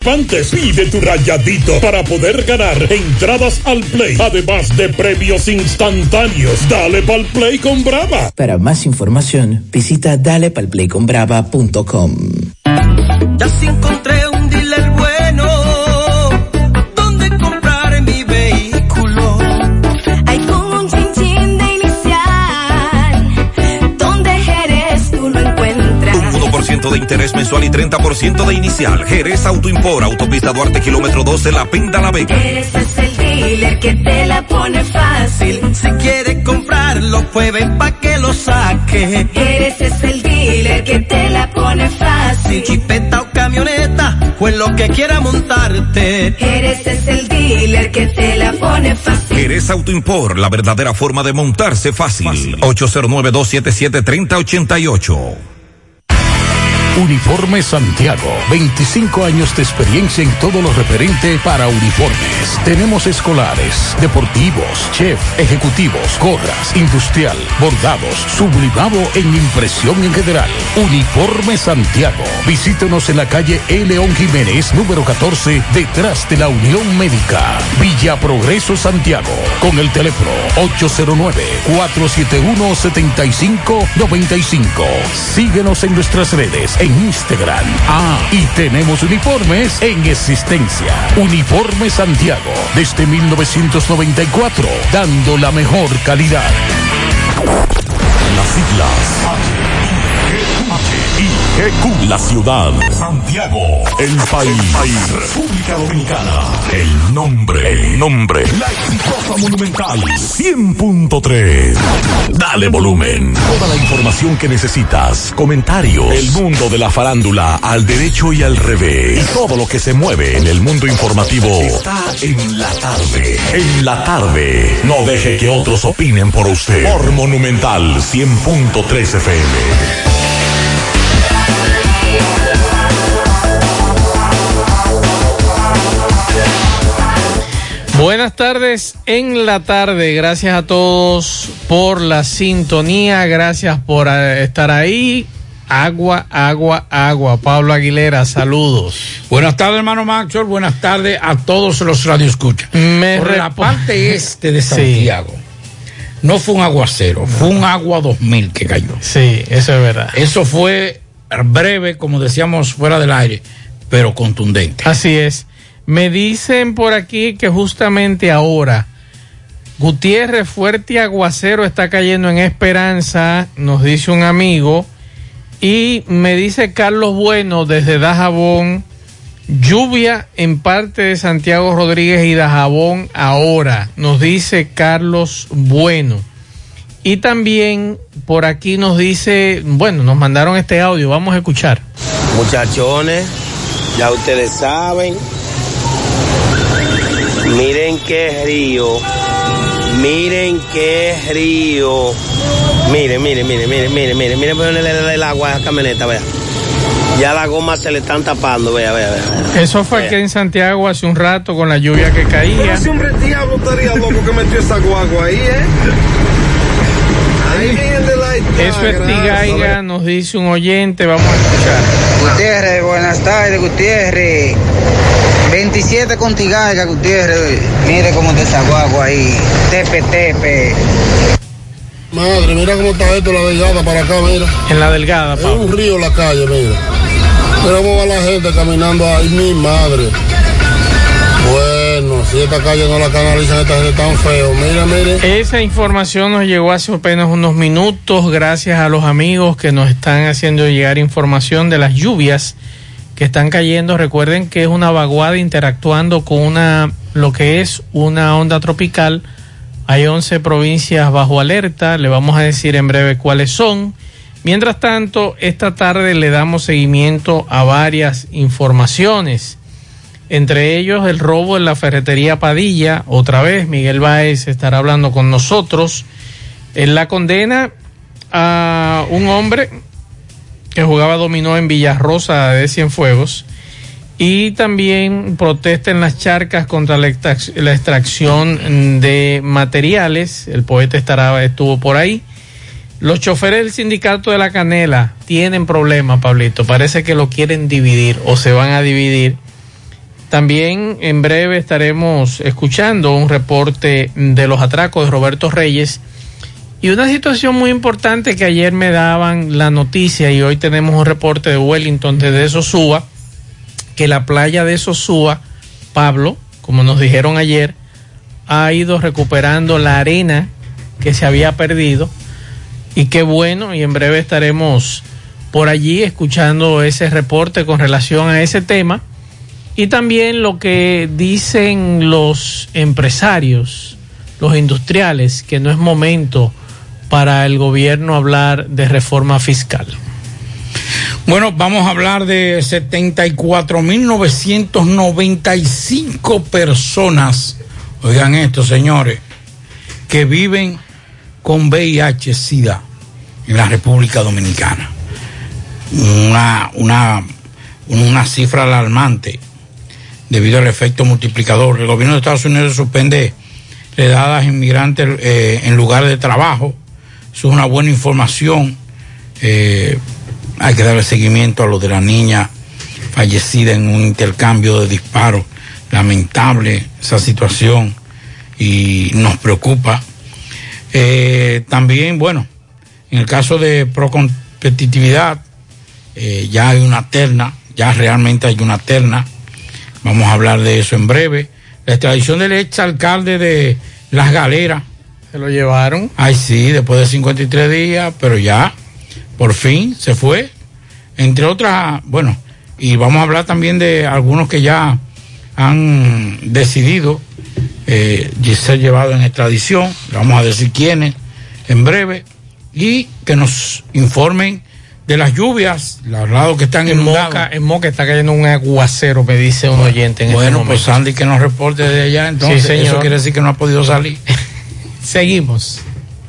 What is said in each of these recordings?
participantes. Pide tu rayadito para poder ganar entradas al Play, además de premios instantáneos. Dale pa'l Play con Brava. Para más información, visita dalepalplayconbrava.com. Ya sí encontré un dealer bueno donde comprar mi vehículo. Hay con un chin de inicial, donde Jerez tú lo encuentras. Un 1% de interés mensual y 30% de inicial. Jerez Autoimport, autopista Duarte, kilómetro 12, La Pinda, La Vega. Jerez es el dealer que te la pone fácil. Si quieres comprarlo, pues ven pa' que lo saque. Jerez es el dealer que te la pone fácil. Chipeta o camioneta, pues lo que quiera montarte. Jerez es el dealer que te la pone fácil. Jerez Autoimport, la verdadera forma de montarse fácil. 809-277-3088. Uniformes Santiago, 25 años de experiencia en todo lo referente para uniformes. Tenemos escolares, deportivos, chef, ejecutivos, gorras, industrial, bordados, sublimado en impresión en general. Uniformes Santiago. Visítenos en la calle E. León Jiménez, número 14, detrás de la Unión Médica. Villa Progreso, Santiago. Con el teléfono 809-471-7595. Síguenos en nuestras redes, en Instagram. Y tenemos uniformes en existencia. Uniforme Santiago, desde 1994, dando la mejor calidad. Las siglas HIGQ, la ciudad, Santiago, el país, República Dominicana, el nombre, la exitosa Monumental 100.3. Dale volumen. Toda la información que necesitas, comentarios, el mundo de la farándula al derecho y al revés, y todo lo que se mueve en el mundo informativo está en la tarde. En la tarde, no deje que otros opinen por usted. Por Monumental 100.3 FM. Buenas tardes en la tarde, gracias a todos por la sintonía, gracias por estar ahí. Agua. Pablo Aguilera, saludos. Buenas tardes, hermano Maxwell, buenas tardes a todos los radioescuchas. Por la parte este de Santiago, no fue un aguacero, fue un agua 2000 que cayó. Sí, eso es verdad. Eso fue breve, como decíamos fuera del aire, pero contundente. Así es. Me dicen por aquí que justamente ahora Gutiérrez, fuerte aguacero está cayendo en Esperanza, nos dice un amigo, y me dice Carlos Bueno desde Dajabón, lluvia en parte de Santiago Rodríguez y Dajabón ahora, nos dice Carlos Bueno. Y también por aquí nos dice, bueno, nos mandaron este audio, vamos a escuchar. Muchachones, ya ustedes saben. Miren qué río. Miren ponerle el agua a la camioneta, vea. Ya las gomas se le están tapando, vea. Eso fue aquí en Santiago hace un rato con la lluvia que caía. Ese hombre diablo estaría loco que metió esa guagua ahí, Eso es Tigaiga, nos dice un oyente, vamos a escuchar. Gutiérrez, buenas tardes, Gutiérrez. 27 con Tigaiga, Gutiérrez. Mire cómo te esa guagua ahí. Tepe. Madre, mira cómo está esto, la delgada para acá, mira. En la delgada, Pablo. Es un río la calle, mira. Mira cómo va la gente caminando ahí, mi madre. Bueno, si esta calle no la canalizan, esta gente tan feo. Mire. Esa información nos llegó hace apenas unos minutos, gracias a los amigos que nos están haciendo llegar información de las lluvias que están cayendo. Recuerden que es una vaguada interactuando con lo que es una onda tropical. Hay 11 provincias bajo alerta, le vamos a decir en breve cuáles son. Mientras tanto, esta tarde le damos seguimiento a varias informaciones. Entre ellos, el robo en la ferretería Padilla. Otra vez, Miguel Báez estará hablando con nosotros. En la condena a un hombre que jugaba dominó en Villarrosa de Cienfuegos. Y también protesta en las charcas contra la extracción de materiales. El poeta estuvo por ahí. Los choferes del sindicato de La Canela tienen problemas, Pablito. Parece que lo quieren dividir o se van a dividir. También en breve estaremos escuchando un reporte de los atracos de Roberto Reyes y una situación muy importante que ayer me daban la noticia y hoy tenemos un reporte de Wellington desde Sosúa, que la playa de Sosúa, Pablo, como nos dijeron ayer, ha ido recuperando la arena que se había perdido y qué bueno, y en breve estaremos por allí escuchando ese reporte con relación a ese tema. Y también lo que dicen los empresarios, los industriales, que no es momento para el gobierno hablar de reforma fiscal. Bueno, vamos a hablar de 74.995 personas, oigan esto, señores, que viven con VIH-Sida en la República Dominicana. Una cifra alarmante debido al efecto multiplicador. El gobierno de Estados Unidos suspende redadas inmigrantes en lugares de trabajo. Eso es una buena información. Hay que darle seguimiento a lo de la niña fallecida en un intercambio de disparos. Lamentable esa situación y nos preocupa. También, bueno, en el caso de Procompetitividad, ya hay una terna, ya realmente hay una terna. Vamos a hablar de eso en breve. La extradición del exalcalde de Las Galeras. ¿Se lo llevaron? Ay, sí, después de 53 días, pero ya, por fin, se fue. Entre otras, bueno, y vamos a hablar también de algunos que ya han decidido ser llevados en extradición. Vamos a decir quiénes en breve. Y que nos informen de las lluvias, los lados que están inundados. En Moca está cayendo un aguacero, me dice un oyente en este momento. Bueno, pues Sandy que nos reporte de allá, entonces sí, eso quiere decir que no ha podido salir. Seguimos.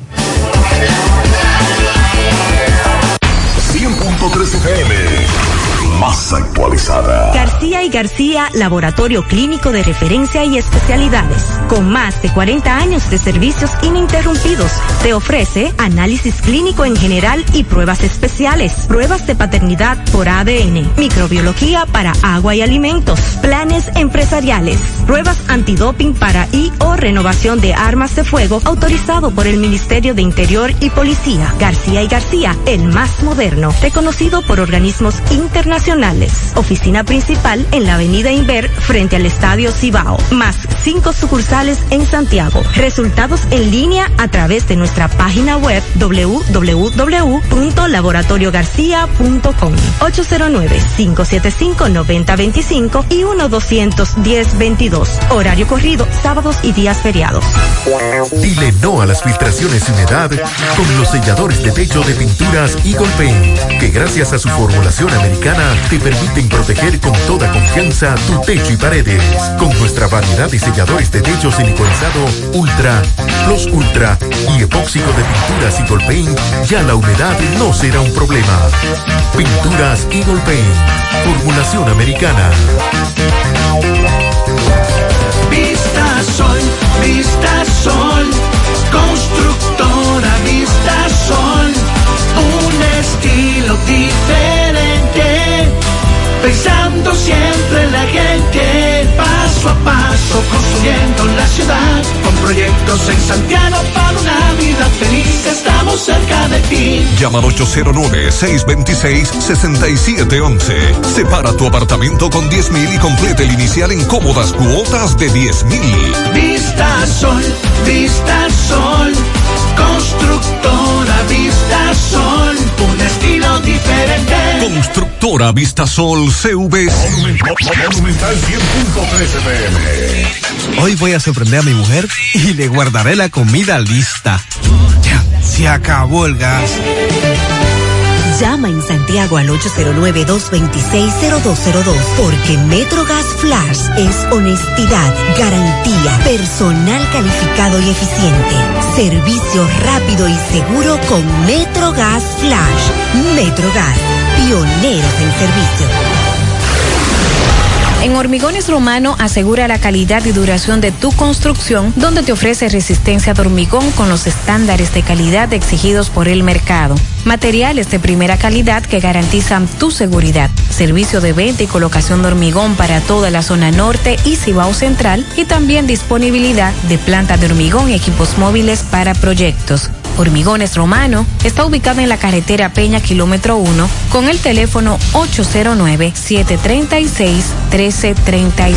100.3 FM, más actualizada. García y García, laboratorio clínico de referencia y especialidades. Con más de 40 años de servicios ininterrumpidos, te ofrece análisis clínico en general y pruebas especiales, pruebas de paternidad por ADN, microbiología para agua y alimentos, planes empresariales, pruebas antidoping para y o renovación de armas de fuego autorizado por el Ministerio de Interior y Policía. García y García, el más moderno, reconocido por organismos internacionales. Oficina principal en la avenida Inver frente al Estadio Cibao, más 5 sucursales en Santiago. Resultados en línea a través de nuestra página web www.laboratoriogarcia.com 809-575-9025 y 1-210-22. Horario corrido, sábados y días feriados. Dile no a las filtraciones y humedad con los selladores de techo de Pinturas Eagle Paint, que gracias a su formulación americana te permiten proteger con toda confianza tu techo y paredes. Con nuestra variedad de selladores de techo siliconizado Ultra, Plus Ultra y epóxico de Pinturas Eagle Paint, ya la humedad no será un problema. Pinturas Eagle Paint, formulación americana. Vista Sol, constructora Vista Sol, un estilo diferente, pensando siempre en la gente, paso a paso construyendo la ciudad, con proyectos en Santiago para una vida feliz, estamos cerca de ti. Llama al 809-626-6711. Separa tu apartamento con 10,000 y complete el inicial en cómodas cuotas de 10,000. Vista Sol, constructora Vista Sol, un estilo diferente. Constructora Vista Sol CVS. Monumental 100.13 FM. Hoy voy a sorprender a mi mujer y le guardaré la comida lista. Ya, se acabó el gas. Llama en Santiago al 809-226-0202, porque MetroGas Flash es honestidad, garantía, personal calificado y eficiente, servicio rápido y seguro con MetroGas Flash. MetroGas, pioneros en servicio. En Hormigones Romano asegura la calidad y duración de tu construcción, donde te ofrece resistencia de hormigón con los estándares de calidad exigidos por el mercado. Materiales de primera calidad que garantizan tu seguridad. Servicio de venta y colocación de hormigón para toda la zona norte y Cibao Central, y también disponibilidad de planta de hormigón y equipos móviles para proyectos. Hormigones Romano está ubicado en la carretera Peña kilómetro 1 con el teléfono 809-736-1335.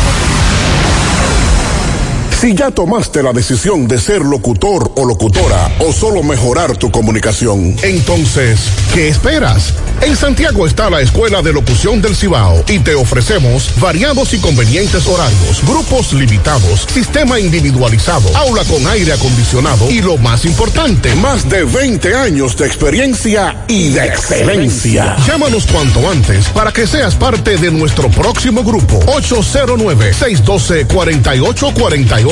Si ya tomaste la decisión de ser locutor o locutora o solo mejorar tu comunicación, entonces, ¿qué esperas? En Santiago está la Escuela de Locución del Cibao y te ofrecemos variados y convenientes horarios, grupos limitados, sistema individualizado, aula con aire acondicionado y lo más importante, más de 20 años de experiencia y de excelencia. Llámanos cuanto antes para que seas parte de nuestro próximo grupo. 809-612-4848.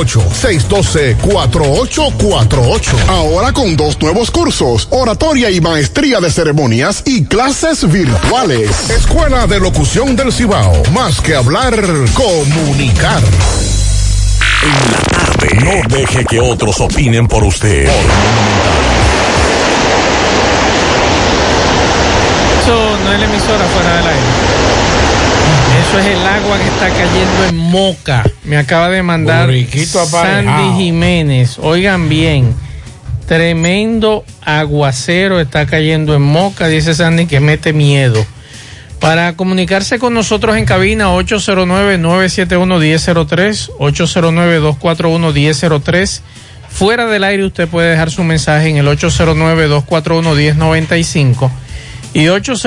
612-4848. Ahora con 2 nuevos cursos, oratoria y maestría de ceremonias y clases virtuales. Escuela de Locución del Cibao. Más que hablar, comunicar. En la tarde, no deje que otros opinen por usted. Eso no es la emisora fuera del aire. Eso es el agua que está cayendo en Moca. Me acaba de mandar Sandy Jiménez. Oigan bien, tremendo aguacero está cayendo en Moca, dice Sandy, que mete miedo. Para comunicarse con nosotros en cabina, 809-971-1003, 809-241-1003. Fuera del aire usted puede dejar su mensaje en el 809-241-1095 y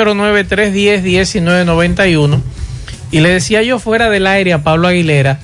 809-310-1991. Y le decía yo fuera del aire a Pablo Aguilera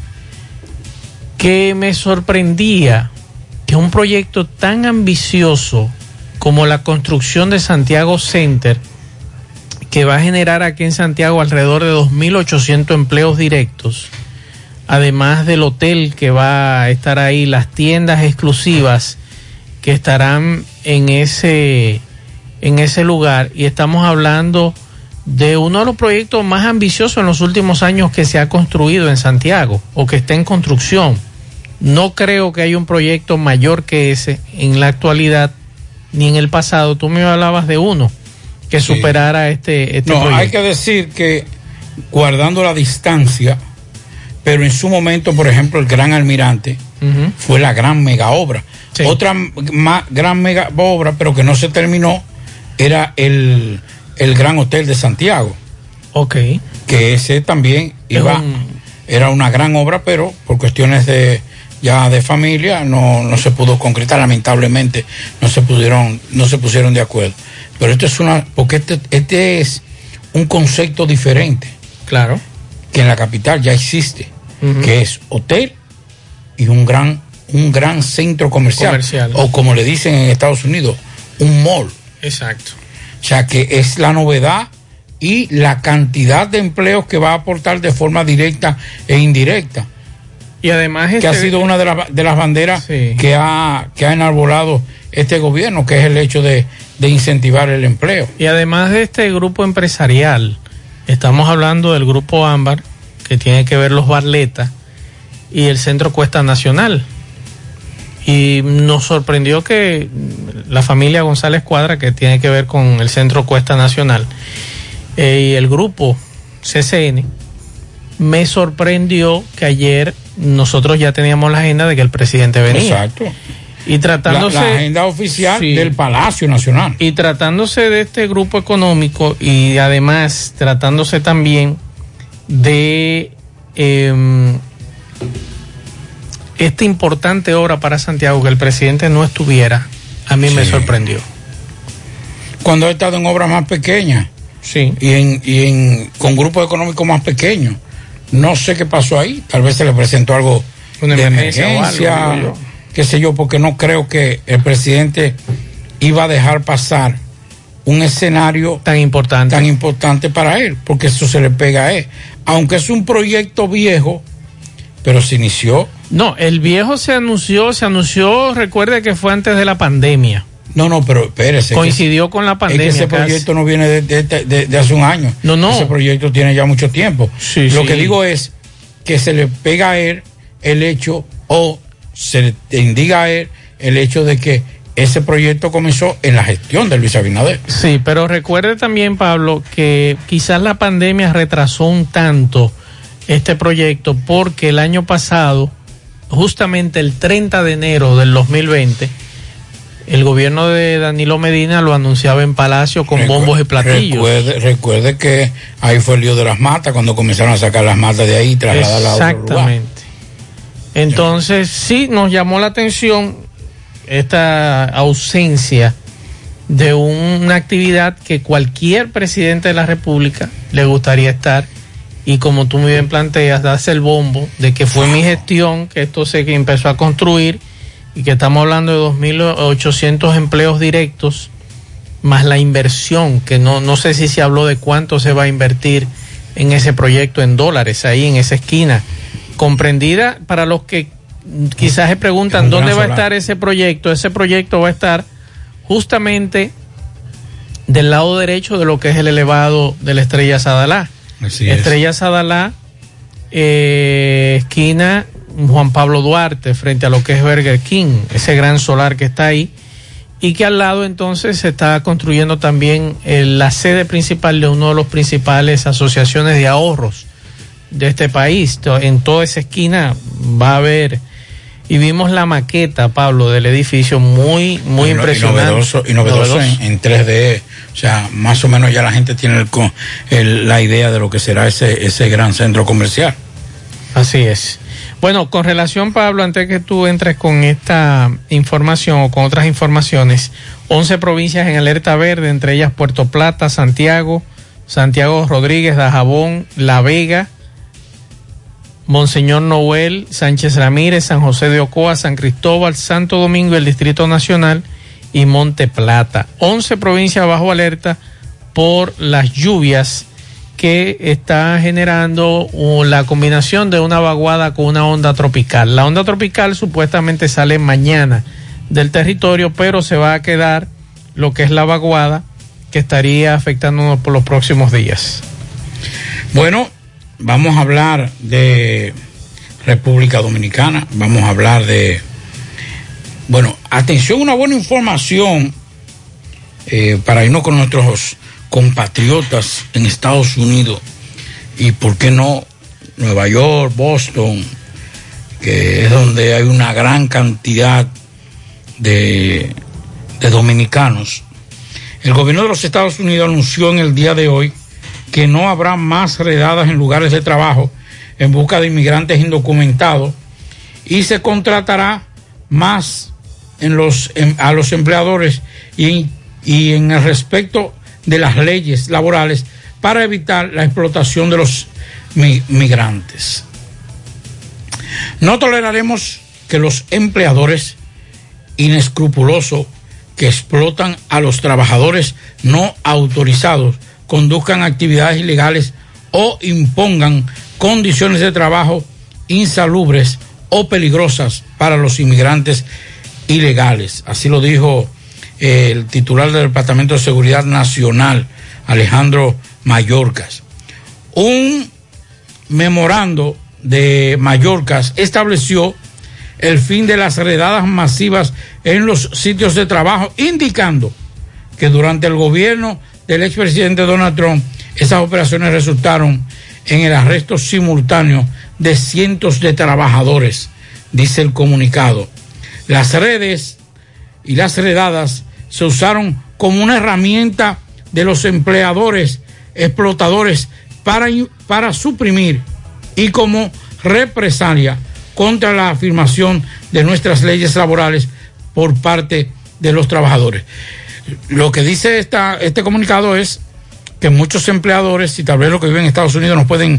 que me sorprendía que un proyecto tan ambicioso como la construcción de Santiago Center, que va a generar aquí en Santiago alrededor de 2.800 empleos directos, además del hotel que va a estar ahí, las tiendas exclusivas que estarán en ese lugar, y estamos hablando de uno de los proyectos más ambiciosos en los últimos años que se ha construido en Santiago o que está en construcción. No creo que haya un proyecto mayor que ese en la actualidad ni en el pasado. Tú me hablabas de uno que superara este proyecto. Hay que decir que guardando la distancia, pero en su momento, por ejemplo, el Gran Almirante fue la gran mega obra. Sí. Otra gran mega obra, pero que no se terminó, era el Gran Hotel de Santiago. Ok. Que ese también era una gran obra, pero por cuestiones de familia no se pudo concretar, lamentablemente no se pusieron de acuerdo. Pero porque este es un concepto diferente. Claro. Que en la capital ya existe, que es hotel y un gran centro comercial. O como le dicen en Estados Unidos, un mall. Exacto. O sea que es la novedad y la cantidad de empleos que va a aportar de forma directa e indirecta. Y además que ha sido una de las banderas que ha enarbolado este gobierno, que es el hecho de incentivar el empleo. Y además de este grupo empresarial, estamos hablando del grupo Ámbar, que tiene que ver los Barletta y el Centro Cuesta Nacional. Y nos sorprendió que la familia González Cuadra, que tiene que ver con el Centro Cuesta Nacional, y el grupo CCN, me sorprendió que ayer nosotros ya teníamos la agenda de que el presidente venía. Exacto. Y tratándose la agenda oficial del Palacio Nacional. Y tratándose de este grupo económico y además tratándose también de esta importante obra para Santiago, que el presidente no estuviera, a mí me sorprendió. Cuando ha estado en obras más pequeñas, con grupos económicos más pequeños, no sé qué pasó ahí. Tal vez se le presentó algo de emergencia, o algo, qué sé yo, porque no creo que el presidente iba a dejar pasar un escenario tan importante para él, porque eso se le pega a él. Aunque es un proyecto viejo, pero se inició. No, el viejo se anunció, recuerde que fue antes de la pandemia. No, pero espérese. Coincidió con la pandemia. Es que ese proyecto no viene de hace un año. No. Ese proyecto tiene ya mucho tiempo. Lo que digo es que se le pega a él el hecho, o se le indica a él el hecho de que ese proyecto comenzó en la gestión de Luis Abinader. Sí, pero recuerde también, Pablo, que quizás la pandemia retrasó un tanto este proyecto, porque el año pasado, justamente el 30 de enero del 2020, el gobierno de Danilo Medina lo anunciaba en Palacio con bombos y platillos. Recuerde que ahí fue el lío de las matas, cuando comenzaron a sacar las matas de ahí y trasladarlas a otro lugar. Exactamente. Entonces, sí, nos llamó la atención esta ausencia de una actividad que cualquier presidente de la República le gustaría estar, y como tú muy bien planteas, darse el bombo de que fue mi gestión que esto se empezó a construir, y que estamos hablando de 2.800 empleos directos, más la inversión, que no sé si se habló de cuánto se va a invertir en ese proyecto en dólares, ahí en esa esquina, comprendida para los que quizás se preguntan dónde va a estar ese proyecto. Ese proyecto va a estar justamente del lado derecho de lo que es el elevado de la Estrella Sadalá. Estrella Sadalá, esquina Juan Pablo Duarte, frente a lo que es Burger King, ese gran solar que está ahí, y que al lado entonces se está construyendo también la sede principal de uno de los principales asociaciones de ahorros de este país. En toda esa esquina va a haber, y vimos la maqueta, Pablo, del edificio, muy impresionante. Y novedoso en 3D, o sea, más o menos ya la gente tiene la idea de lo que será ese gran centro comercial. Así es. Bueno, con relación, Pablo, antes que tú entres con esta información o con otras informaciones, 11 provincias en alerta verde, entre ellas Puerto Plata, Santiago Rodríguez, Dajabón, La Vega, Monseñor Noel, Sánchez Ramírez, San José de Ocoa, San Cristóbal, Santo Domingo, el Distrito Nacional y Monte Plata. 11 provincias bajo alerta por las lluvias que está generando la combinación de una vaguada con una onda tropical. La onda tropical supuestamente sale mañana del territorio, pero se va a quedar lo que es la vaguada, que estaría afectándonos por los próximos días. Bueno, vamos a hablar de República Dominicana, vamos a hablar de... Bueno, atención, una buena información para irnos con nuestros compatriotas en Estados Unidos, y por qué no Nueva York, Boston, que es donde hay una gran cantidad de dominicanos. El gobierno de los Estados Unidos anunció en el día de hoy que no habrá más redadas en lugares de trabajo en busca de inmigrantes indocumentados, y se contratará más a los empleadores y en el respecto de las leyes laborales para evitar la explotación de los migrantes. No toleraremos que los empleadores inescrupulosos que explotan a los trabajadores no autorizados conduzcan actividades ilegales o impongan condiciones de trabajo insalubres o peligrosas para los inmigrantes ilegales. Así lo dijo el titular del Departamento de Seguridad Nacional, Alejandro Mayorkas. Un memorando de Mayorkas estableció el fin de las redadas masivas en los sitios de trabajo, indicando que durante el gobierno del expresidente Donald Trump, esas operaciones resultaron en el arresto simultáneo de cientos de trabajadores, dice el comunicado. Las redes y las redadas se usaron como una herramienta de los empleadores explotadores para suprimir y como represalia contra la afirmación de nuestras leyes laborales por parte de los trabajadores. Lo que dice este comunicado es que muchos empleadores, y tal vez los que viven en Estados Unidos nos pueden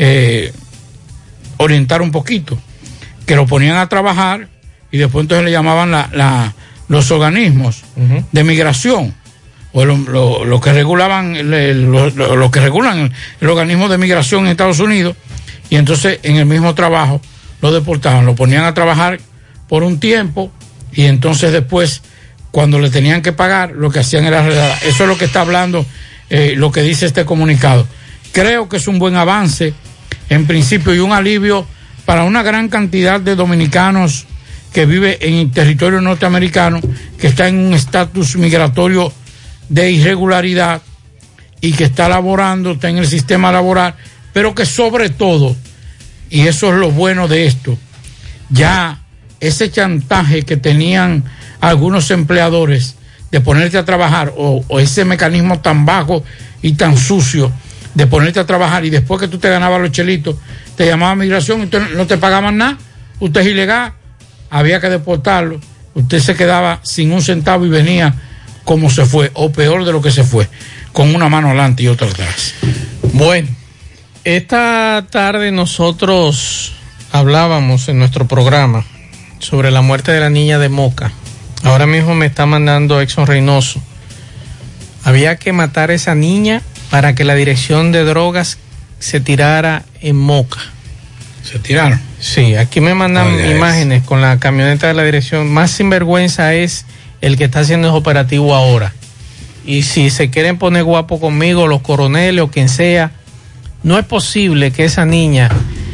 orientar un poquito, que lo ponían a trabajar y después entonces le llamaban los organismos de migración, o lo que regulaban lo que regulan el organismo de migración en Estados Unidos, y entonces en el mismo trabajo lo deportaban, lo ponían a trabajar por un tiempo y entonces después cuando le tenían que pagar, lo que hacían era redada. Eso es lo que está hablando, lo que dice este comunicado. Creo que es un buen avance, en principio, y un alivio para una gran cantidad de dominicanos que vive en el territorio norteamericano, que está en un estatus migratorio de irregularidad y que está laborando, está en el sistema laboral, pero que sobre todo, y eso es lo bueno de esto, ya ese chantaje que tenían algunos empleadores de ponerte a trabajar, o ese mecanismo tan bajo y tan sucio de ponerte a trabajar, y después que tú te ganabas los chelitos, te llamaba migración y no te pagaban nada, usted es ilegal, había que deportarlo, usted se quedaba sin un centavo y venía como se fue, o peor de lo que se fue, con una mano adelante y otra atrás. Bueno, esta tarde nosotros hablábamos en nuestro programa sobre la muerte de la niña de Moca. Ahora mismo me está mandando Exxon Reynoso. Había que matar a esa niña para que la dirección de drogas se tirara en Moca. ¿Se tiraron? Sí, aquí me mandan imágenes con la camioneta de la dirección. Más sinvergüenza es el que está haciendo ese operativo ahora. Y si se quieren poner guapo conmigo, los coroneles o quien sea, no es posible que esa niña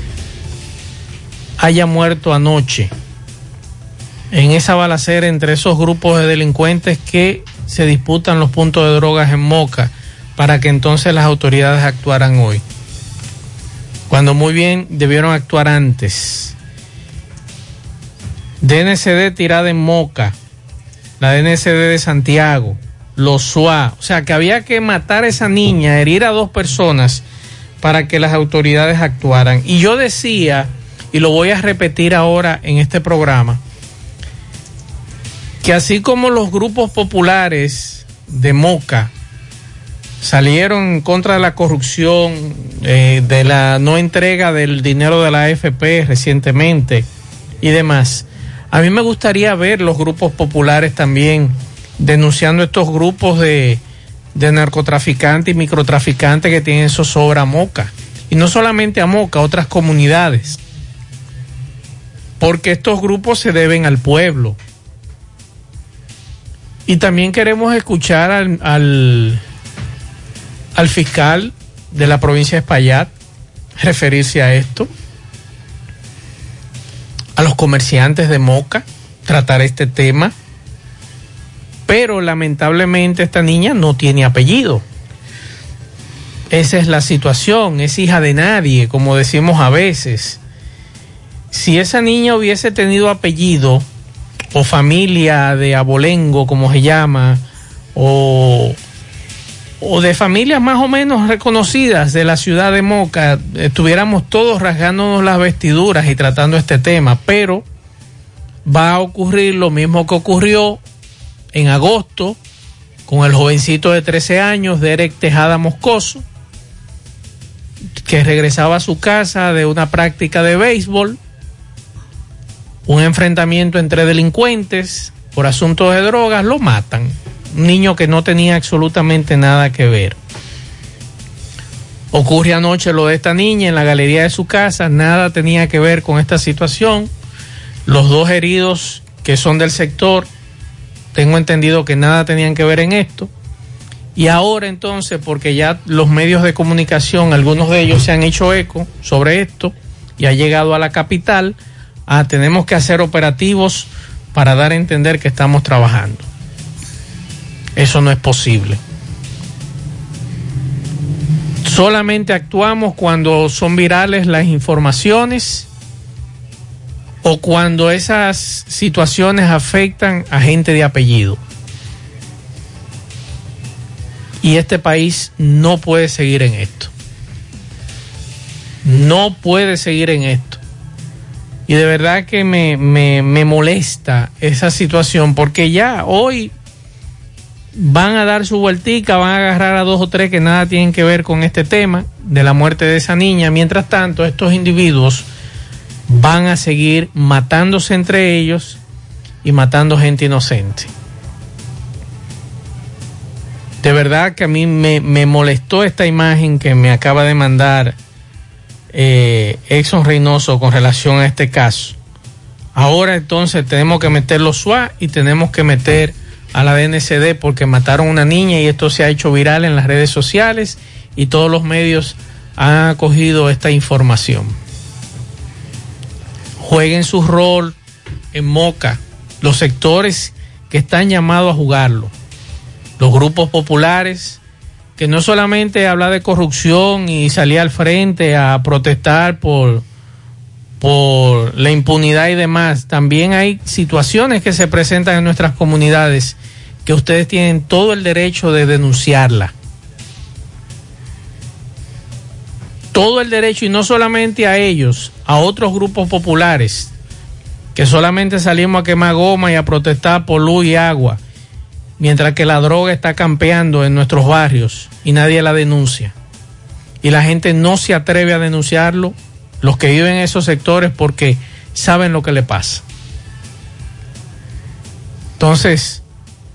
haya muerto anoche en esa balacera entre esos grupos de delincuentes que se disputan los puntos de drogas en Moca, para que entonces las autoridades actuaran hoy, cuando muy bien debieron actuar antes. DNCD tirada en Moca, la DNCD de Santiago, los SUA, o sea que había que matar a esa niña, herir a 2 personas para que las autoridades actuaran. Y yo decía, y lo voy a repetir ahora en este programa, que así como los grupos populares de Moca salieron en contra de la corrupción, de la no entrega del dinero de la AFP recientemente y demás, a mí me gustaría ver los grupos populares también denunciando estos grupos de narcotraficantes y microtraficantes que tienen zozobra a Moca, y no solamente a Moca, a otras comunidades, porque estos grupos se deben al pueblo. Y también queremos escuchar al fiscal de la provincia de Espaillat referirse a esto, a los comerciantes de Moca, tratar este tema. Pero lamentablemente esta niña no tiene apellido. Esa es la situación, es hija de nadie, como decimos a veces. Si esa niña hubiese tenido apellido, o familia de abolengo, como se llama, o de familias más o menos reconocidas de la ciudad de Moca, estuviéramos todos rasgándonos las vestiduras y tratando este tema. Pero va a ocurrir lo mismo que ocurrió en agosto con el jovencito de 13 años, Derek Tejada Moscoso, que regresaba a su casa de una práctica de béisbol, un enfrentamiento entre delincuentes por asuntos de drogas, lo matan. Un niño que no tenía absolutamente nada que ver. Ocurre anoche lo de esta niña en la galería de su casa, nada tenía que ver con esta situación. Los 2 heridos que son del sector, tengo entendido que nada tenían que ver en esto. Y ahora entonces, porque ya los medios de comunicación, algunos de ellos se han hecho eco sobre esto y ha llegado a la capital, tenemos que hacer operativos para dar a entender que estamos trabajando. Eso no es posible. Solamente actuamos cuando son virales las informaciones o cuando esas situaciones afectan a gente de apellido. Y este país no puede seguir en esto. No puede seguir en esto. Y de verdad que me molesta esa situación, porque ya hoy van a dar su vueltica, van a agarrar a 2 o 3 que nada tienen que ver con este tema de la muerte de esa niña. Mientras tanto, estos individuos van a seguir matándose entre ellos y matando gente inocente. De verdad que a mí me molestó esta imagen que me acaba de mandar Exxon Reynoso con relación a este caso. Ahora entonces tenemos que meter los SWAT y tenemos que meter a la DNCD porque mataron a una niña y esto se ha hecho viral en las redes sociales y todos los medios han acogido esta información. Jueguen su rol en Moca, los sectores que están llamados a jugarlo, los grupos populares, que no solamente habla de corrupción y salir al frente a protestar por la impunidad y demás, también hay situaciones que se presentan en nuestras comunidades que ustedes tienen todo el derecho de denunciarla. Todo el derecho, y no solamente a ellos, a otros grupos populares que solamente salimos a quemar goma y a protestar por luz y agua, mientras que la droga está campeando en nuestros barrios y nadie la denuncia. Y la gente no se atreve a denunciarlo, los que viven en esos sectores, porque saben lo que le pasa. Entonces,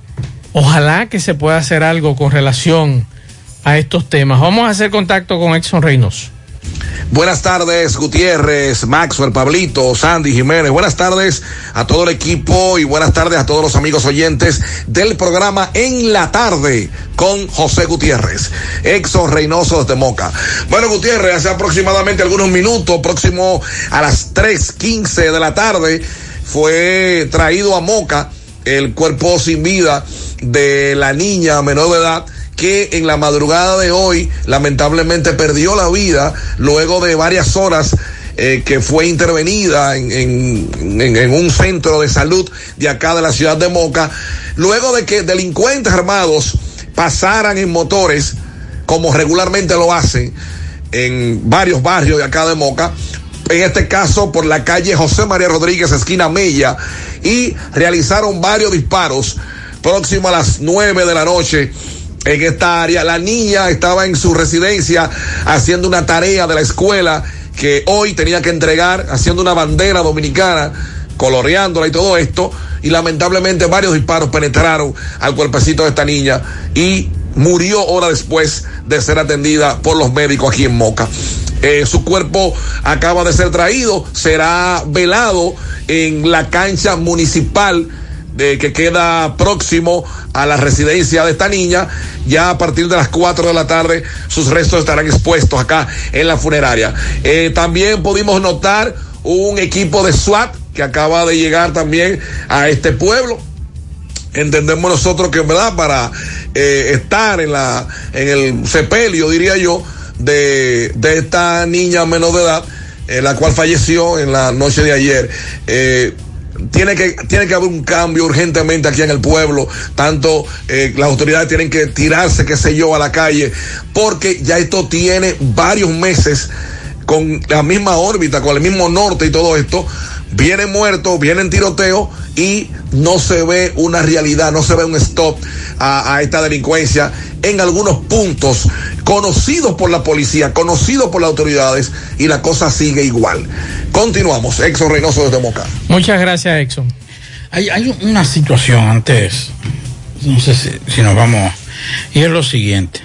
ojalá que se pueda hacer algo con relación a estos temas. Vamos a hacer contacto con Exxon Reynoso. Buenas tardes, Gutiérrez, Maxwell, Pablito, Sandy, Jiménez. Buenas tardes a todo el equipo y buenas tardes a todos los amigos oyentes del programa En la Tarde con José Gutiérrez, Exxon Reynoso desde Moca. Bueno, Gutiérrez, hace aproximadamente algunos minutos, próximo a las 3:15 de la tarde, fue traído a Moca el cuerpo sin vida de la niña menor de edad que en la madrugada de hoy lamentablemente perdió la vida luego de varias horas que fue intervenida en un centro de salud de acá de la ciudad de Moca, luego de que delincuentes armados pasaran en motores, como regularmente lo hacen en varios barrios de acá de Moca, en este caso por la calle José María Rodríguez, esquina Mella, y realizaron varios disparos próximo a las 9 de la noche en esta área. La niña estaba en su residencia haciendo una tarea de la escuela que hoy tenía que entregar, haciendo una bandera dominicana, coloreándola y todo esto, y lamentablemente varios disparos penetraron al cuerpecito de esta niña y murió hora después de ser atendida por los médicos aquí en Moca. Su cuerpo acaba de ser traído, será velado en la cancha municipal que queda próximo a la residencia de esta niña. Ya a partir de las 4 de la tarde sus restos estarán expuestos acá en la funeraria. También pudimos notar un equipo de SWAT que acaba de llegar también a este pueblo. Entendemos nosotros que en verdad para estar en el sepelio, diría yo, de esta niña menor de edad, la cual falleció en la noche de ayer, tiene que haber un cambio urgentemente aquí en el pueblo. Tanto las autoridades tienen que tirarse, qué sé yo, a la calle, porque ya esto tiene varios meses con la misma órbita, con el mismo norte y todo esto. Vienen muertos, vienen tiroteos y no se ve una realidad, no se ve un stop a esta delincuencia en algunos puntos conocidos por la policía, conocidos por las autoridades, y la cosa sigue igual. Continuamos. Exxon Reynoso desde Moca. Muchas gracias, Exxon. Hay una situación antes, no sé si nos vamos, y es lo siguiente.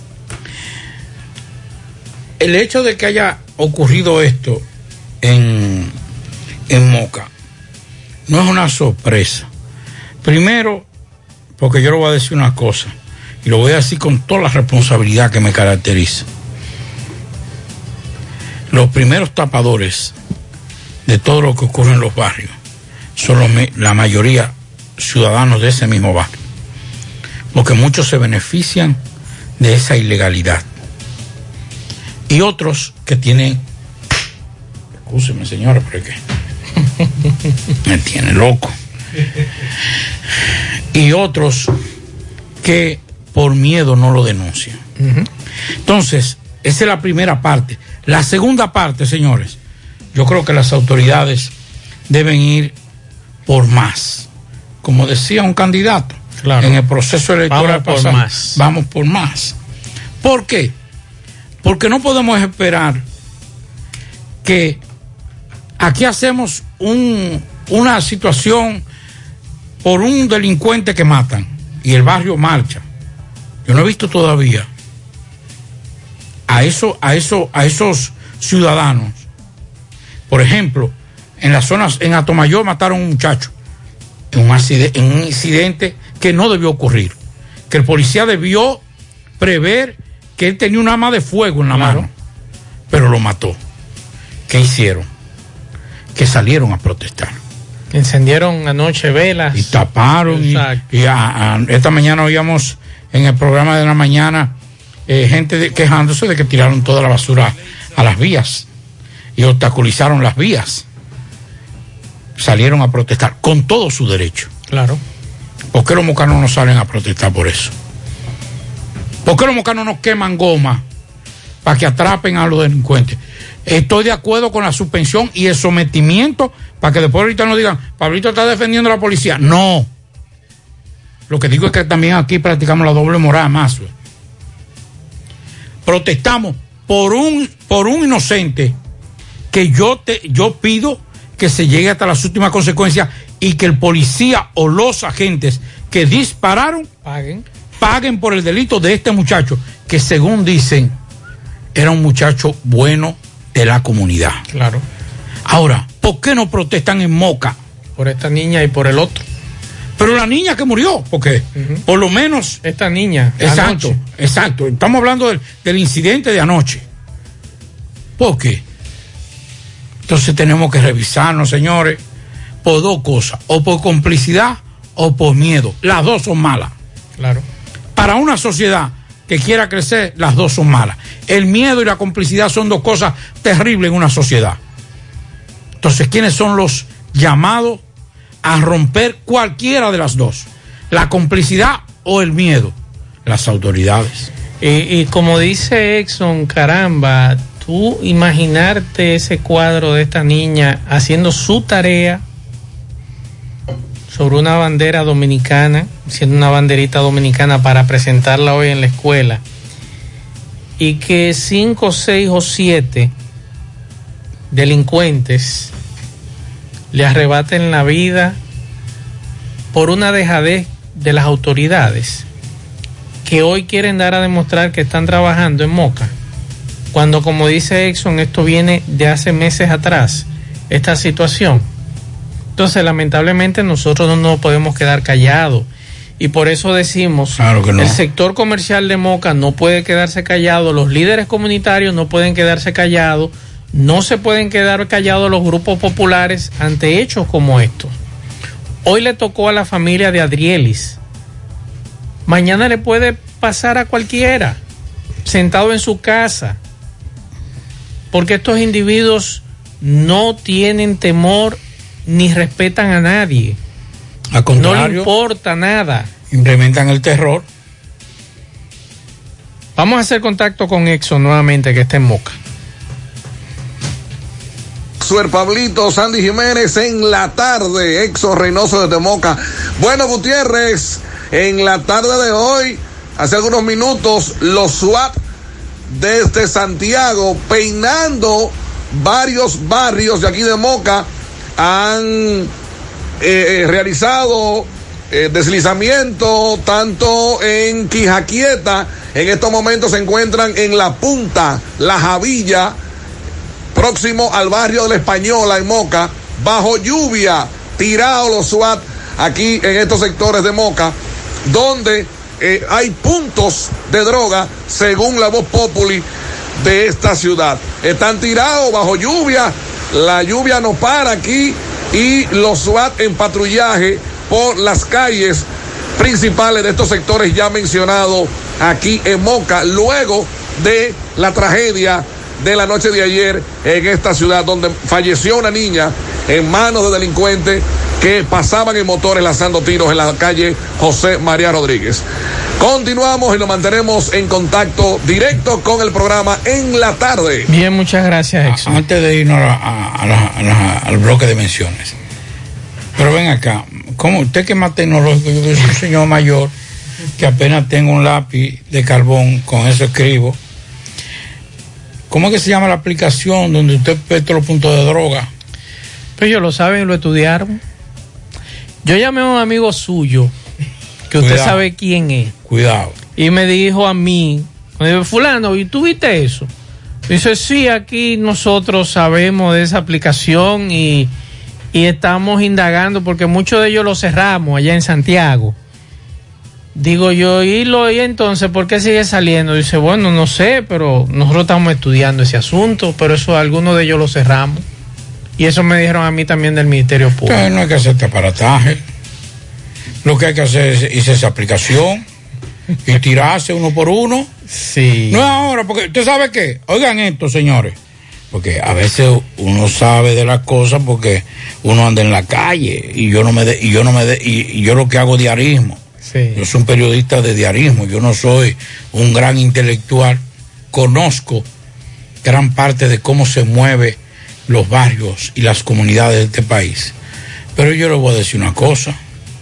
El hecho de que haya ocurrido esto en Moca no es una sorpresa. Primero, porque yo le voy a decir una cosa, y lo voy a decir con toda la responsabilidad que me caracteriza. Los primeros tapadores de todo lo que ocurre en los barrios son la mayoría ciudadanos de ese mismo barrio, porque muchos se benefician de esa ilegalidad y otros que tienen, excúseme señora, pero es que me tiene loco, y otros que por miedo no lo denuncian. Entonces, esa es la primera parte. La segunda parte, señores, yo creo que las autoridades deben ir por más. Como decía un candidato, claro, en el proceso electoral pasado, vamos por más. ¿Por qué? Porque no podemos esperar que aquí hacemos una situación por un delincuente que matan y el barrio marcha. Yo no he visto todavía a esos ciudadanos. Por ejemplo, en las zonas, en Atomayor mataron a un muchacho en un incidente que no debió ocurrir, que el policía debió prever que él tenía un arma de fuego en la mano, pero lo mató. ¿Qué hicieron? Que salieron a protestar. Encendieron anoche velas. Y taparon. Y esta mañana oíamos en el programa de la mañana gente quejándose de que tiraron toda la basura a las vías y obstaculizaron las vías. Salieron a protestar con todo su derecho. Claro. ¿Por qué los mocanos no salen a protestar por eso? ¿Por qué los mocanos no queman goma para que atrapen a los delincuentes? Estoy de acuerdo con la suspensión y el sometimiento para que después ahorita no digan, Pablito está defendiendo a la policía. No. Lo que digo es que también aquí practicamos la doble moral más. Protestamos por un inocente que yo pido que se llegue hasta las últimas consecuencias y que el policía o los agentes que dispararon paguen por el delito de este muchacho, que según dicen era un muchacho bueno de la comunidad. Claro. Ahora, ¿por qué no protestan en Moca? Por esta niña y por el otro. Pero la niña que murió, porque por lo menos... Esta niña. Exacto, anoche. Exacto. Estamos hablando del incidente de anoche. ¿Por qué? Entonces tenemos que revisarnos, señores, por dos cosas. O por complicidad o por miedo. Las dos son malas. Claro. Para una sociedad que quiera crecer, las dos son malas. El miedo y la complicidad son dos cosas terribles en una sociedad. Entonces, ¿quiénes son los llamados a romper cualquiera de las dos? ¿La complicidad o el miedo? Las autoridades. Y como dice Exxon, caramba, tú imaginarte ese cuadro de esta niña haciendo su tarea sobre una bandera dominicana, siendo una banderita dominicana para presentarla hoy en la escuela, y que 5, 6 o 7 delincuentes le arrebaten la vida por una dejadez de las autoridades que hoy quieren dar a demostrar que están trabajando en Moca, cuando, como dice Exxon, esto viene de hace meses atrás, esta situación. Entonces, lamentablemente, nosotros no nos podemos quedar callados. Y por eso decimos, claro que no. El sector comercial de Moca no puede quedarse callado, los líderes comunitarios no pueden quedarse callados, no se pueden quedar callados los grupos populares ante hechos como estos. Hoy le tocó a la familia de Adrielis. Mañana le puede pasar a cualquiera, sentado en su casa, porque estos individuos no tienen temor ni respetan a nadie. Al contrario, no le importa nada. Implementan el terror. Vamos a hacer contacto con Exxon nuevamente, que está en Moca. Suer Pablito, Sandy Jiménez en la tarde, Exxon Reynoso desde Moca. Bueno, Gutiérrez, en la tarde de hoy, hace algunos minutos, los SWAT desde Santiago, peinando varios barrios de aquí de Moca, han realizado deslizamiento tanto en Quijaquieta. En estos momentos se encuentran en La Punta, La Javilla, próximo al barrio de La Española en Moca, bajo lluvia, tirados los SWAT aquí en estos sectores de Moca, donde hay puntos de droga, según la voz populi de esta ciudad. Están tirados bajo lluvia, la lluvia no para aquí, y los SWAT en patrullaje por las calles principales de estos sectores ya mencionados aquí en Moca, luego de la tragedia de la noche de ayer en esta ciudad, donde falleció una niña en manos de delincuentes que pasaban en motores lanzando tiros en la calle José María Rodríguez. Continuamos y nos mantenemos en contacto directo con el programa en la tarde. Bien, muchas gracias, Exxon. Antes de irnos al bloque de menciones, pero ven acá, como usted que es más tecnológico, yo soy un señor mayor que apenas tengo un lápiz de carbón, con eso escribo. ¿Cómo es que se llama la aplicación donde usted ve todos los puntos de droga? Pues ellos lo saben, lo estudiaron. Yo llamé a un amigo suyo, que usted sabe quién es. Cuidado. Y me dijo a mí, fulano, ¿y tú viste eso? Dice, sí, aquí nosotros sabemos de esa aplicación y estamos indagando, porque muchos de ellos lo cerramos allá en Santiago. Digo yo, y entonces, ¿por qué sigue saliendo? Dice, bueno, no sé, pero nosotros estamos estudiando ese asunto, pero eso algunos de ellos lo cerramos. Y eso me dijeron a mí también del Ministerio Público. Entonces, no hay que hacer este aparataje. Lo que hay que hacer es esa aplicación y tirarse uno por uno. Sí. No es ahora, porque usted sabe qué. Oigan esto, señores. Porque a veces uno sabe de las cosas porque uno anda en la calle y yo lo que hago es diarismo. Sí. Yo soy un periodista de diarismo, yo no soy un gran intelectual. Conozco gran parte de cómo se mueven los barrios y las comunidades de este país. Pero yo les voy a decir una cosa.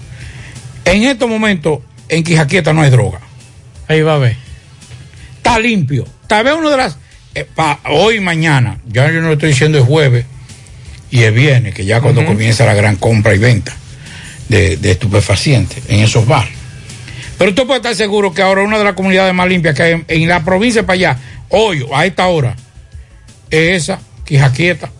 En estos momentos, en Quijaquieta no hay droga. Ahí va a ver. Está limpio. Tal vez uno de las... hoy y mañana, ya yo no lo estoy diciendo es jueves y es viernes, que ya cuando comienza la gran compra y venta de estupefacientes en esos barrios. Pero usted puede estar seguro que ahora una de las comunidades más limpias que hay en la provincia para allá, hoy, a esta hora, es esa, Quijaquieta.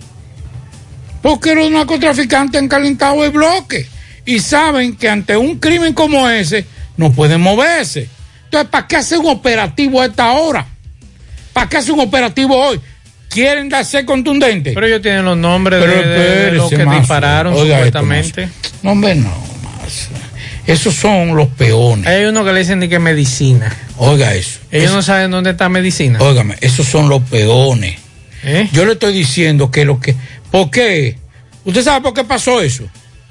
Porque los narcotraficantes han calentado el bloque y saben que ante un crimen como ese no pueden moverse. Entonces, ¿para qué hacer un operativo a esta hora? ¿Para qué hacer un operativo hoy? ¿Quieren ser contundentes? Pero ellos tienen los nombres de los que dispararon supuestamente. No, hombre, no, más. Esos son los peones. Hay uno que le dicen de que medicina. Oiga eso. Ellos no saben dónde está medicina. Óigame, esos son los peones. Yo le estoy diciendo que lo que... ¿Por qué? ¿Usted sabe por qué pasó eso?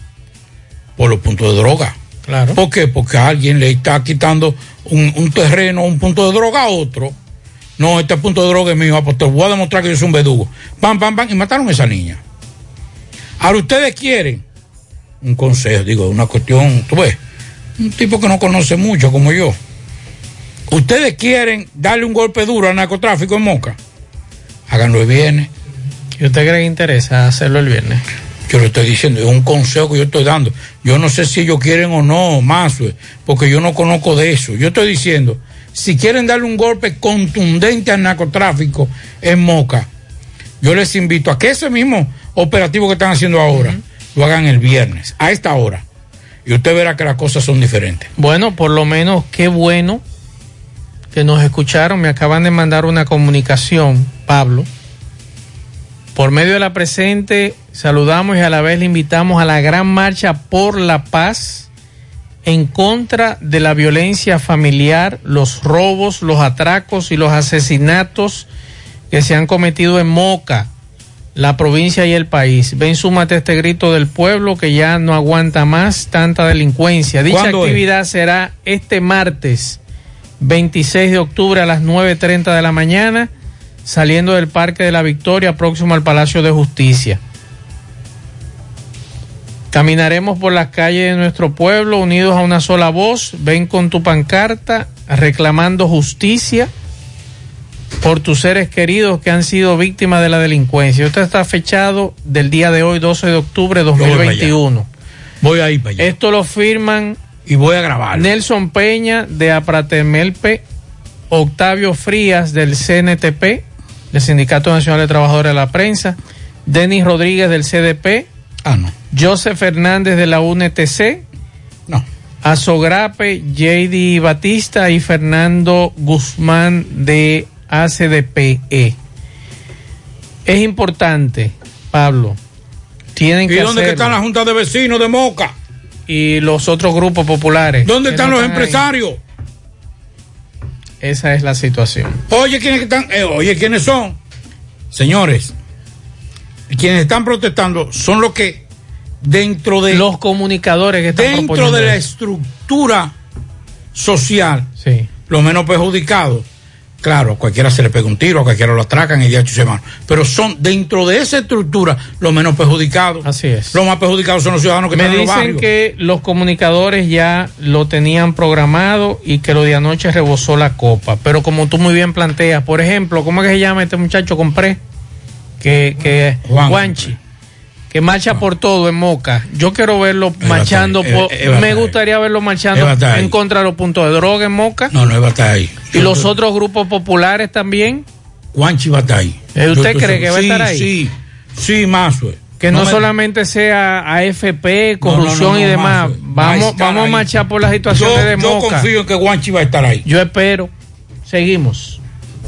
Por los puntos de droga. Claro. ¿Por qué? Porque alguien le está quitando un terreno, un punto de droga a otro. No, este punto de droga es mío, pues te voy a demostrar que yo soy un verdugo. Pam, pam, pam, y mataron a esa niña. Ahora ustedes quieren un consejo, digo, una cuestión, tú ves, un tipo que no conoce mucho como yo. Ustedes quieren darle un golpe duro al narcotráfico en Moca, háganlo el viernes. ¿Y usted cree que interesa hacerlo el viernes? Yo le estoy diciendo, es un consejo que yo estoy dando. Yo no sé si ellos quieren o no, más, porque yo no conozco de eso. Yo estoy diciendo, si quieren darle un golpe contundente al narcotráfico en Moca, yo les invito a que ese mismo operativo que están haciendo ahora, lo hagan el viernes, a esta hora. Y usted verá que las cosas son diferentes. Bueno, por lo menos, qué bueno que nos escucharon. Me acaban de mandar una comunicación, Pablo. Por medio de la presente, saludamos y a la vez le invitamos a la gran marcha por la paz en contra de la violencia familiar, los robos, los atracos y los asesinatos que se han cometido en Moca, la provincia y el país. Ven, súmate a este grito del pueblo que ya no aguanta más tanta delincuencia. Dicha actividad será este martes 26 de octubre a las 9:30 de la mañana, saliendo del Parque de la Victoria, próximo al Palacio de Justicia. Caminaremos por las calles de nuestro pueblo, unidos a una sola voz. Ven con tu pancarta, reclamando justicia por tus seres queridos que han sido víctimas de la delincuencia. Esto está fechado del día de hoy, 12 de octubre de 2021. Voy a ir para allá. Esto lo firman y voy a grabar. Nelson Peña de Apratemelpe, Octavio Frías del CNTP, del Sindicato Nacional de Trabajadores de la Prensa, Denis Rodríguez del CDP, Joseph Fernández de la UNTC, Azogrape, JD Batista y Fernando Guzmán de ACDPE. Es importante, Pablo. Tienen que ¿Y dónde hacerlo. están las juntas de vecinos de Moca? Y los otros grupos populares. ¿Dónde están los empresarios? Esa es la situación. Oye, ¿quiénes están? ¿Quiénes son? Señores, quienes están protestando son los que dentro de los comunicadores que están dentro de la estructura social, los menos perjudicados. Claro, a cualquiera se le pega un tiro, a cualquiera lo atracan y de hecho se van. Pero son dentro de esa estructura los menos perjudicados. Así es. Los más perjudicados son los ciudadanos que están en los barrios. Me dicen que los comunicadores ya lo tenían programado y que lo de anoche rebosó la copa. Pero como tú muy bien planteas, por ejemplo, ¿cómo es que se llama este muchacho Compré? Juanchi, que marcha por todo en Moca. Yo quiero verlo marchando me gustaría verlo marchando en contra de los puntos de droga en Moca. No va a estar ahí. Y los otros grupos populares también. Juanchi va a estar ahí. ¿Usted cree que va a estar ahí? Sí, más. Que no solamente sea AFP, corrupción y demás. Vamos a marchar por la situación de Moca. Yo confío en que Guanchi va a estar ahí. Yo espero. Seguimos.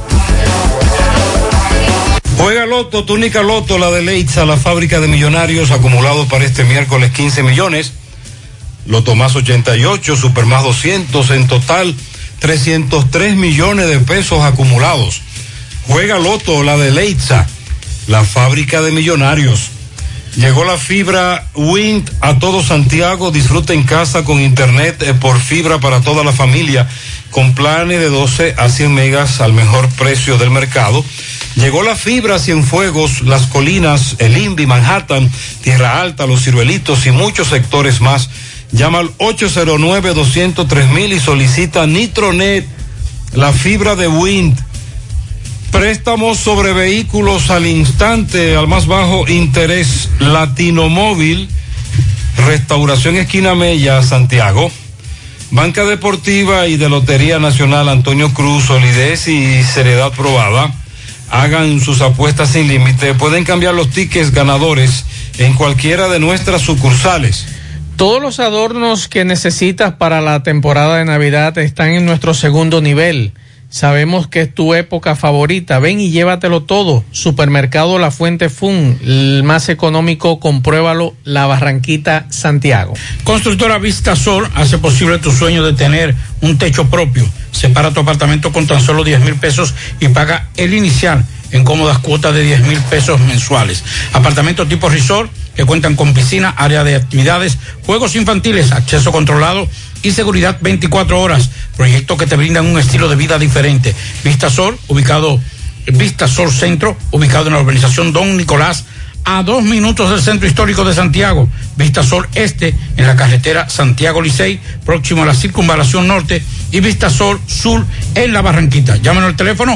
Juega Loto, túnica Loto, la de Leitza, la fábrica de millonarios, acumulados para este miércoles 15 millones. Loto más 88, Super más 200, en total 303 millones de pesos acumulados. Juega Loto, la de Leitza, la fábrica de millonarios. Llegó la fibra Wind a todo Santiago. Disfruta en casa con internet por fibra para toda la familia, con planes de 12 a 100 megas al mejor precio del mercado. Llegó la fibra Cienfuegos, Las Colinas, El Invi, Manhattan, Tierra Alta, Los Ciruelitos y muchos sectores más. Llama al 809-203,000 y solicita Nitronet, la fibra de Wind. Préstamos sobre vehículos al instante, al más bajo interés. Latino Móvil, Restauración Esquina Mella, Santiago. Banca Deportiva y de Lotería Nacional Antonio Cruz, solidez y seriedad probada. Hagan sus apuestas sin límite. Pueden cambiar los tickets ganadores en cualquiera de nuestras sucursales. Todos los adornos que necesitas para la temporada de Navidad están en nuestro segundo nivel. Sabemos que es tu época favorita. Ven y llévatelo todo. Supermercado La Fuente Fun, el más económico, compruébalo, La Barranquita, Santiago. Constructora Vista Sol hace posible tu sueño de tener un techo propio. Separa tu apartamento con tan solo 10,000 pesos y paga el inicial en cómodas cuotas de 10,000 pesos mensuales. Apartamentos tipo resort que cuentan con piscina, área de actividades, juegos infantiles, acceso controlado y seguridad 24 horas. Proyectos que te brindan un estilo de vida diferente. Vista Sol Centro, ubicado en la urbanización Don Nicolás, a 2 minutos del centro histórico de Santiago. Vista Sol Este, en la carretera Santiago Licey, próximo a la circunvalación norte, y Vista Sol Sur, en la Barranquita. Llámenos al teléfono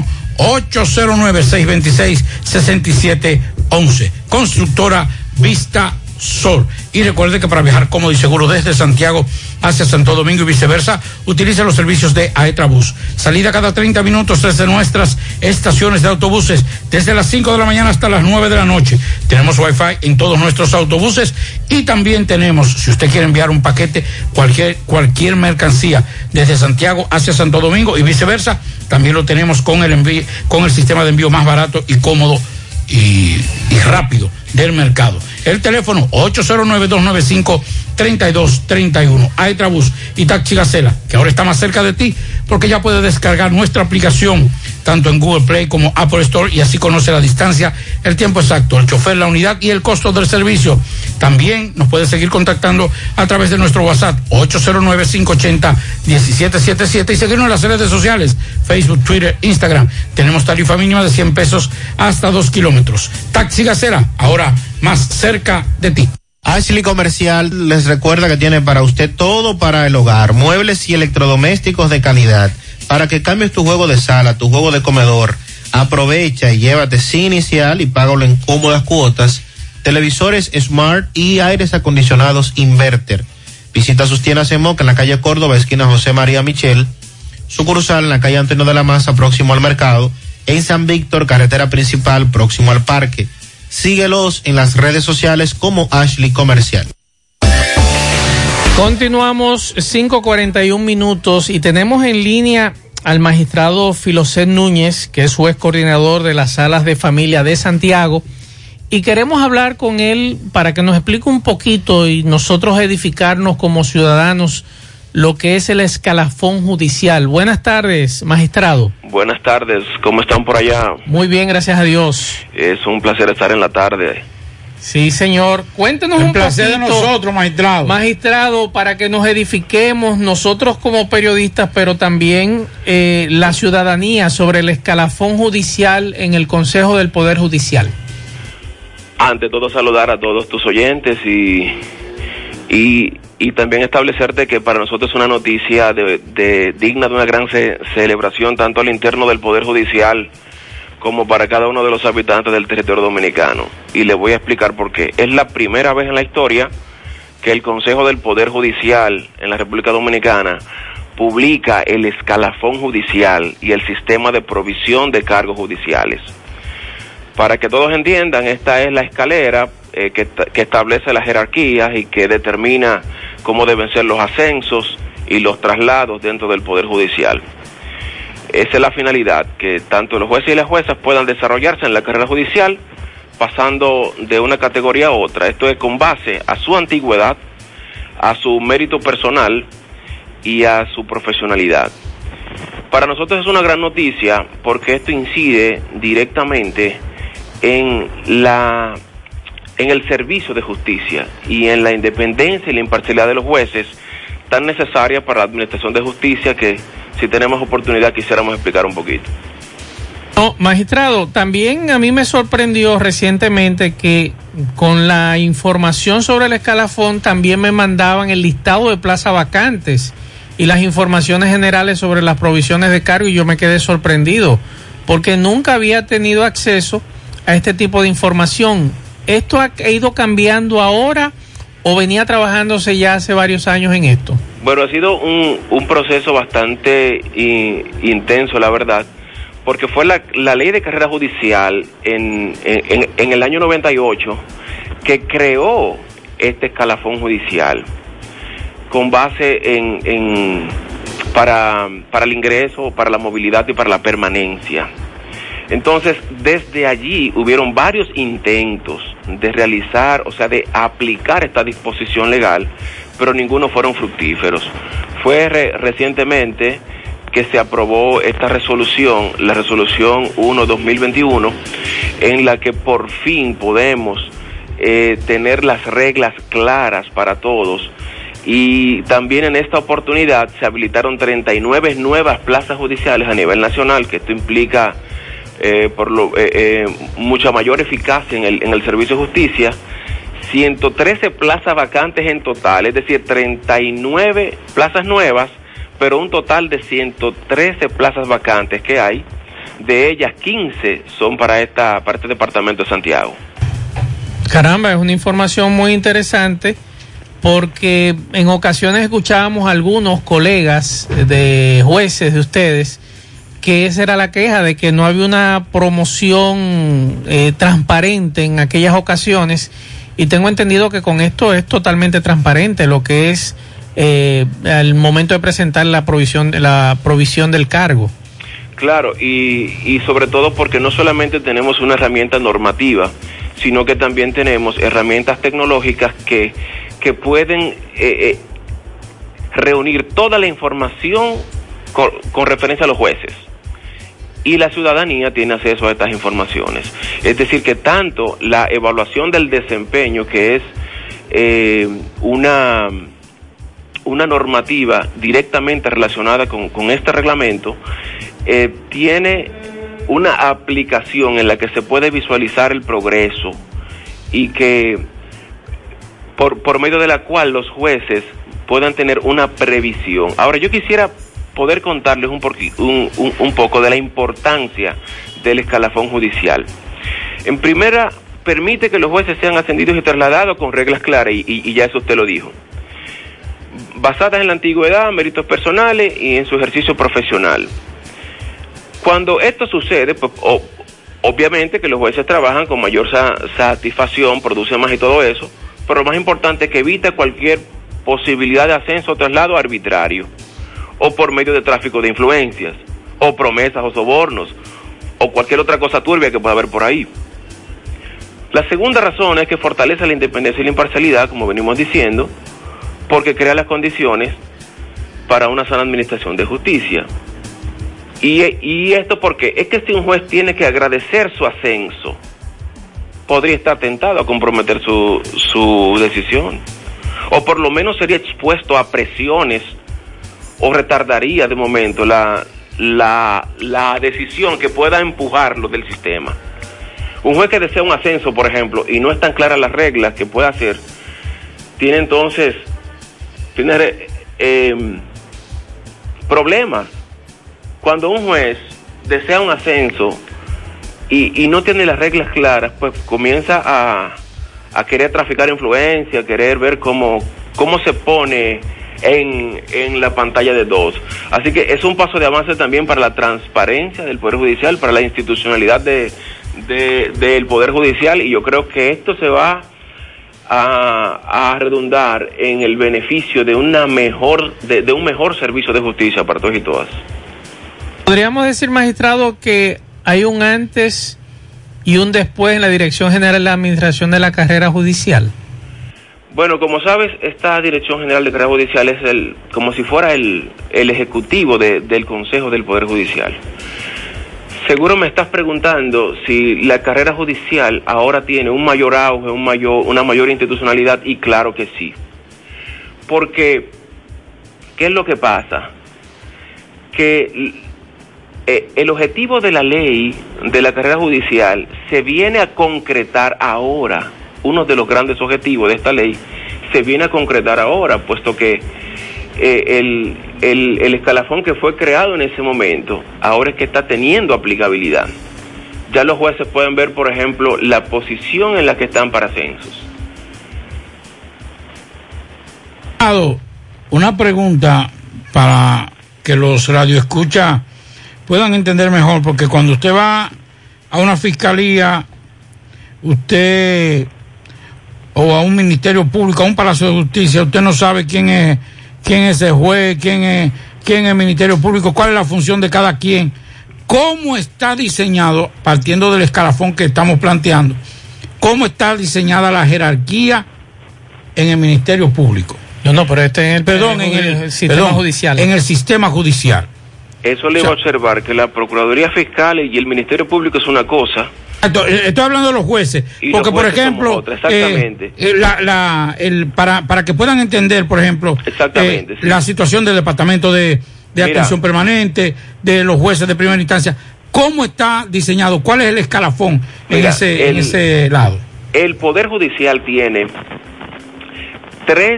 809-626-6711. Constructora Vista Sol. Y recuerde que para viajar cómodo y seguro desde Santiago hacia Santo Domingo y viceversa, utilice los servicios de Aetrabús. Salida cada 30 minutos desde nuestras estaciones de autobuses, desde las 5 de la mañana hasta las 9 de la noche. Tenemos Wi-Fi en todos nuestros autobuses y también tenemos, si usted quiere enviar un paquete, cualquier mercancía desde Santiago hacia Santo Domingo y viceversa, también lo tenemos con el sistema de envío más barato y cómodo y rápido del mercado. El teléfono 809-295-3231. Aetrabús y Taxi Gacela, que ahora está más cerca de ti porque ya puedes descargar nuestra aplicación tanto en Google Play como Apple Store y así conoce la distancia, el tiempo exacto, el chofer, la unidad y el costo del servicio. También nos puedes seguir contactando a través de nuestro WhatsApp 809-580-1777 y seguirnos en las redes sociales, Facebook, Twitter, Instagram. Tenemos tarifa mínima de 100 pesos hasta 2 kilómetros. Taxi Gacela, ahora más cerca de ti. Ashley Comercial les recuerda que tiene para usted todo para el hogar, muebles y electrodomésticos de calidad, para que cambies tu juego de sala, tu juego de comedor. Aprovecha y llévate sin inicial y págalo en cómodas cuotas, televisores Smart y aires acondicionados Inverter. Visita sus tiendas en Moca, en la calle Córdoba, esquina José María Michel, sucursal en la calle Antonio de la Maza, próximo al mercado, en San Víctor, carretera principal, próximo al parque. Síguelos en las redes sociales como Ashley Comercial. Continuamos 5:41 y tenemos en línea al magistrado Filocet Núñez, que es juez coordinador de las salas de familia de Santiago, y queremos hablar con él para que nos explique un poquito y nosotros edificarnos como ciudadanos lo que es el escalafón judicial. Buenas tardes, magistrado. Buenas tardes, ¿cómo están por allá? Muy bien, gracias a Dios. Es un placer estar en la tarde. Sí, señor. Cuéntenos un placer poquito, de nosotros, magistrado. Magistrado, para que nos edifiquemos nosotros como periodistas, pero también la ciudadanía sobre el escalafón judicial en el Consejo del Poder Judicial. Ante todo, saludar a todos tus oyentes y también establecerte que para nosotros es una noticia digna de una gran celebración, tanto al interno del Poder Judicial como para cada uno de los habitantes del territorio dominicano. Y le voy a explicar por qué. Es la primera vez en la historia que el Consejo del Poder Judicial en la República Dominicana publica el escalafón judicial y el sistema de provisión de cargos judiciales. Para que todos entiendan, esta es la escalera que establece las jerarquías y que determina cómo deben ser los ascensos y los traslados dentro del Poder Judicial. Esa es la finalidad, que tanto los jueces y las juezas puedan desarrollarse en la carrera judicial, pasando de una categoría a otra. Esto es con base a su antigüedad, a su mérito personal y a su profesionalidad. Para nosotros es una gran noticia porque esto incide directamente en el servicio de justicia y en la independencia y la imparcialidad de los jueces, tan necesaria para la administración de justicia, que si tenemos oportunidad quisiéramos explicar un poquito. No, magistrado, también a mí me sorprendió recientemente que con la información sobre el escalafón también me mandaban el listado de plazas vacantes y las informaciones generales sobre las provisiones de cargo, y yo me quedé sorprendido porque nunca había tenido acceso a este tipo de información. ¿Esto ha ido cambiando ahora o venía trabajándose ya hace varios años en esto? Bueno, ha sido un proceso bastante intenso, la verdad, porque fue la ley de carrera judicial en el año 98 que creó este escalafón judicial con base para el ingreso, para la movilidad y para la permanencia. Entonces, desde allí hubieron varios intentos de realizar, o sea, de aplicar esta disposición legal, pero ninguno fueron fructíferos. Fue recientemente que se aprobó esta resolución, la resolución 1/2021, en la que por fin podemos tener las reglas claras para todos. Y también en esta oportunidad se habilitaron 39 nuevas plazas judiciales a nivel nacional, que esto implica mucha mayor eficacia en el servicio de justicia. 113 plazas vacantes en total, es decir, 39 plazas nuevas, pero un total de 113 plazas vacantes que hay. De ellas 15 son para este departamento de Santiago. Caramba, es una información muy interesante, porque en ocasiones escuchábamos a algunos colegas de jueces de ustedes que esa era la queja, de que no había una promoción transparente en aquellas ocasiones, y tengo entendido que con esto es totalmente transparente lo que es al momento de presentar la provisión del cargo. Claro, y sobre todo porque no solamente tenemos una herramienta normativa, sino que también tenemos herramientas tecnológicas que pueden reunir toda la información con referencia a los jueces. Y la ciudadanía tiene acceso a estas informaciones. Es decir, que tanto la evaluación del desempeño, que es una normativa directamente relacionada con este reglamento, tiene una aplicación en la que se puede visualizar el progreso y que por medio de la cual los jueces puedan tener una previsión. Ahora, yo quisiera poder contarles un poco de la importancia del escalafón judicial. En primera, permite que los jueces sean ascendidos y trasladados con reglas claras, y ya eso usted lo dijo, basadas en la antigüedad, méritos personales y en su ejercicio profesional. Cuando esto sucede, pues obviamente que los jueces trabajan con mayor satisfacción, producen más y todo eso, pero lo más importante es que evita cualquier posibilidad de ascenso o traslado arbitrario, o por medio de tráfico de influencias, o promesas o sobornos, o cualquier otra cosa turbia que pueda haber por ahí. La segunda razón es que fortalece la independencia y la imparcialidad, como venimos diciendo, porque crea las condiciones para una sana administración de justicia. Y esto porque es que si un juez tiene que agradecer su ascenso, podría estar tentado a comprometer su decisión, o por lo menos sería expuesto a presiones, o retardaría de momento la decisión que pueda empujarlo del sistema. Un juez que desea un ascenso, por ejemplo, y no están claras las reglas que puede hacer, tiene entonces problemas. Cuando un juez desea un ascenso y no tiene las reglas claras, pues comienza a querer traficar influencia, querer ver cómo se pone en la pantalla de dos. Así que es un paso de avance también para la transparencia del Poder Judicial, para la institucionalidad del Poder Judicial, y yo creo que esto se va a redundar en el beneficio de una mejor de un mejor servicio de justicia para todos y todas. ¿Podríamos decir, magistrado, que hay un antes y un después en la Dirección General de la Administración de la Carrera Judicial? Bueno, como sabes, esta Dirección General de Carrera Judicial es como si fuera el ejecutivo del Consejo del Poder Judicial. Seguro me estás preguntando si la carrera judicial ahora tiene un mayor auge, una mayor institucionalidad, y claro que sí. Porque, ¿qué es lo que pasa? Que el objetivo de la ley de la carrera judicial se viene a concretar ahora. Uno de los grandes objetivos de esta ley se viene a concretar ahora, puesto que el escalafón que fue creado en ese momento, ahora es que está teniendo aplicabilidad. Ya los jueces pueden ver, por ejemplo, la posición en la que están para ascensos. Una pregunta para que los radioescuchas puedan entender mejor, porque cuando usted va a una fiscalía, usted, o a un ministerio público, a un palacio de justicia, usted no sabe quién es el juez, quién es el ministerio público, cuál es la función de cada quien, cómo está diseñado, partiendo del escalafón que estamos planteando, cómo está diseñada la jerarquía en el ministerio público. No, pero en el sistema judicial. En el sistema judicial. Eso le iba a observar, que la Procuraduría Fiscal y el Ministerio Público es una cosa. Estoy hablando de los jueces, porque por ejemplo, exactamente. Para que puedan entender, por ejemplo, sí, la situación del Departamento de Atención Permanente, de los jueces de primera instancia, ¿cómo está diseñado? ¿Cuál es el escalafón en ese lado? El Poder Judicial tiene 3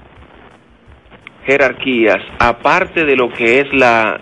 jerarquías, aparte de lo que es la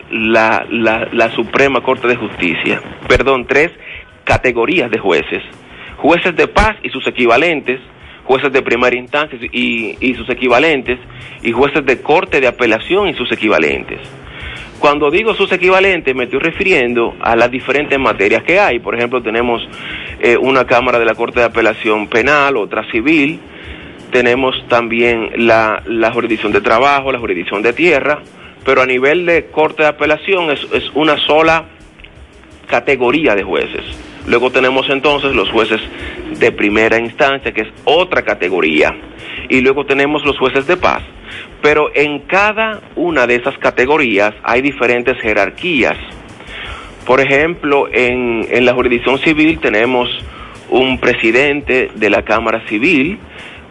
Suprema Corte de Justicia. 3 categorías de jueces: jueces de paz y sus equivalentes, jueces de primera instancia y sus equivalentes, y jueces de corte de apelación y sus equivalentes. Cuando digo sus equivalentes, me estoy refiriendo a las diferentes materias que hay. Por ejemplo, tenemos una Cámara de la Corte de Apelación Penal, otra civil, tenemos también la jurisdicción de trabajo, la jurisdicción de tierra, pero a nivel de Corte de Apelación es una sola categoría de jueces. Luego tenemos entonces los jueces de primera instancia, que es otra categoría, y luego tenemos los jueces de paz. Pero en cada una de esas categorías hay diferentes jerarquías. Por ejemplo, en la jurisdicción civil tenemos un presidente de la Cámara Civil,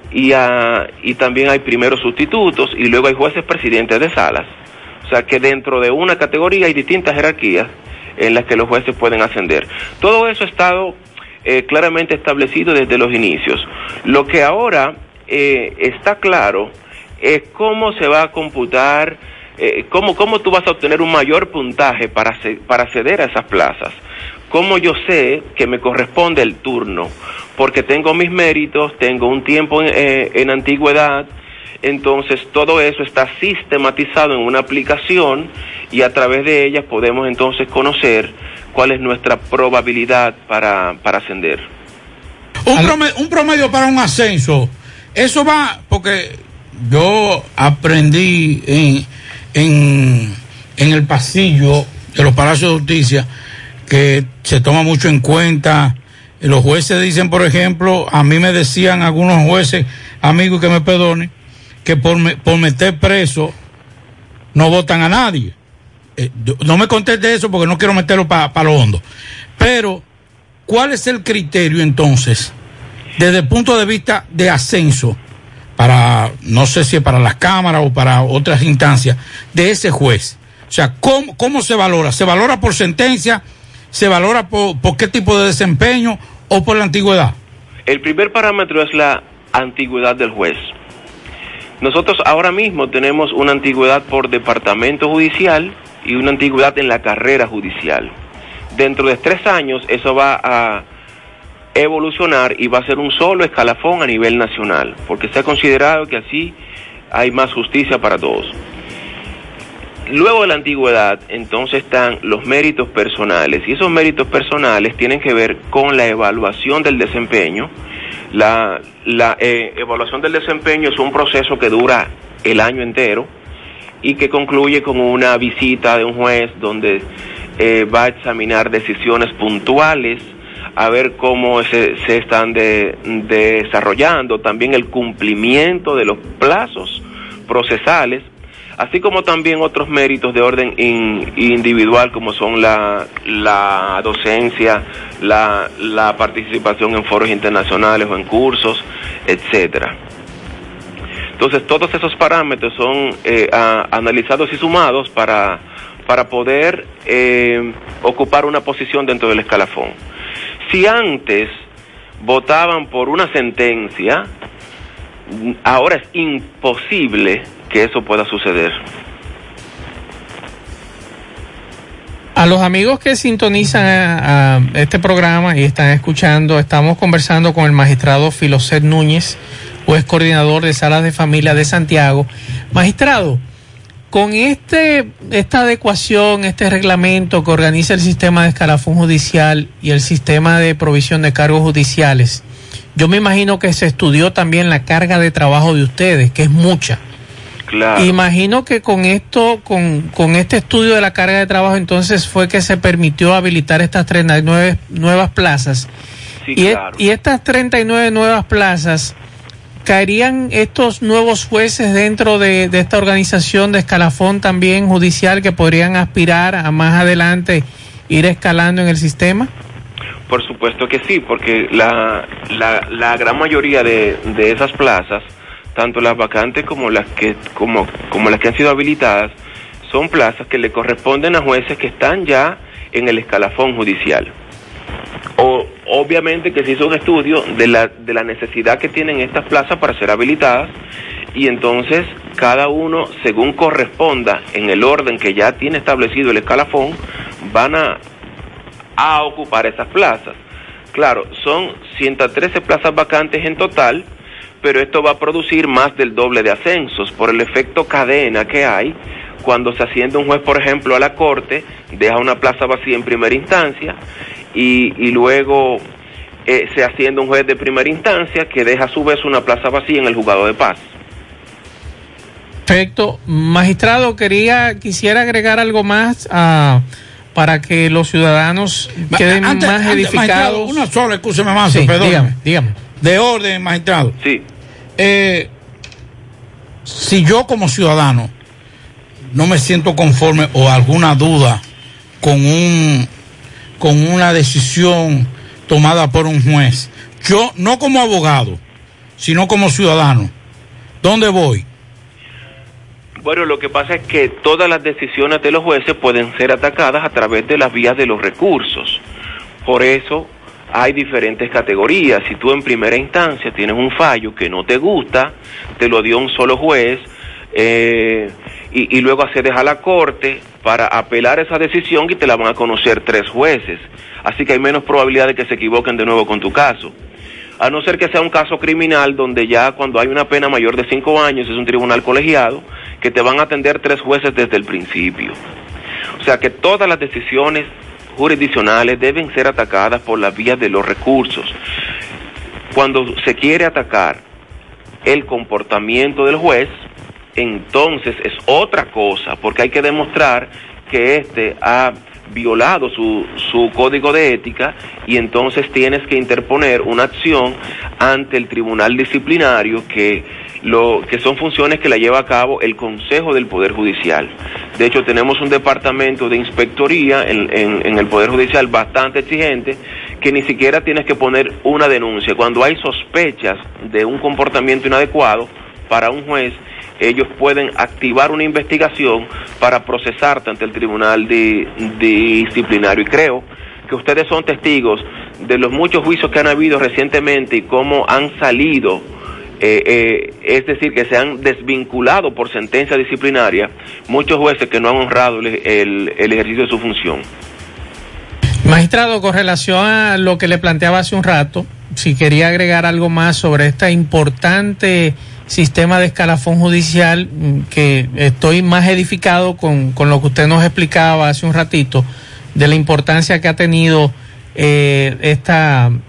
y también hay primeros sustitutos, y luego hay jueces presidentes de salas. O sea que dentro de una categoría hay distintas jerarquías en las que los jueces pueden ascender. Todo eso ha estado claramente establecido desde los inicios. Lo que ahora está claro es cómo se va a computar, cómo tú vas a obtener un mayor puntaje para acceder a esas plazas. Cómo yo sé que me corresponde el turno, porque tengo mis méritos, tengo un tiempo en antigüedad. Entonces todo eso está sistematizado en una aplicación, y a través de ella podemos entonces conocer cuál es nuestra probabilidad para ascender. Un promedio para un ascenso, eso va, porque yo aprendí en el pasillo de los palacios de justicia que se toma mucho en cuenta. Los jueces dicen, por ejemplo, a mí me decían algunos jueces, amigos que me perdonen, que por meter preso no votan a nadie. No me conteste eso porque no quiero meterlo para lo hondo. Pero, ¿cuál es el criterio entonces, desde el punto de vista de ascenso, para, no sé si es para las cámaras o para otras instancias, de ese juez? O sea, ¿cómo se valora? ¿Se valora por sentencia? ¿Se valora por qué tipo de desempeño o por la antigüedad? El primer parámetro es la antigüedad del juez. Nosotros ahora mismo tenemos una antigüedad por departamento judicial y una antigüedad en la carrera judicial. Dentro de 3 años eso va a evolucionar y va a ser un solo escalafón a nivel nacional, porque se ha considerado que así hay más justicia para todos. Luego de la antigüedad, entonces están los méritos personales, y esos méritos personales tienen que ver con la evaluación del desempeño, La evaluación del desempeño es un proceso que dura el año entero y que concluye con una visita de un juez donde va a examinar decisiones puntuales, a ver cómo se están desarrollando, también el cumplimiento de los plazos procesales, así como también otros méritos de orden individual, como son la docencia, la participación en foros internacionales o en cursos, etcétera. Entonces, todos esos parámetros son analizados y sumados para poder ocupar una posición dentro del escalafón. Si antes votaban por una sentencia, ahora es imposible que eso pueda suceder. A los amigos que sintonizan a este programa y están escuchando, estamos conversando con el magistrado Filocet Núñez, juez coordinador de Salas de Familia de Santiago. Magistrado, con esta adecuación, este reglamento que organiza el sistema de escalafón judicial y el sistema de provisión de cargos judiciales, yo me imagino que se estudió también la carga de trabajo de ustedes, que es mucha. Claro. Imagino que con esto, con este estudio de la carga de trabajo, entonces fue que se permitió habilitar estas 39 nuevas plazas. Sí, claro. Y estas 39 nuevas plazas, ¿caerían estos nuevos jueces dentro de esta organización de escalafón también judicial que podrían aspirar a más adelante ir escalando en el sistema? Por supuesto que sí, porque la gran mayoría de esas plazas, tanto las vacantes como las que han sido habilitadas, son plazas que le corresponden a jueces que están ya en el escalafón judicial. Obviamente que se hizo un estudio de la necesidad que tienen estas plazas para ser habilitadas, y entonces cada uno, según corresponda en el orden que ya tiene establecido el escalafón, van a ocupar esas plazas. Claro, son 113 plazas vacantes en total, pero esto va a producir más del doble de ascensos por el efecto cadena que hay cuando se asciende un juez, por ejemplo, a la corte, deja una plaza vacía en primera instancia y luego se asciende un juez de primera instancia que deja a su vez una plaza vacía en el juzgado de paz. Perfecto. Magistrado, quisiera agregar algo más para que los ciudadanos queden más edificados. Una sola, escúcheme más, sí, perdón. Dígame. De orden, magistrado. Sí. Si yo como ciudadano no me siento conforme o alguna duda con una decisión tomada por un juez, yo no como abogado, sino como ciudadano, ¿dónde voy? Bueno, lo que pasa es que todas las decisiones de los jueces pueden ser atacadas a través de las vías de los recursos. Por eso hay diferentes categorías. Si tú en primera instancia tienes un fallo que no te gusta, te lo dio un solo juez, y luego accedes a la corte para apelar esa decisión y te la van a conocer 3 jueces. Así que hay menos probabilidad de que se equivoquen de nuevo con tu caso. A no ser que sea un caso criminal donde ya cuando hay una pena mayor de 5 años es un tribunal colegiado que te van a atender 3 jueces desde el principio. O sea que todas las decisiones jurisdiccionales deben ser atacadas por las vías de los recursos. Cuando se quiere atacar el comportamiento del juez, entonces es otra cosa, porque hay que demostrar que éste ha violado su código de ética, y entonces tienes que interponer una acción ante el tribunal disciplinario que son funciones que la lleva a cabo el Consejo del Poder Judicial. De hecho, tenemos un departamento de inspectoría en el Poder Judicial bastante exigente, que ni siquiera tienes que poner una denuncia. Cuando hay sospechas de un comportamiento inadecuado para un juez, ellos pueden activar una investigación para procesarte ante el tribunal disciplinario. Y creo que ustedes son testigos de los muchos juicios que han habido recientemente y cómo han salido, es decir, que se han desvinculado por sentencia disciplinaria muchos jueces que no han honrado el ejercicio de su función. Magistrado, con relación a lo que le planteaba hace un rato, si quería agregar algo más sobre esta importante sistema de escalafón judicial, que estoy más edificado con lo que usted nos explicaba hace un ratito, de la importancia que ha tenido esta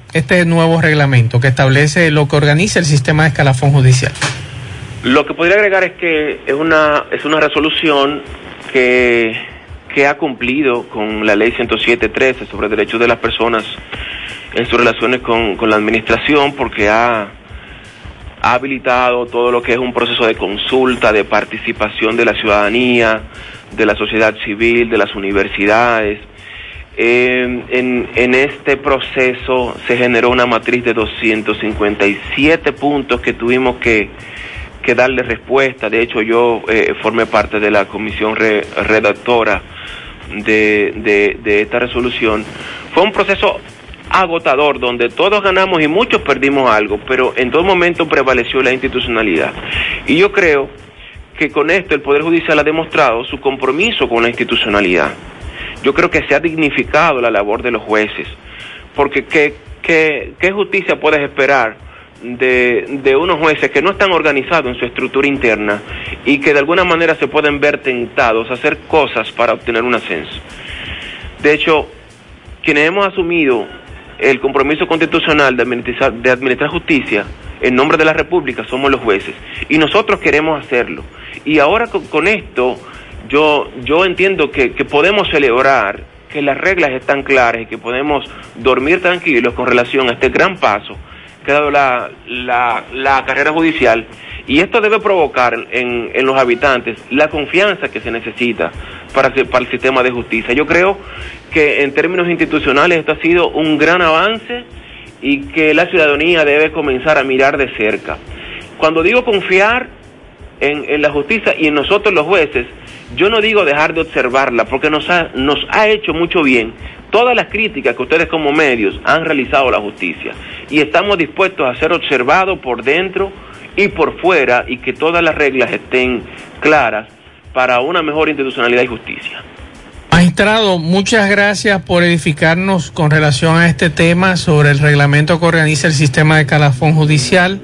este nuevo reglamento que establece lo que organiza el sistema de escalafón judicial? Lo que podría agregar es que es una resolución que ha cumplido con la ley 107.13 sobre derechos de las personas en sus relaciones con la administración, porque ha habilitado todo lo que es un proceso de consulta, de participación de la ciudadanía, de la sociedad civil, de las universidades. En este proceso se generó una matriz de 257 puntos que tuvimos que darle respuesta. De hecho, yo formé parte de la comisión redactora de esta resolución. Fue un proceso agotador donde todos ganamos y muchos perdimos algo, pero en todo momento prevaleció la institucionalidad. Y yo creo que con esto el Poder Judicial ha demostrado su compromiso con la institucionalidad. Yo creo que se ha dignificado la labor de los jueces, porque ¿qué justicia puedes esperar de unos jueces que no están organizados en su estructura interna y que de alguna manera se pueden ver tentados a hacer cosas para obtener un ascenso? De hecho, quienes hemos asumido el compromiso constitucional de administrar justicia en nombre de la República somos los jueces, y nosotros queremos hacerlo. Y ahora con esto yo entiendo que podemos celebrar que las reglas están claras y que podemos dormir tranquilos con relación a este gran paso que ha dado la carrera judicial, y esto debe provocar en los habitantes la confianza que se necesita para el sistema de justicia. Yo creo que en términos institucionales esto ha sido un gran avance y que la ciudadanía debe comenzar a mirar de cerca. Cuando digo confiar en la justicia y en nosotros los jueces, yo no digo dejar de observarla, porque nos ha hecho mucho bien todas las críticas que ustedes como medios han realizado a la justicia, y estamos dispuestos a ser observados por dentro y por fuera, y que todas las reglas estén claras para una mejor institucionalidad y justicia. Magistrado, muchas gracias por edificarnos con relación a este tema sobre el reglamento que organiza el sistema de escalafón judicial.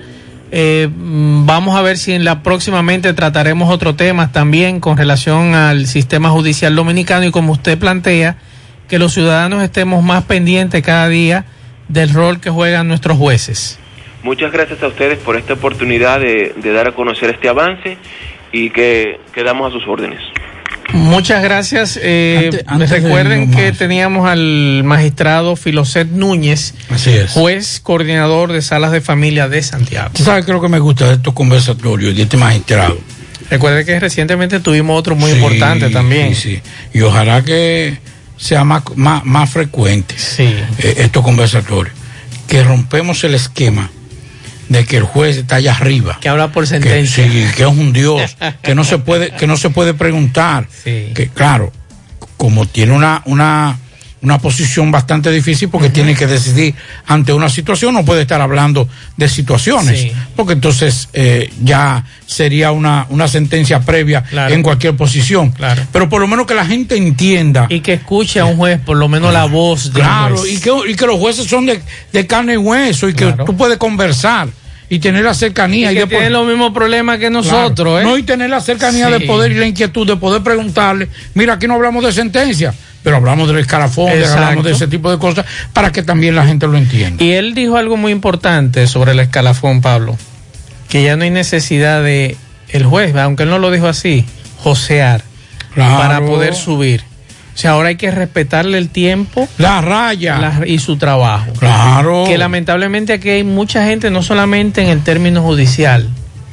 Vamos a ver si próximamente trataremos otros temas también con relación al sistema judicial dominicano, y como usted plantea, que los ciudadanos estemos más pendientes cada día del rol que juegan nuestros jueces. Muchas gracias a ustedes por esta oportunidad de dar a conocer este avance, y que quedamos a sus órdenes. Muchas gracias. Recuerden que teníamos al magistrado Filoset Núñez, juez coordinador de salas de familia de Santiago. ¿Sabes qué es lo que me gusta de estos conversatorios, de este magistrado? Recuerde que recientemente tuvimos otro muy importante también. Sí. Y ojalá que sea más frecuente estos conversatorios, que rompemos el esquema de que el juez está allá arriba, que habla por sentencia, que es un dios, que no se puede preguntar, que claro, como tiene una posición bastante difícil, porque tiene que decidir ante una situación, no puede estar hablando de situaciones, porque entonces ya sería una sentencia previa en cualquier posición. Pero por lo menos que la gente entienda y que escuche a un juez, por lo menos la voz de un juez. Y que los jueces son de carne y hueso, y que tú puedes conversar y tener la cercanía, y que tienen los mismos problemas que nosotros, no, y tener la cercanía de poder, y la inquietud de poder preguntarle, mira, aquí no hablamos de sentencia, pero hablamos del escalafón, hablamos de ese tipo de cosas, para que también la gente lo entienda. Y él dijo algo muy importante sobre el escalafón, Pablo, que ya no hay necesidad de el juez, aunque él no lo dijo así, josear para poder subir. O sea, ahora hay que respetarle el tiempo, la raya y su trabajo. Claro. Que lamentablemente aquí hay mucha gente, no solamente en el término judicial,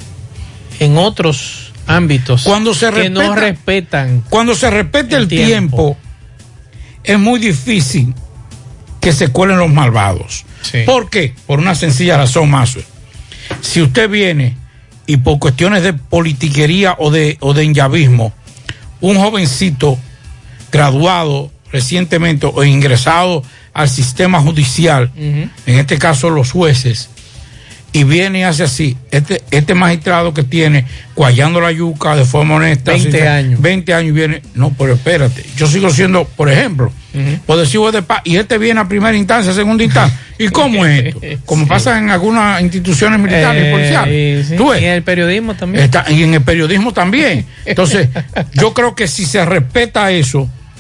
en otros ámbitos, que no respetan. Cuando se respeta el tiempo, es muy difícil que se cuelen los malvados. ¿Por qué? Por una sencilla razón, más. Si usted viene y por cuestiones de politiquería o de enllavismo, un jovencito graduado recientemente o ingresado al sistema judicial, en este caso los jueces, y viene y hace así, este magistrado que tiene cuajando la yuca de forma honesta, 20 años y viene, no, pero espérate, yo sigo siendo, por ejemplo, por decir juez de paz, y viene a primera instancia, segunda instancia, ¿y cómo es esto? Como pasa en algunas instituciones militares y policiales. ¿Tú ves? Y en el periodismo también. Y en el periodismo también. Entonces, yo creo que si se respeta eso,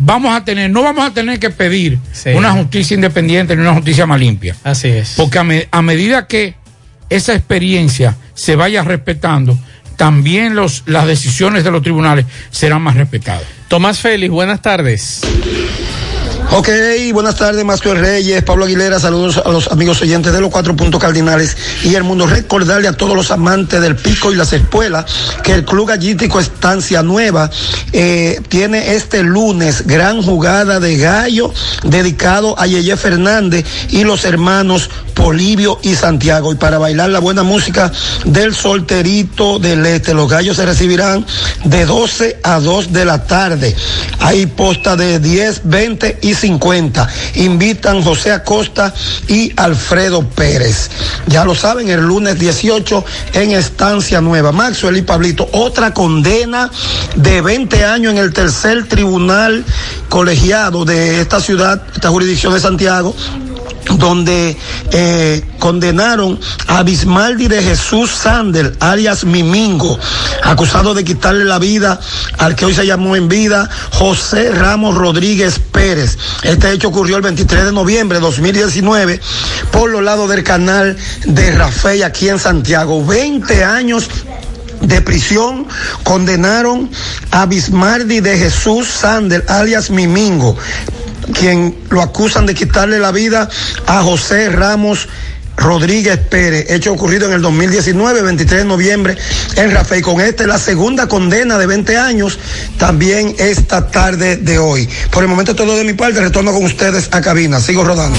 no vamos a tener que pedir una justicia independiente ni una justicia más limpia. Así es. Porque a medida que esa experiencia se vaya respetando, también las decisiones de los tribunales serán más respetadas. Tomás Félix, buenas tardes. Ok, buenas tardes, Masco Reyes, Pablo Aguilera, saludos a los amigos oyentes de los 4 puntos cardinales y el mundo. Recordarle a todos los amantes del pico y las espuelas que el Club Gallístico Estancia Nueva tiene este lunes gran jugada de gallo dedicado a Yeye Fernández y los hermanos Polibio y Santiago. Y para bailar la buena música del Solterito del Este, los gallos se recibirán de 12 a 2 de la tarde. Hay posta de 10, 20 y 50. Invitan José Acosta y Alfredo Pérez. Ya lo saben, el lunes 18 en Estancia Nueva. Maxwell y Pablito, otra condena de 20 años en el tercer tribunal colegiado de esta ciudad, esta jurisdicción de Santiago, donde condenaron a Bismardi de Jesús Sander, alias Mimingo, acusado de quitarle la vida al que hoy se llamó en vida José Ramos Rodríguez Pérez. Este hecho ocurrió el 23 de noviembre de 2019 por los lados del canal de Rafael aquí en Santiago. 20 años de prisión condenaron a Bismardi de Jesús Sander, alias Mimingo, quien lo acusan de quitarle la vida a José Ramos Rodríguez Pérez, hecho ocurrido en el 2019, 23 de noviembre, en Rafael. Con la segunda condena de 20 años, también esta tarde de hoy. Por el momento todo de mi parte, retorno con ustedes a cabina. Sigo rodando.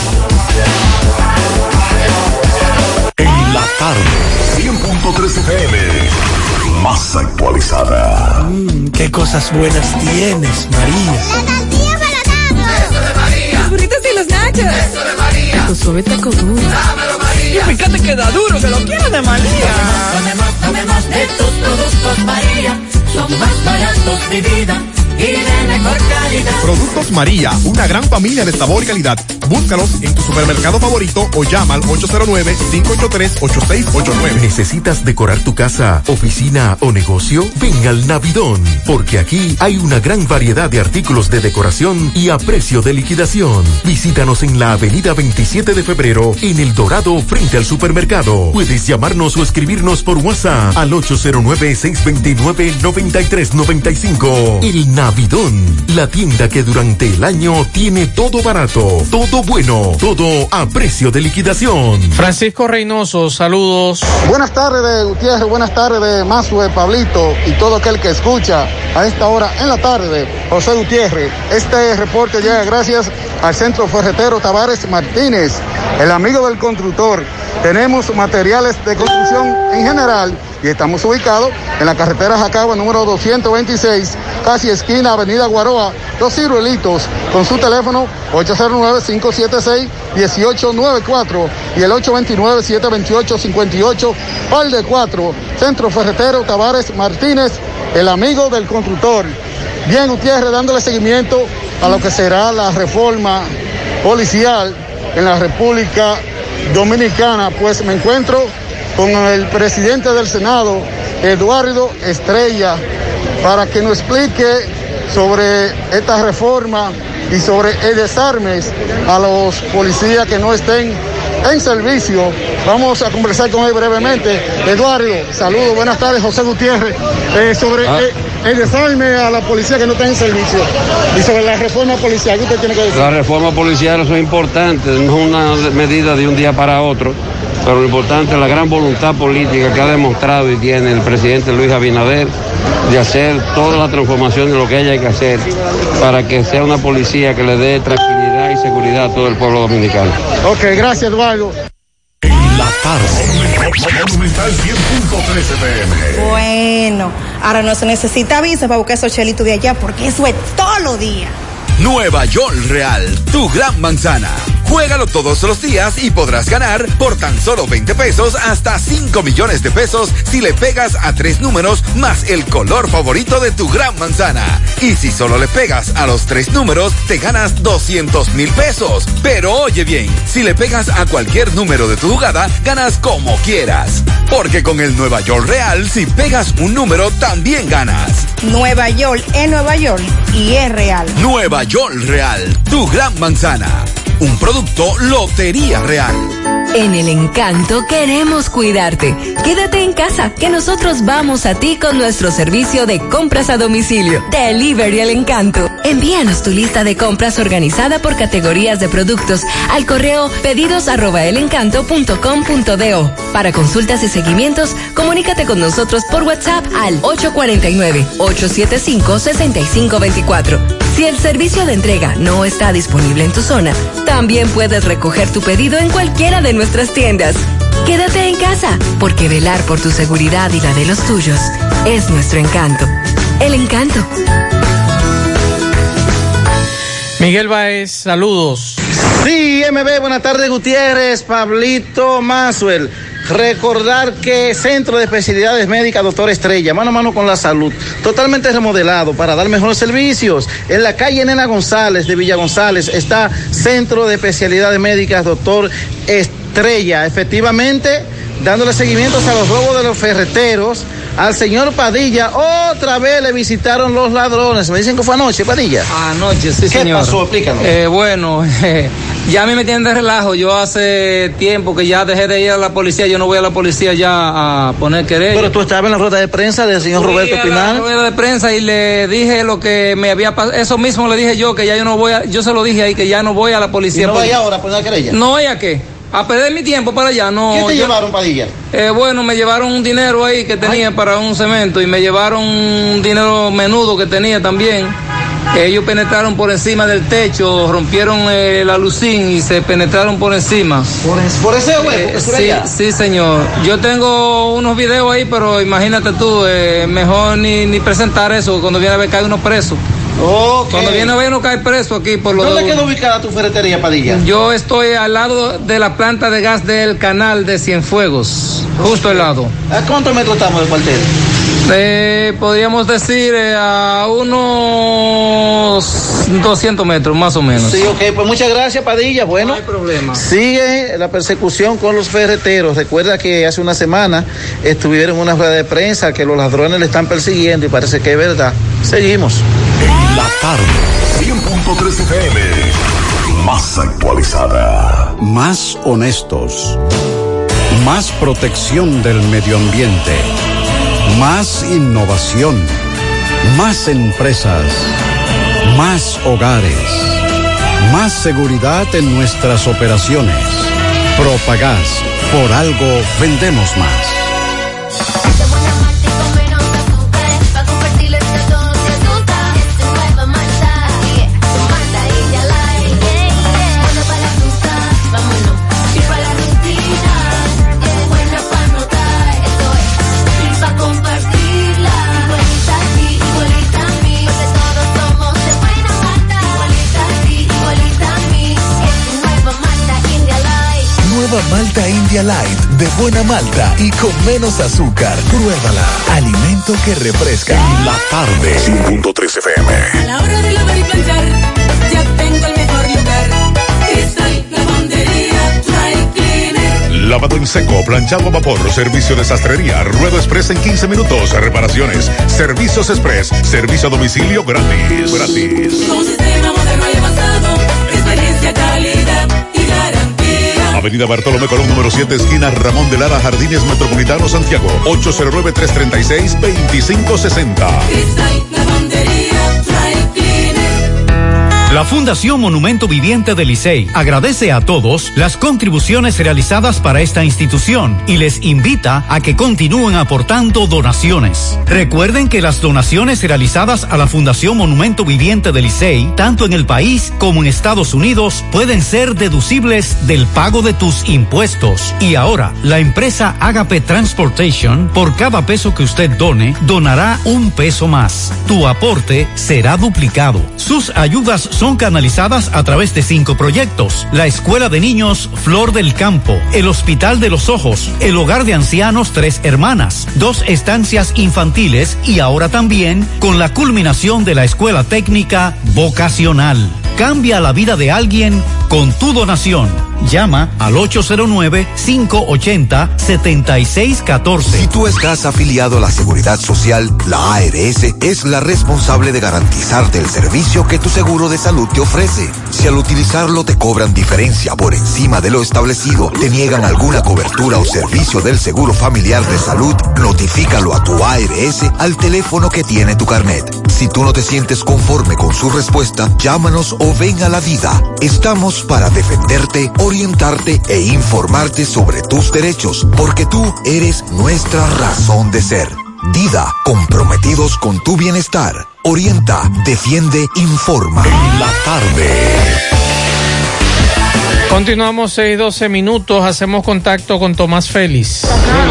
En la tarde, 100.3 FM, más actualizada. Qué cosas buenas tienes, María. Los burritos y los nachos. Eso de María. Tu suave taco duro. Dámelo, María. Y fíjate que da duro, que lo quiero de María. Tome más de tus productos, María. Son más baratos, de vida. Y de mejor calidad. Productos María, una gran familia de sabor y calidad. Búscalos en tu supermercado favorito o llama al 809-583-8689. ¿Necesitas decorar tu casa, oficina o negocio? Ven al Navidón, porque aquí hay una gran variedad de artículos de decoración y a precio de liquidación. Visítanos en la avenida 27 de febrero, en El Dorado, frente al supermercado. Puedes llamarnos o escribirnos por WhatsApp al 809-629-9395. El Navidón, la tienda que durante el año tiene todo barato, todo bueno, todo a precio de liquidación. Francisco Reynoso, saludos. Buenas tardes, Gutiérrez, buenas tardes, Mazue, Pablito y todo aquel que escucha a esta hora en la tarde. José Gutiérrez, este reporte llega gracias al Centro Ferretero Tavares Martínez, el amigo del constructor. Tenemos materiales de construcción en general y estamos ubicados en la carretera Jacagua número 226, casi esquina Avenida Guaroa, Los Ciruelitos, con su teléfono 809-576-1894 y el 829-728-58, par de 4, Centro Ferretero Tavares Martínez, el amigo del constructor. Bien, Gutiérrez, dándole seguimiento a lo que será la reforma policial en la República Dominicana, pues me encuentro con el presidente del Senado, Eduardo Estrella, para que nos explique sobre esta reforma y sobre el desarme a los policías que no estén en servicio. Vamos a conversar con él brevemente. Eduardo, saludos, buenas tardes. José Gutiérrez, sobre el desarme a la policía que no está en servicio y sobre la reforma policial, ¿qué usted tiene que decir? La reforma policial es importante, no es una medida de un día para otro, pero lo importante es la gran voluntad política que ha demostrado y tiene el presidente Luis Abinader de hacer toda la transformación de lo que haya que hacer para que sea una policía que le dé tranquilidad y seguridad a todo el pueblo dominicano. Ok, gracias, Eduardo. En la tarde, Monumental 100.13 PM. Bueno, ahora no se necesita visa para buscar esos chelitos de allá, porque eso es todos los días. Nueva York Real, tu gran manzana. Juégalo todos los días y podrás ganar por tan solo 20 pesos hasta 5 millones de pesos si le pegas a 3 números más el color favorito de tu gran manzana. Y si solo le pegas a los 3 números, te ganas 200,000 pesos. Pero oye bien, si le pegas a cualquier número de tu jugada, ganas como quieras. Porque con el Nueva York Real, si pegas un número, también ganas. Nueva York es Nueva York y es real. Nueva York Real, tu gran manzana. Un producto Lotería Real. En El Encanto queremos cuidarte. Quédate en casa, que nosotros vamos a ti con nuestro servicio de compras a domicilio. Delivery El Encanto. Envíanos tu lista de compras organizada por categorías de productos al correo pedidos@elencanto.com.do. Para consultas y seguimientos, comunícate con nosotros por WhatsApp al 849-875-6524. Si el servicio de entrega no está disponible en tu zona, también puedes recoger tu pedido en cualquiera de nuestras tiendas. Quédate en casa, porque velar por tu seguridad y la de los tuyos es nuestro encanto. El Encanto. Miguel Báez, saludos. Sí, MB, buenas tardes, Gutiérrez, Pablito, Maxwell. Recordar que Centro de Especialidades Médicas Doctor Estrella, mano a mano con la salud, totalmente remodelado para dar mejores servicios. En la calle Nena González de Villa González está Centro de Especialidades Médicas Doctor Estrella, efectivamente dándole seguimientos a los robos de los ferreteros. Al señor Padilla, otra vez le visitaron los ladrones. Me dicen que fue anoche, Padilla. Anoche, sí, señor. ¿Qué pasó? Explícanos. Ya a mí me tienen de relajo. Yo hace tiempo que ya dejé de ir a la policía. Yo no voy a la policía ya a poner querella. Pero tú estabas en la rueda de prensa del señor Roberto Pinal. En la rueda de prensa y le dije lo que me había pasado. Eso mismo le dije yo, que ya yo no voy yo se lo dije ahí, que ya no voy a la policía. ¿Y no vaya ahora a poner querella? No voy a qué. A perder mi tiempo para allá, no. ¿Qué te llevaron, Padilla? Bueno, me llevaron un dinero ahí que tenía para un cemento y me llevaron un dinero menudo que tenía también. Ellos penetraron por encima del techo, rompieron la lucín y se penetraron por encima. ¿Por ese hueco? Sí, señor. Yo tengo unos videos ahí, pero imagínate tú, mejor ni presentar eso, cuando viene a ver cae uno preso. Okay. Cuando viene a ver uno cae preso aquí por lo. ¿Dónde quedó ubicada tu ferretería, Padilla? Yo estoy al lado de la planta de gas del canal de Cienfuegos, justo al lado. ¿A cuántos metros estamos del cuartel? Podríamos decir a unos 200 metros, más o menos. Sí, ok, pues muchas gracias, Padilla. Bueno, no hay problema. Sigue la persecución con los ferreteros. Recuerda que hace una semana estuvieron en una rueda de prensa que los ladrones le están persiguiendo y parece que es verdad. Seguimos. La tarde, 100.3 FM, más actualizada. Más honestos. Más protección del medio ambiente. Más innovación, más empresas, más hogares, más seguridad en nuestras operaciones. Propagás, por algo vendemos más. Malta India Light, de buena malta y con menos azúcar. Pruébala. Alimento que refresca. La tarde. 100.3 FM. A la hora de lavar y planchar, ya tengo el mejor lugar. Cristal Lavandería Dry Cleaner. Lavado en seco, planchado a vapor, servicio de sastrería, ruedo express en 15 minutos, reparaciones, servicios express, servicio a domicilio gratis. Con sistema moderno y avanzado, experiencia, calidad y garantía. Avenida Bartolomé Colón, número 7, esquina Ramón de Lara, Jardines Metropolitano, Santiago. 809-336-2560. La Fundación Monumento Viviente del Licey agradece a todos las contribuciones realizadas para esta institución y les invita a que continúen aportando donaciones. Recuerden que las donaciones realizadas a la Fundación Monumento Viviente del Licey, tanto en el país como en Estados Unidos, pueden ser deducibles del pago de tus impuestos. Y ahora, la empresa Agape Transportation, por cada peso que usted done, donará $1 más. Tu aporte será duplicado. Sus ayudas son canalizadas a través de 5 proyectos: la Escuela de Niños Flor del Campo, el Hospital de los Ojos, el Hogar de Ancianos Tres Hermanas, 2 estancias infantiles y ahora también con la culminación de la Escuela Técnica Vocacional. Cambia la vida de alguien con tu donación. Llama al 809-580-7614. Si tú estás afiliado a la Seguridad Social, la ARS es la responsable de garantizarte el servicio que tu seguro de salud te ofrece. Si al utilizarlo te cobran diferencia por encima de lo establecido, te niegan alguna cobertura o servicio del Seguro Familiar de Salud, notifícalo a tu ARS al teléfono que tiene tu carnet. Si tú no te sientes conforme con su respuesta, llámanos o ven a la vida. Estamos para defenderte, orientarte e informarte sobre tus derechos, porque tú eres nuestra razón de ser. Dida, comprometidos con tu bienestar. Orienta, defiende, informa. En la tarde. Continuamos 6:12 minutos, hacemos contacto con Tomás Félix.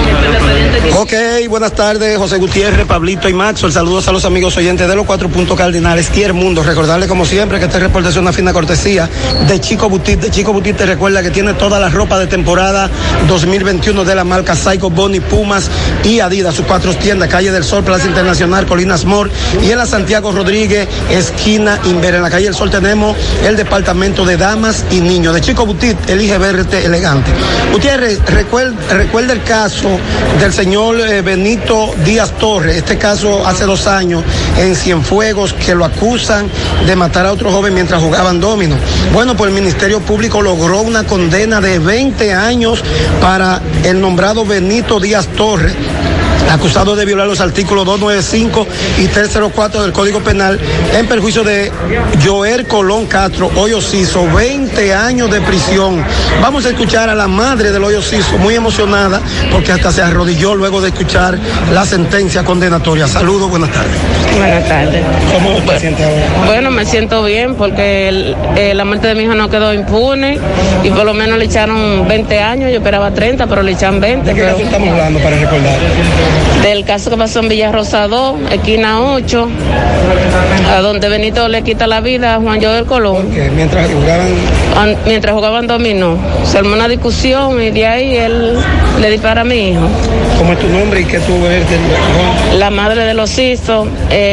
Ok, buenas tardes, José Gutiérrez, Pablito y Maxwell. Saludos a los amigos oyentes de los 4 puntos cardinales y el mundo. Recordarles como siempre que este reporte es una fina cortesía de Chico Boutique. De Chico Boutique te recuerda que tiene toda la ropa de temporada 2021 de la marca Psycho, Bonnie, Pumas y Adidas. Sus 4 tiendas, Calle del Sol, Plaza Internacional, Colinas Mall y en la Santiago Rodríguez, esquina Inver. En la Calle del Sol tenemos el departamento de damas y niños. De Chico Boutique, elige verte elegante. Gutiérrez, recuerda el caso del señor Benito Díaz Torres, este caso hace 2 años en Cienfuegos, que lo acusan de matar a otro joven mientras jugaban dominó. Bueno, pues el Ministerio Público logró una condena de 20 años para el nombrado Benito Díaz Torres, acusado de violar los artículos 295 y 304 del Código Penal en perjuicio de Joel Colón Castro, Hoyo Siso, 20 años de prisión. Vamos a escuchar a la madre del Hoyo Siso, muy emocionada, porque hasta se arrodilló luego de escuchar la sentencia condenatoria. Saludos, buenas tardes. Buenas tardes. ¿Cómo te sientes ahora? Bueno, me siento bien porque la muerte de mi hijo no quedó impune y por lo menos le echaron 20 años, yo esperaba 30, pero le echaron 20. ¿De qué caso estamos hablando para recordar? Del caso que pasó en Villarrosa 2, esquina 8, a donde Benito le quita la vida a Juan Joel Colón. ¿Por qué? Mientras jugaban dominó. Se armó una discusión y de ahí él le dispara a mi hijo. ¿Cómo es tu nombre y qué tú eres? La madre de los hijos,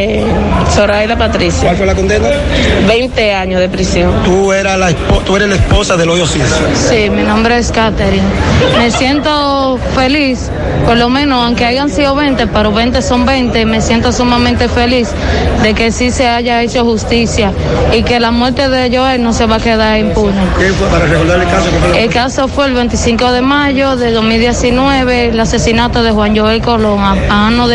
Zoraida Patricia. ¿Cuál fue la condena? 20 años de prisión. Tú eres la esposa del Hoyo Siso. Sí, mi nombre es Catherine. Me siento feliz, por lo menos, aunque hayan sido 20, pero 20 son 20, me siento sumamente feliz de que sí se haya hecho justicia y que la muerte de Joel no se va a quedar impune. ¿Qué fue para recordar el caso? El caso fue el 25 de mayo de 2019, el asesinato de Juan Joel Colón a manos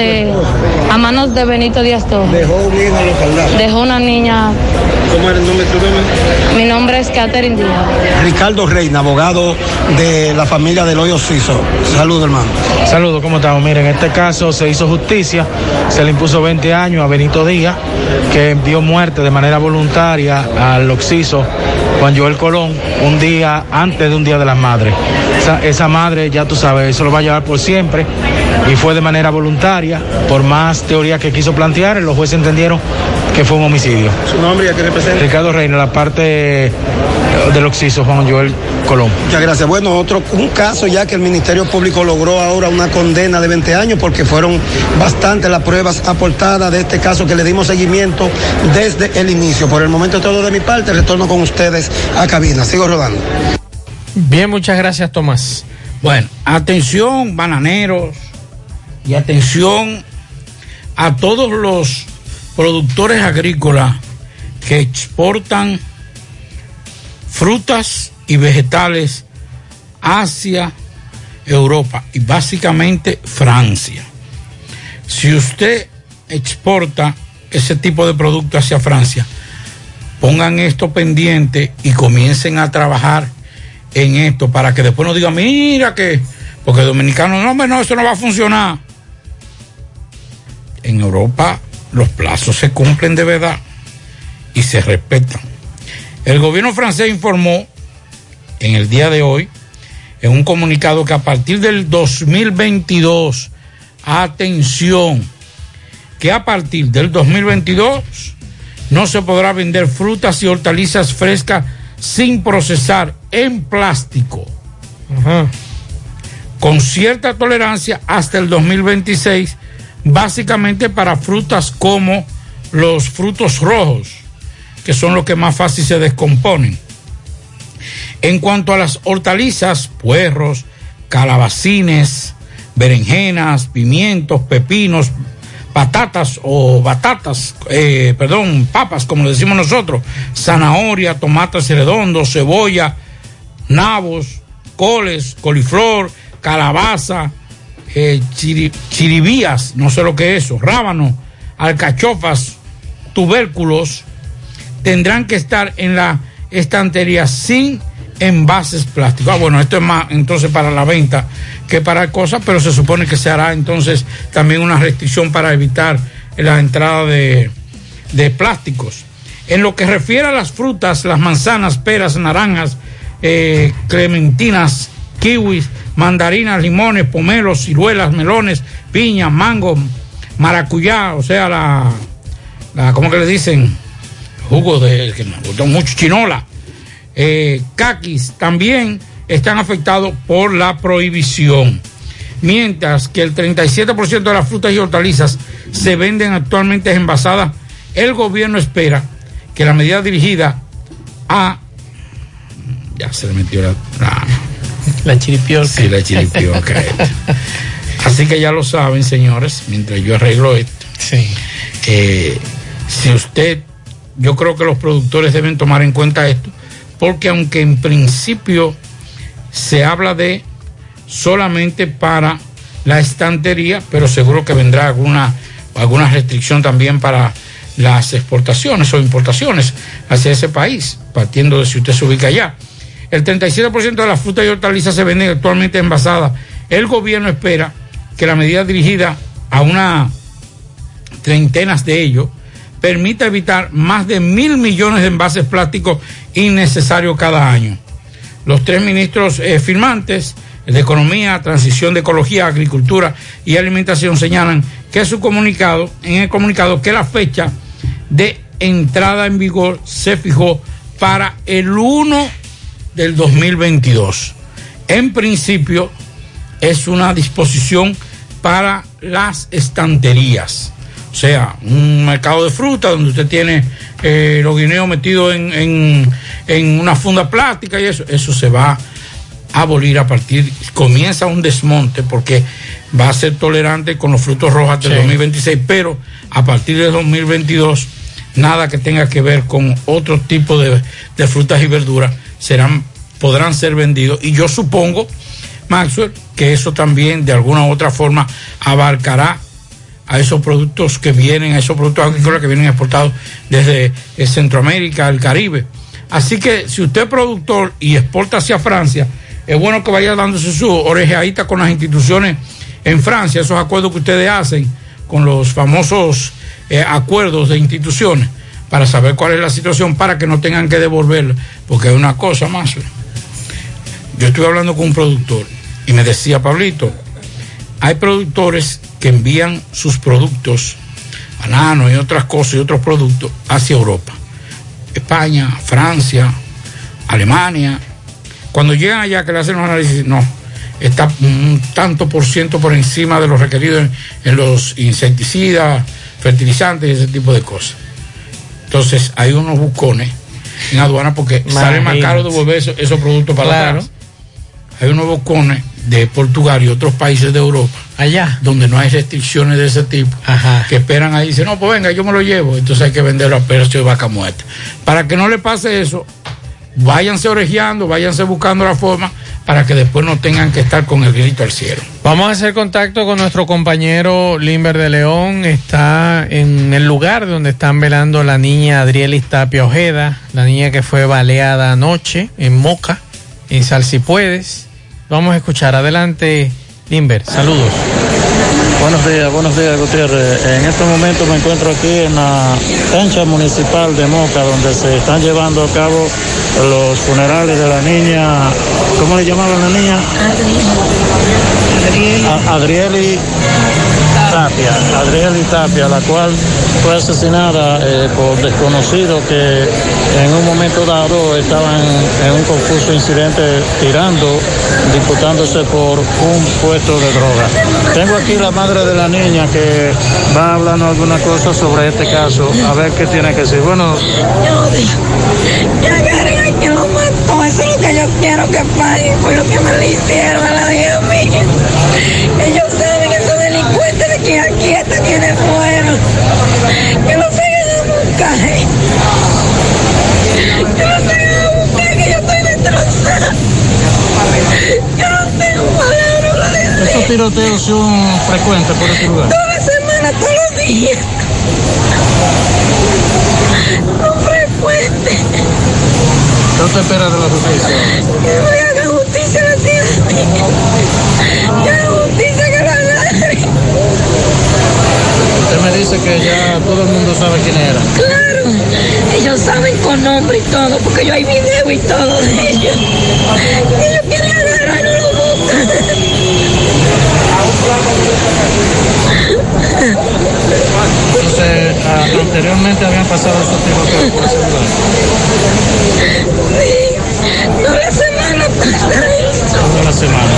de Benito Díaz Torres. ¿Dejó un hijo a los soldados? Dejó una niña. ¿Cómo es el nombre tuyo? Mi nombre es Catherine Díaz. Ricardo Reina, abogado de la familia del Hoyo Siso. Saludos, hermano. Saludos, ¿cómo estamos? Miren, en este caso se hizo justicia, se le impuso 20 años a Benito Díaz, que dio muerte de manera voluntaria al occiso Juan Joel Colón un día antes de un Día de las Madres. Esa madre, ya tú sabes, eso lo va a llevar por siempre y fue de manera voluntaria. Por más teoría que quiso plantear, los jueces entendieron que fue un homicidio. ¿Su nombre y a qué representa? Ricardo Reina, la parte del occiso Juan Joel Colón. Muchas gracias. Bueno, un caso ya que el Ministerio Público logró ahora una condena de 20 años porque fueron bastantes las pruebas aportadas de este caso que le dimos seguimiento desde el inicio. Por el momento todo de mi parte, retorno con ustedes a cabina. Sigo rodando. Bien, muchas gracias, Tomás. Bueno, atención bananeros y atención a todos los productores agrícolas que exportan frutas y vegetales hacia Europa y básicamente Francia. Si usted exporta ese tipo de producto hacia Francia, pongan esto pendiente y comiencen a trabajar en esto para que después no digan, mira que, porque dominicanos, no, eso no va a funcionar. En Europa los plazos se cumplen de verdad y se respetan. El gobierno francés informó en el día de hoy, en un comunicado, que a partir del 2022, atención, que a partir del 2022 no se podrá vender frutas y hortalizas frescas sin procesar en plástico. Ajá. Con cierta tolerancia hasta el 2026, básicamente para frutas como los frutos rojos, que son los que más fácil se descomponen. En cuanto a las hortalizas, puerros, calabacines, berenjenas, pimientos, pepinos, papas, como le decimos nosotros, zanahoria, tomates redondos, cebolla, nabos, coles, coliflor, calabaza, chiribías, no sé lo que es eso, rábano, alcachofas, tubérculos, tendrán que estar en la estantería sin envases plásticos. Bueno, esto es más entonces para la venta que para cosas, pero se supone que se hará entonces también una restricción para evitar la entrada de plásticos. En lo que refiere a las frutas, las manzanas, peras, naranjas, clementinas, kiwis, mandarinas, limones, pomelos, ciruelas, melones, piñas, mango, maracuyá, o sea, la ¿cómo que le dicen? Jugo que me gustó mucho, chinola, caquis, también están afectados por la prohibición. Mientras que el 37% de las frutas y hortalizas se venden actualmente envasadas, el gobierno espera que la medida dirigida a... Ya se le metió la chiripiorca. Sí, la chiripiorca. Así que ya lo saben, señores, mientras yo arreglo esto. Sí. Si usted, yo creo que los productores deben tomar en cuenta esto, porque aunque en principio se habla de solamente para la estantería, pero seguro que vendrá alguna restricción también para las exportaciones o importaciones hacia ese país, partiendo de si usted se ubica allá. El 37% de las frutas y hortalizas se venden actualmente envasadas. El gobierno espera que la medida dirigida a una treintenas de ellos permita evitar más de 1.000 millones de envases plásticos innecesarios cada año. Los tres ministros firmantes, el de Economía, Transición de Ecología, Agricultura y Alimentación, señalan que en el comunicado que la fecha de entrada en vigor se fijó para el 1 del 2022. En principio es una disposición para las estanterías, o sea, un mercado de fruta donde usted tiene los guineos metidos en una funda plástica y eso se va a abolir comienza un desmonte porque va a ser tolerante con los frutos rojos hasta el 2026, pero a partir del 2022 nada que tenga que ver con otro tipo de frutas y verduras podrán ser vendidos, y yo supongo, Maxwell, que eso también de alguna u otra forma abarcará a esos productos agrícolas que vienen exportados desde Centroamérica al Caribe. Así que si usted es productor y exporta hacia Francia, es bueno que vaya dándose su orejeadita con las instituciones en Francia, esos acuerdos que ustedes hacen con los famosos acuerdos de instituciones, para saber cuál es la situación, para que no tengan que devolverlo, porque es una cosa más. Yo estuve hablando con un productor y me decía, Pablito, hay productores que envían sus productos, bananos y otras cosas y otros productos hacia Europa, España, Francia, Alemania. Cuando llegan allá que le hacen los análisis, no, está un tanto por ciento por encima de lo requerido en los insecticidas, fertilizantes y ese tipo de cosas. Entonces hay unos buscones en aduana porque sale más caro devolver esos productos para atrás. Hay unos buscones de Portugal y otros países de Europa, allá donde no hay restricciones de ese tipo, que esperan ahí y dicen, no, pues venga, yo me lo llevo, entonces hay que venderlo a precio de vaca muerta. Para que no le pase eso, váyanse orejeando, váyanse buscando la forma para que después no tengan que estar con el grito al cielo. Vamos a hacer contacto con nuestro compañero Limber de León. Está en el lugar donde están velando a la niña Adrielis Tapia Ojeda, la niña que fue baleada anoche en Moca, en Salsipuedes. Vamos a escuchar. Adelante, Limber. Saludos. Buenos días, Gutiérrez. En este momento me encuentro aquí en la cancha municipal de Moca, donde se están llevando a cabo los funerales de la niña. ¿Cómo le llamaban a la niña? Adrielis Tapia, Adrieli Tapia, la cual fue asesinada por desconocidos que en un momento dado estaban en un confuso incidente tirando, disputándose por un puesto de droga. Tengo aquí la madre de la niña que va a hablarnos alguna cosa sobre este caso, a ver qué tiene que decir. Bueno, que agarren a quien lo mató, eso es lo que yo quiero que paguen por lo que me le hicieron a la hija mía. Ellos saben esos delincuentes de que aquí hasta quienes fueron, que los vengan a buscar, que los vengan a buscar, que yo estoy destrozada, yo no tengo palabras para decir. ¿Estos tiroteos son frecuentes por este lugar? Toda la semana, todos los días. Son frecuentes. ¿Qué usted espera de la justicia? Que me hagan justicia a la tía mía. Que hagan justicia, que la agarren. Usted me dice que ya todo el mundo sabe quién era. Claro, ellos saben con nombre y todo, porque yo hay video y todo de ellos. Ellos quieren agarrar, no lo buscan. Entonces, anteriormente habían pasado esos tiroteos por ese lugar. Sí, toda la semana pasa eso. Toda la semana.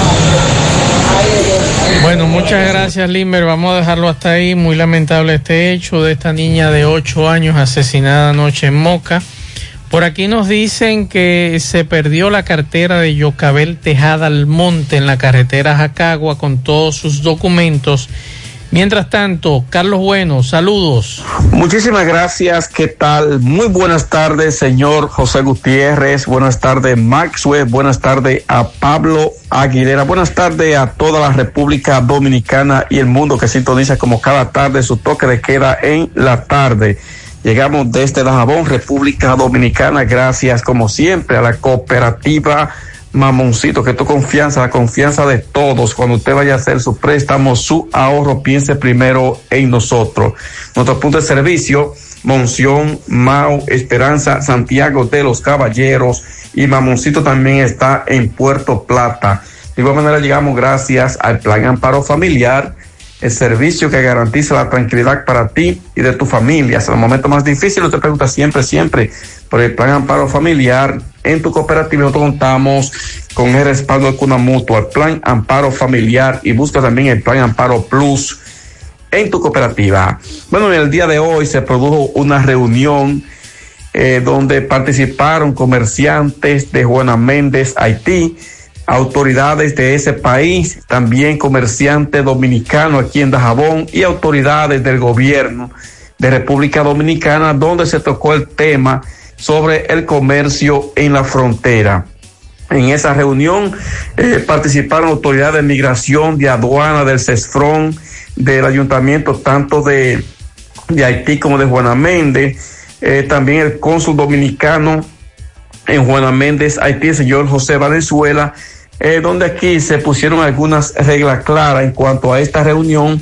Bueno, muchas gracias, Limber. Vamos a dejarlo hasta ahí. Muy lamentable este hecho de esta niña de 8 años asesinada anoche en Moca. Por aquí nos dicen que se perdió la cartera de Yocabel Tejada Almonte en la carretera Jacagua con todos sus documentos. Mientras tanto, Carlos Bueno, saludos. Muchísimas gracias, ¿qué tal? Muy buenas tardes, señor José Gutiérrez, buenas tardes, Maxwell, buenas tardes a Pablo Aguilera, buenas tardes a toda la República Dominicana y el mundo que sintoniza como cada tarde su toque de queda en la tarde. Llegamos desde Dajabón, República Dominicana, gracias como siempre a la cooperativa Mamoncito, que tu confianza, la confianza de todos, cuando usted vaya a hacer su préstamo, su ahorro, piense primero en nosotros. Nuestro punto de servicio, Monción, Mau, Esperanza, Santiago de los Caballeros, y Mamoncito también está en Puerto Plata. De igual manera llegamos gracias al Plan Amparo Familiar, el servicio que garantiza la tranquilidad para ti y de tu familia. Hasta el momento más difícil, usted pregunta siempre por el Plan Amparo Familiar. En tu cooperativa nosotros contamos con el respaldo de Cuna Mutua, el Plan Amparo Familiar, y busca también el Plan Amparo Plus en tu cooperativa. Bueno, en el día de hoy se produjo una reunión donde participaron comerciantes de Juana Méndez, Haití, autoridades de ese país, también comerciantes dominicanos aquí en Dajabón y autoridades del gobierno de República Dominicana, donde se tocó el tema sobre el comercio en la frontera. En esa reunión participaron autoridades de migración, de aduana, del CESFRON, del ayuntamiento tanto de Haití como de Juana Méndez, también el cónsul dominicano en Juana Méndez, Haití, el señor José Valenzuela, donde aquí se pusieron algunas reglas claras en cuanto a esta reunión,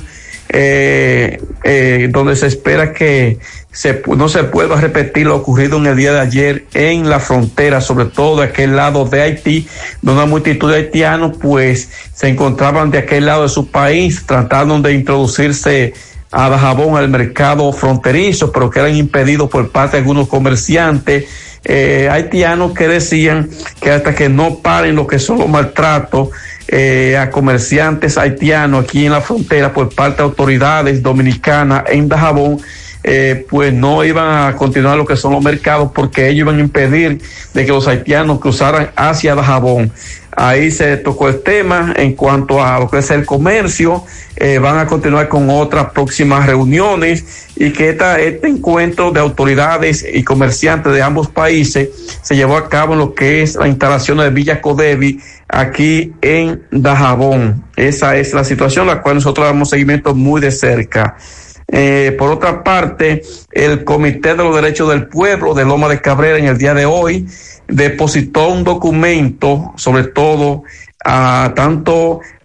donde se espera que no se pueda repetir lo ocurrido en el día de ayer en la frontera, sobre todo de aquel lado de Haití, donde una multitud de haitianos pues se encontraban de aquel lado de su país, tratando de introducirse a Dajabón, al mercado fronterizo, pero que eran impedidos por parte de algunos comerciantes haitianos que decían que hasta que no paren lo que son los maltratos a comerciantes haitianos aquí en la frontera por parte de autoridades dominicanas en Dajabón, pues no iban a continuar lo que son los mercados, porque ellos iban a impedir de que los haitianos cruzaran hacia Dajabón. Ahí se tocó el tema en cuanto a lo que es el comercio. Van a continuar con otras próximas reuniones, y que este encuentro de autoridades y comerciantes de ambos países se llevó a cabo en lo que es la instalación de Villa Codevi aquí en Dajabón. Esa es la situación, la cual nosotros damos seguimiento muy de cerca. Por otra parte, el Comité de los Derechos del Pueblo de Loma de Cabrera en el día de hoy depositó un documento, sobre todo tanto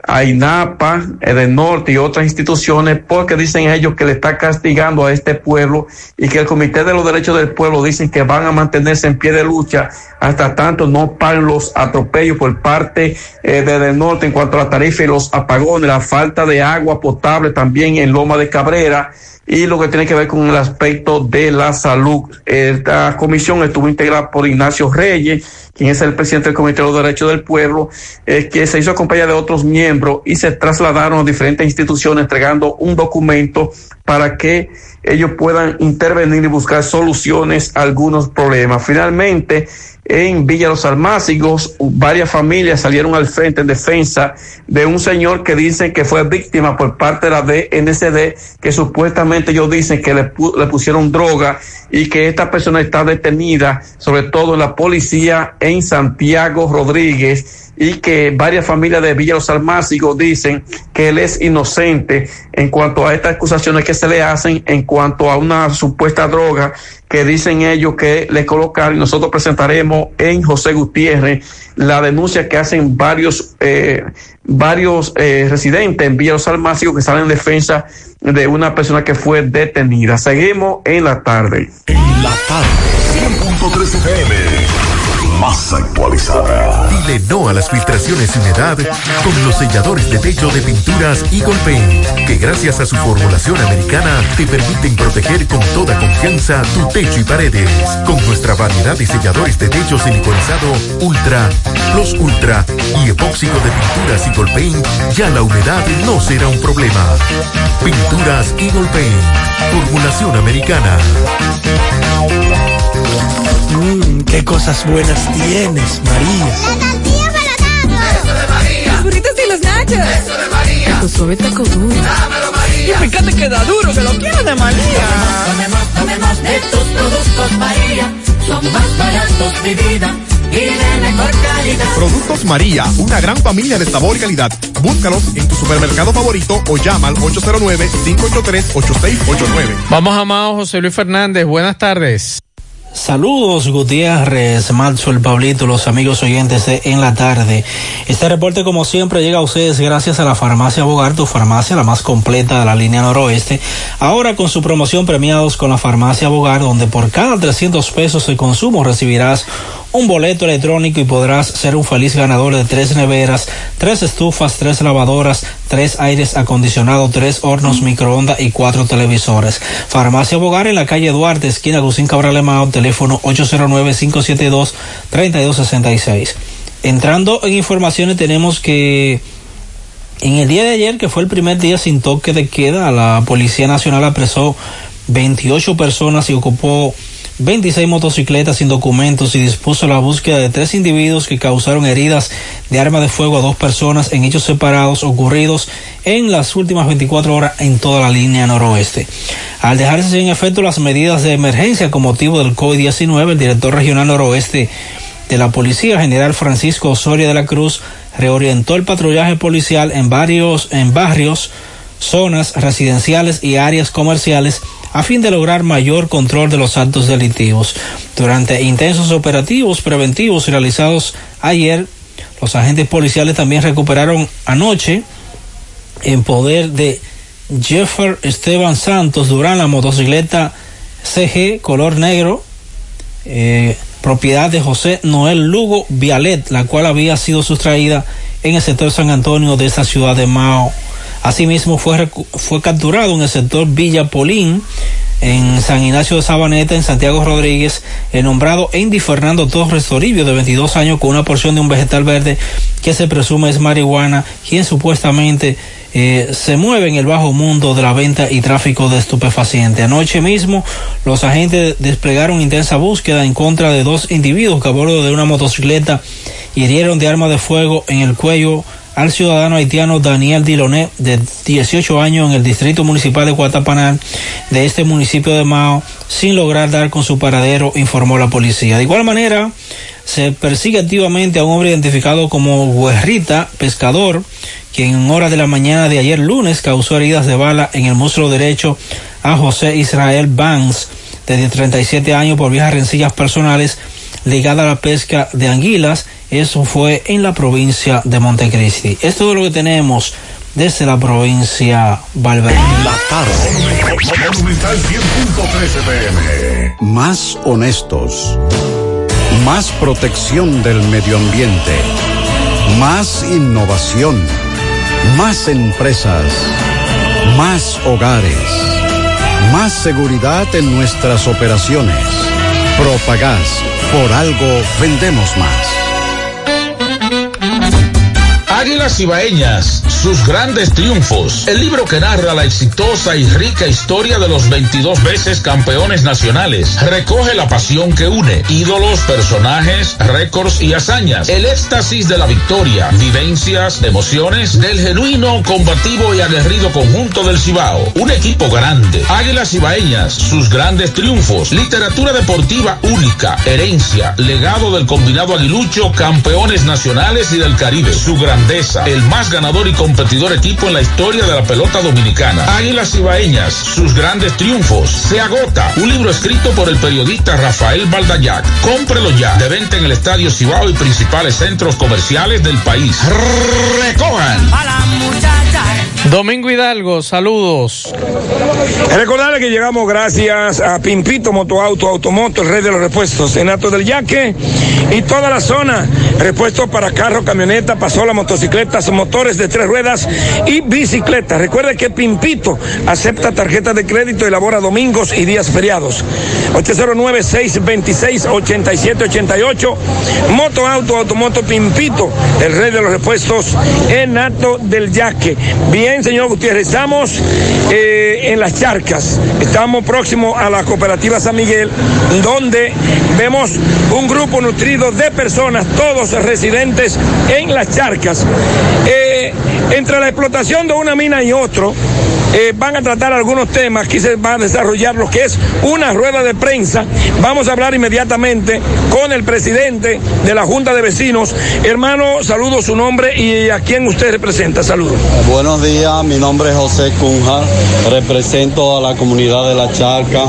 a INAPA, del norte y otras instituciones, porque dicen ellos que le está castigando a este pueblo y que el Comité de los Derechos del Pueblo dicen que van a mantenerse en pie de lucha hasta tanto no paguen los atropellos por parte del norte en cuanto a la tarifa y los apagones, la falta de agua potable también en Loma de Cabrera y lo que tiene que ver con el aspecto de la salud. Esta comisión estuvo integrada por Ignacio Reyes, quien es el presidente del Comité de los Derechos del Pueblo, que se hizo acompañar de otros miembros y se trasladaron a diferentes instituciones entregando un documento para que ellos puedan intervenir y buscar soluciones a algunos problemas. Finalmente, en Villa Los Almácigos, varias familias salieron al frente en defensa de un señor que dicen que fue víctima por parte de la DNCD, que supuestamente ellos dicen que le pusieron droga y que esta persona está detenida, sobre todo en la policía en Santiago Rodríguez, y que varias familias de Villa Los Almácigos dicen que él es inocente en cuanto a estas acusaciones que se le hacen en cuanto a una supuesta droga que dicen ellos que le colocaron. Y nosotros presentaremos en José Gutiérrez la denuncia que hacen varios residentes en Villa Los Almácigos que salen en defensa de una persona que fue detenida. Seguimos en la tarde. En la tarde, 100.3 FM. Más actualizada. Dile no a las filtraciones y humedad con los selladores de techo de Pinturas Eagle Paint, que gracias a su formulación americana te permiten proteger con toda confianza tu techo y paredes. Con nuestra variedad de selladores de techo siliconizado Ultra, Plus Ultra y epóxico de Pinturas Eagle Paint, ya la humedad no será un problema. Pinturas Eagle Paint, formulación americana. Qué cosas buenas tienes, María. La tortilla para Eso de María. Los burritos y los nachos. Eso de María. Taco suave, taco duro. Dámelo, María. Y fíjate que da duro, que lo quiero de María. Tomemos de tus productos, María. Son más baratos de vida y de mejor calidad. Productos María, una gran familia de sabor y calidad. Búscalos en tu supermercado favorito o llama al 809-583-8689. Vamos a Mao José Luis Fernández. Buenas tardes. Saludos Gutiérrez, Maxwell, Pablito, los amigos oyentes de En la Tarde. Este reporte como siempre llega a ustedes gracias a la Farmacia Bogar, tu farmacia la más completa de la línea noroeste. Ahora con su promoción premiados con la Farmacia Bogar, donde por cada 300 pesos de consumo recibirás un boleto electrónico y podrás ser un feliz ganador de 3 neveras, 3 estufas, 3 lavadoras, 3 aires acondicionados, 3 hornos microondas y 4 televisores. Farmacia Bogar en la calle Duarte, esquina Agustín Cabral Emao, teléfono 809-572-3266. Entrando en informaciones, tenemos que en el día de ayer, que fue el primer día sin toque de queda, la Policía Nacional apresó 28 personas y ocupó 26 motocicletas sin documentos y dispuso la búsqueda de 3 individuos que causaron heridas de arma de fuego a 2 personas en hechos separados ocurridos en las últimas 24 horas en toda la línea noroeste. Al dejarse sin efecto las medidas de emergencia con motivo del COVID-19, el director regional noroeste de la Policía, general Francisco Osorio de la Cruz, reorientó el patrullaje policial en barrios, zonas residenciales y áreas comerciales a fin de lograr mayor control de los actos delictivos. Durante intensos operativos preventivos realizados ayer, los agentes policiales también recuperaron anoche en poder de Jeffer Esteban Santos Durán la motocicleta CG color negro, propiedad de José Noel Lugo Vialet, la cual había sido sustraída en el sector San Antonio de esta ciudad de Mao. Asimismo fue capturado en el sector Villa Polín, en San Ignacio de Sabaneta, en Santiago Rodríguez, el nombrado Andy Fernando Torres Toribio, de 22 años, con una porción de un vegetal verde que se presume es marihuana, quien supuestamente se mueve en el bajo mundo de la venta y tráfico de estupefacientes. Anoche mismo, los agentes desplegaron intensa búsqueda en contra de 2 individuos que a bordo de una motocicleta hirieron de arma de fuego en el cuello al ciudadano haitiano Daniel Diloné, de 18 años, en el distrito municipal de Guatapanal de este municipio de Mao, sin lograr dar con su paradero, informó la policía. De igual manera, se persigue activamente a un hombre identificado como Guerrita Pescador, quien en horas de la mañana de ayer lunes causó heridas de bala en el muslo derecho a José Israel Banks, de 37 años, por viejas rencillas personales ligadas a la pesca de anguilas Eso fue en la provincia de Montecristi. Esto es todo lo que tenemos desde la provincia Valverde. La tarde. Monumental 100.13 PM. Más honestos. Más protección del medio ambiente. Más innovación. Más empresas. Más hogares. Más seguridad en nuestras operaciones. Propagás. Por algo vendemos más. Águilas Ibaeñas, sus grandes triunfos. El libro que narra la exitosa y rica historia de los 22 veces campeones nacionales. Recoge la pasión que une, ídolos, personajes, récords y hazañas. El éxtasis de la victoria, vivencias, emociones del genuino, combativo y aguerrido conjunto del Cibao. Un equipo grande. Águilas Ibaeñas, sus grandes triunfos. Literatura deportiva única, herencia, legado del combinado aguilucho, campeones nacionales y del Caribe. Su grandeza, el más ganador y competidor equipo en la historia de la pelota dominicana. Águilas Ibaeñas, sus grandes triunfos. Se agota. Un libro escrito por el periodista Rafael Baldayac. Cómprelo ya. De venta en el Estadio Cibao y principales centros comerciales del país. Recojan. Domingo Hidalgo, saludos. Recordarle que llegamos gracias a Pimpito Motoauto, Automoto, el rey de los repuestos, en Alto del Yaque y toda la zona. Repuestos para carro, camioneta, pasola, motocicletas, motores de 3 ruedas y bicicletas. Recuerde que Pimpito acepta tarjetas de crédito y elabora domingos y días feriados. 809-626-8788. Motoauto, Automoto, Pimpito, el rey de los repuestos, en Alto del Yaque. Bien, señor Gutiérrez, estamos en Las Charcas. Estamos próximos a la cooperativa San Miguel, donde vemos un grupo nutrido de personas, todos residentes en Las Charcas. Entre la explotación de una mina y otro, van a tratar algunos temas. Aquí se va a desarrollar lo que es una rueda de prensa. Vamos a hablar inmediatamente con el presidente de la Junta de Vecinos. Hermano, saludo, su nombre y a quién usted representa. Saludos. Buenos días, mi nombre es José Cunha, represento a la comunidad de La Charca,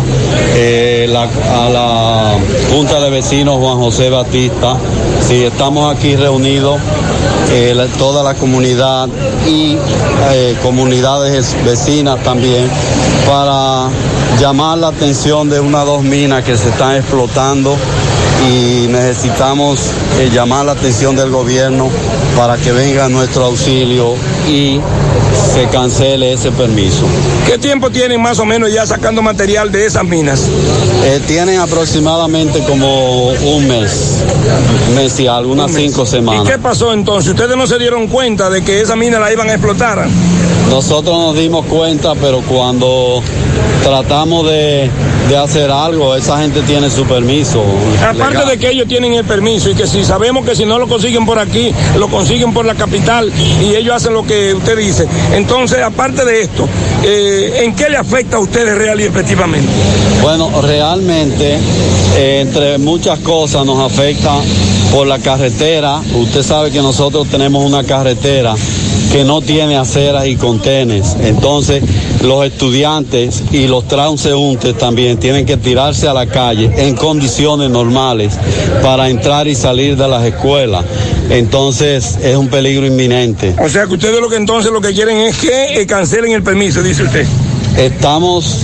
a la Junta de Vecinos Juan José Batista. Sí, estamos aquí reunidos, toda la comunidad y comunidades vecinas también, para llamar la atención de unas 2 minas que se están explotando y necesitamos llamar la atención del gobierno para que venga a nuestro auxilio y se cancele ese permiso. ¿Qué tiempo tienen más o menos ya sacando material de esas minas? Tienen aproximadamente como un mes y algunas 5 semanas. ¿Y qué pasó entonces? ¿Ustedes no se dieron cuenta de que esa mina la iban a explotar? Nosotros nos dimos cuenta, pero cuando tratamos de hacer algo, esa gente tiene su permiso. Aparte legal, de que ellos tienen el permiso y que si sabemos que si no lo consiguen por aquí, lo consiguen por la capital y ellos hacen lo que usted dice. Entonces, aparte de esto, ¿en qué le afecta a ustedes real y efectivamente? Bueno, realmente, entre muchas cosas nos afecta por la carretera. Usted sabe que nosotros tenemos una carretera que no tiene aceras y contenes. Entonces, los estudiantes y los transeúntes también tienen que tirarse a la calle en condiciones normales para entrar y salir de las escuelas. Entonces, es un peligro inminente. O sea que ustedes lo que quieren es que cancelen el permiso, dice usted. Estamos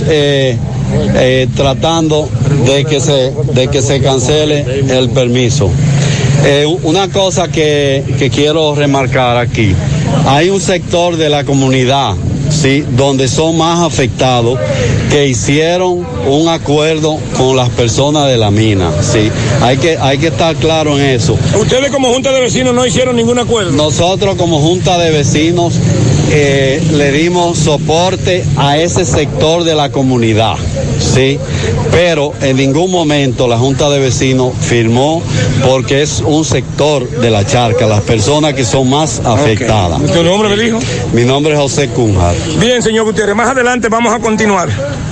tratando de que se cancele el permiso. Una cosa que quiero remarcar aquí, hay un sector de la comunidad, ¿sí?, donde son más afectados, que hicieron un acuerdo con las personas de la mina, ¿sí? Hay que estar claro en eso. ¿Ustedes como Junta de Vecinos no hicieron ningún acuerdo? Nosotros como Junta de Vecinos le dimos soporte a ese sector de la comunidad, ¿sí? Pero en ningún momento la Junta de Vecinos firmó, porque es un sector de La Charca, las personas que son más afectadas. ¿Tu nombre me dijo? Mi nombre es José Cunha. Bien, señor Gutiérrez, más adelante vamos a continuar.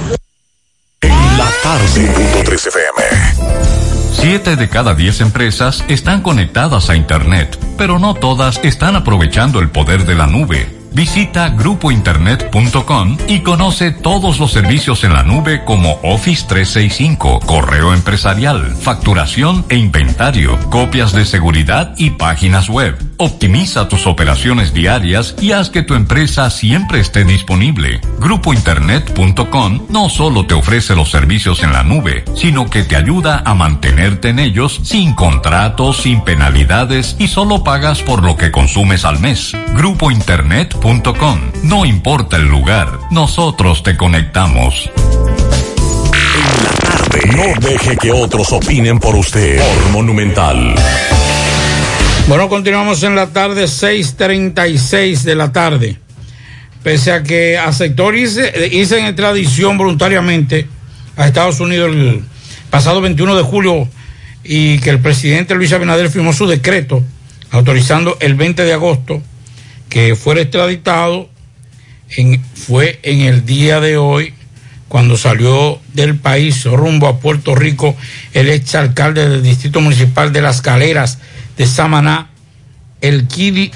En la tarde, 103 FM. 7 de cada 10 empresas están conectadas a Internet, pero no todas están aprovechando el poder de la nube. Visita grupointernet.com y conoce todos los servicios en la nube como Office 365, correo empresarial, facturación e inventario, copias de seguridad y páginas web. Optimiza tus operaciones diarias y haz que tu empresa siempre esté disponible. Grupointernet.com no solo te ofrece los servicios en la nube, sino que te ayuda a mantenerte en ellos sin contratos, sin penalidades y solo pagas por lo que consumes al mes. Grupointernet.com. No importa el lugar, nosotros te conectamos. En la tarde, no deje que otros opinen por usted. Por Monumental. Bueno, continuamos en la tarde, 6:36 de la tarde. Pese a que aceptó irse en extradición voluntariamente a Estados Unidos el pasado 21 de julio y que el presidente Luis Abinader firmó su decreto autorizando el 20 de agosto que fuera extraditado, fue en el día de hoy cuando salió del país rumbo a Puerto Rico el exalcalde del Distrito Municipal de Las Galeras de Samaná, el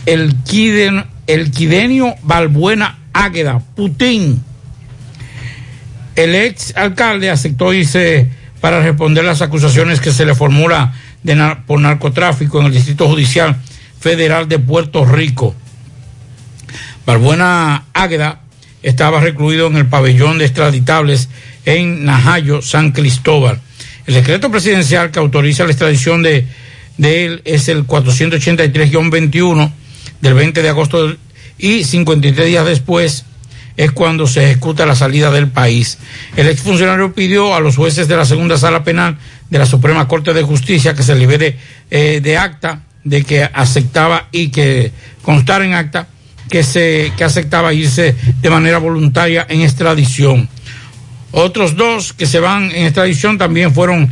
Quidenio Balbuena Águeda Putin. El exalcalde aceptó irse para responder las acusaciones que se le formula por narcotráfico en el Distrito Judicial Federal de Puerto Rico. Balbuena Águeda estaba recluido en el pabellón de extraditables en Najayo, San Cristóbal. El decreto presidencial que autoriza la extradición de él es el 483-21 del 20 de agosto y 53 días después es cuando se ejecuta la salida del país. El exfuncionario pidió a los jueces de la segunda sala penal de la Suprema Corte de Justicia que se libere de acta de que aceptaba y que constara en acta que aceptaba irse de manera voluntaria en extradición. Otros dos que se van en extradición también fueron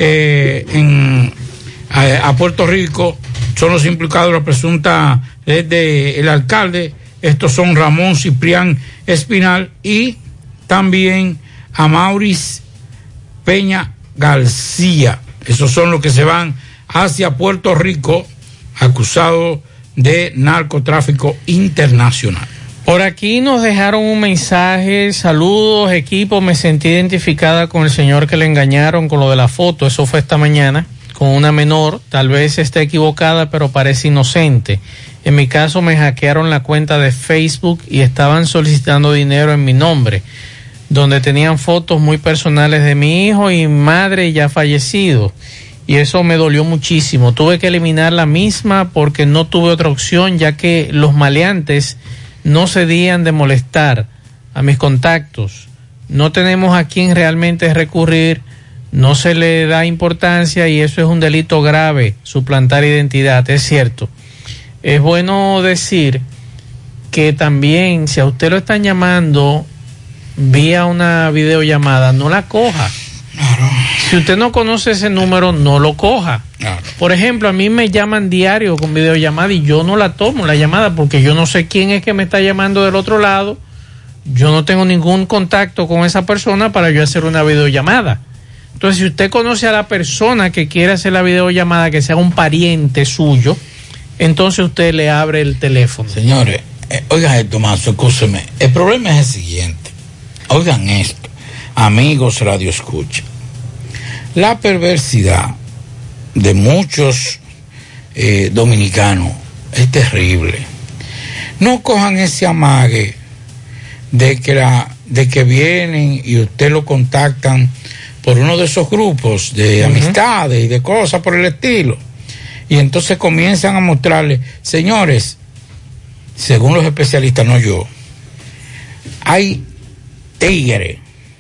a Puerto Rico, son los implicados en la presunta red del alcalde. Estos son Ramón Ciprián Espinal y también a Maurice Peña García. Esos son los que se van hacia Puerto Rico acusados de narcotráfico internacional. Por aquí nos dejaron un mensaje: saludos equipo, me sentí identificada con el señor que le engañaron con lo de la foto, eso fue esta mañana, con una menor, tal vez esté equivocada pero parece inocente. En mi caso me hackearon la cuenta de Facebook y estaban solicitando dinero en mi nombre, donde tenían fotos muy personales de mi hijo y madre ya fallecido. Y eso me dolió muchísimo. Tuve que eliminar la misma porque no tuve otra opción, ya que los maleantes no cedían de molestar a mis contactos. No tenemos a quién realmente recurrir, no se le da importancia y eso es un delito grave, suplantar identidad, es cierto. Es bueno decir que también si a usted lo están llamando vía una videollamada, no la coja. Claro. Si usted no conoce ese número, no lo coja. Claro. Por ejemplo, a mí me llaman diario con videollamada y yo no la tomo la llamada porque yo no sé quién es que me está llamando del otro lado. Yo no tengo ningún contacto con esa persona para yo hacer una videollamada. Entonces, si usted conoce a la persona que quiere hacer la videollamada, que sea un pariente suyo, entonces usted le abre el teléfono. Señores, oigan esto, Mazo, escúcheme. El problema es el siguiente. Oigan esto, amigos Radio Escucha. La perversidad de muchos dominicanos es terrible. No cojan ese amague de que vienen y usted lo contactan por uno de esos grupos de amistades y de cosas por el estilo. Y entonces comienzan a mostrarle, señores, según los especialistas, no yo, hay tigres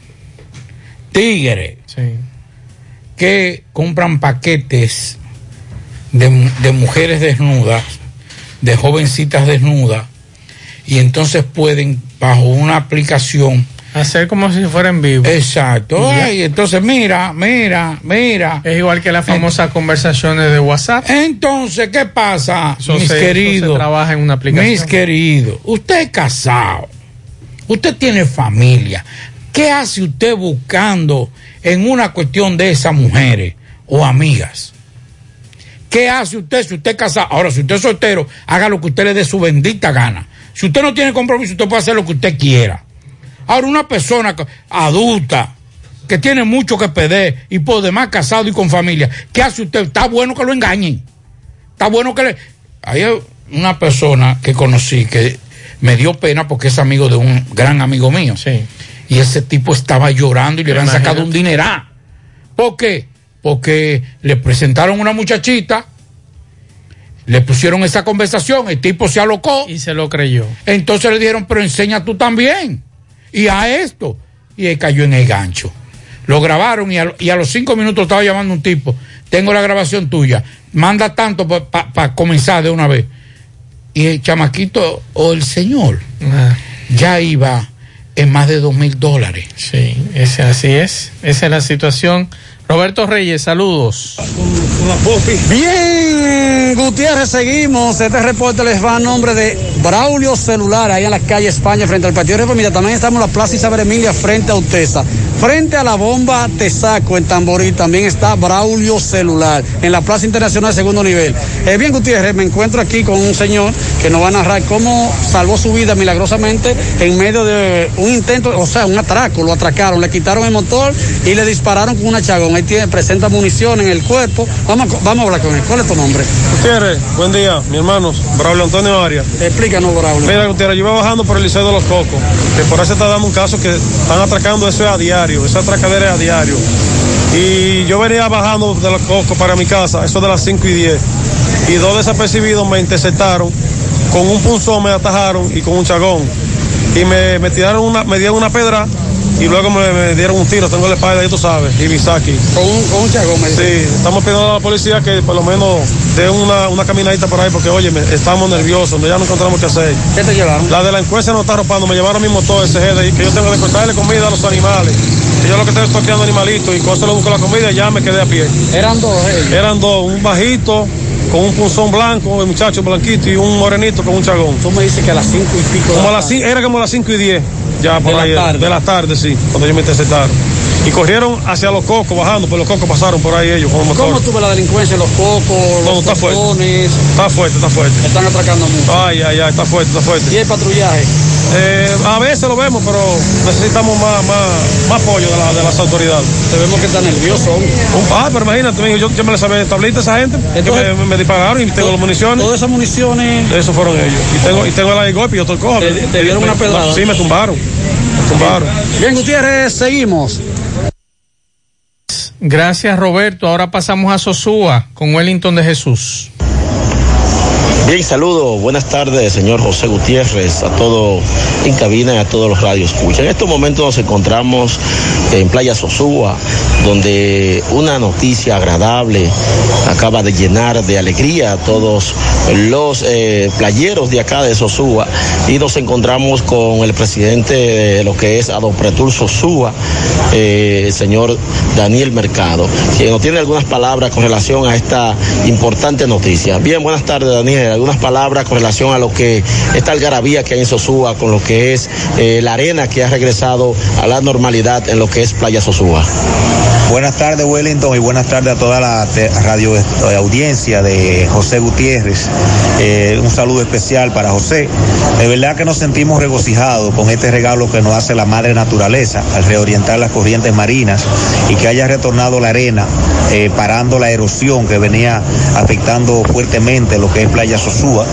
sí, que compran paquetes de mujeres desnudas, de jovencitas desnudas, y entonces pueden, bajo una aplicación, hacer como si fuera en vivo. Exacto. Ay, entonces mira. Es igual que las famosas conversaciones de WhatsApp. Entonces, ¿qué pasa, mis queridos? Se trabaja en una aplicación. Mis queridos, usted es casado, usted tiene familia. ¿Qué hace usted buscando en una cuestión de esas mujeres o amigas? ¿Qué hace usted si usted es casado? Ahora, si usted es soltero, haga lo que usted le dé su bendita gana. Si usted no tiene compromiso, usted puede hacer lo que usted quiera. Ahora, una persona adulta que tiene mucho que perder y por demás casado y con familia, ¿qué hace usted? Está bueno que lo engañen. Está bueno que le... Hay una persona que conocí que me dio pena porque es amigo de un gran amigo mío. Sí. Y ese tipo estaba llorando y le habían sacado un dineral. ¿Por qué? Porque le presentaron una muchachita, le pusieron esa conversación, el tipo se alocó. Y se lo creyó. Entonces le dijeron, pero enseña tú también. Y a esto. Y él cayó en el gancho. Lo grabaron y a los 5 minutos estaba llamando un tipo. Tengo la grabación tuya. Manda tanto para comenzar de una vez. Y el chamaquito o el señor ya iba en más de $2,000. Sí, así es. Esa es la situación. Roberto Reyes, saludos. Bien, Gutiérrez, seguimos. Este reporte les va a nombre de Braulio Celular, ahí en la calle España, frente al Partido Reformista. También estamos en la Plaza Isabel Emilia, frente a Utesa. Frente a la bomba Tesaco, en Tamboril, también está Braulio Celular, en la Plaza Internacional de Segundo Nivel. Bien, Gutiérrez, me encuentro aquí con un señor que nos va a narrar cómo salvó su vida milagrosamente en medio de un intento, o sea, un atraco. Lo atracaron, le quitaron el motor y le dispararon con una chagón. Ahí presenta munición en el cuerpo. Vamos a hablar con él. ¿Cuál es tu nombre? Gutiérrez, buen día, mi hermano, Braulio Antonio Arias. Explícanos, Braulio. Mira, Gutiérrez, yo iba bajando por el Liceo de los Cocos, que por ahí se está dando un caso que están atracando eso a diario, esa atracadera es a diario. Y yo venía bajando de los Cocos para mi casa, eso de las 5:10, y 2 desapercibidos me interceptaron, con un punzón me atajaron y con un chagón. Y me dieron una pedra. Y luego me dieron un tiro, tengo la espalda, ya tú sabes, y Misaki. ¿Con un chagón? Sí, estamos pidiendo a la policía que por lo menos dé una caminadita por ahí, porque oye, estamos nerviosos, ya no encontramos qué hacer. ¿Qué te llevaron? La delincuencia nos está arropando, me llevaron mi motor SG, que yo tengo que cortarle comida a los animales. Que yo lo que estoy criando animalitos y con eso le busco la comida y ya me quedé a pie. ¿Eran dos ellos? Eran dos, un bajito con un punzón blanco, el muchacho blanquito, y un morenito con un chagón. Tú me dices que a las 5 y pico. Era como a las 5:10. Ya por ahí, de la tarde, sí, cuando ellos me interceptaron. Y corrieron hacia los Cocos, bajando, pues los Cocos pasaron por ahí ellos con el motor. ¿Cómo tuve la delincuencia en los Cocos, los portones? Está fuerte. Están atracando mucho. Ay, está fuerte. ¿Y el patrullaje? A veces lo vemos, pero necesitamos más apoyo de las autoridades. Te vemos que está nervioso. Pero imagínate, yo me le sabía tablita a esa gente. Entonces, que me dispararon y tengo las municiones. ¿Todas esas municiones? Esos fueron ellos. Y tengo el golpe y yo estoy cojo. ¿Te dieron una pedrada? Sí, me tumbaron. Bien, Gutiérrez, seguimos. Gracias, Roberto. Ahora pasamos a Sosúa con Wellington de Jesús. Bien, saludos, buenas tardes, señor José Gutiérrez, a todo en cabina y a todos los radioescuchas. En estos momentos nos encontramos en Playa Sosúa, donde una noticia agradable acaba de llenar de alegría a todos los playeros de acá de Sosúa, y nos encontramos con el presidente de lo que es Adopretur Sosúa, el señor Daniel Mercado, quien nos tiene algunas palabras con relación a esta importante noticia. Bien, buenas tardes, Daniel. Algunas palabras con relación a lo que esta algarabía que hay en Sosúa, con lo que es la arena que ha regresado a la normalidad en lo que es Playa Sosúa. Buenas tardes, Wellington, y buenas tardes a toda la radio audiencia de José Gutiérrez. Un saludo especial para José. De verdad que nos sentimos regocijados con este regalo que nos hace la madre naturaleza al reorientar las corrientes marinas y que haya retornado la arena, parando la erosión que venía afectando fuertemente lo que es Playa Sosúa.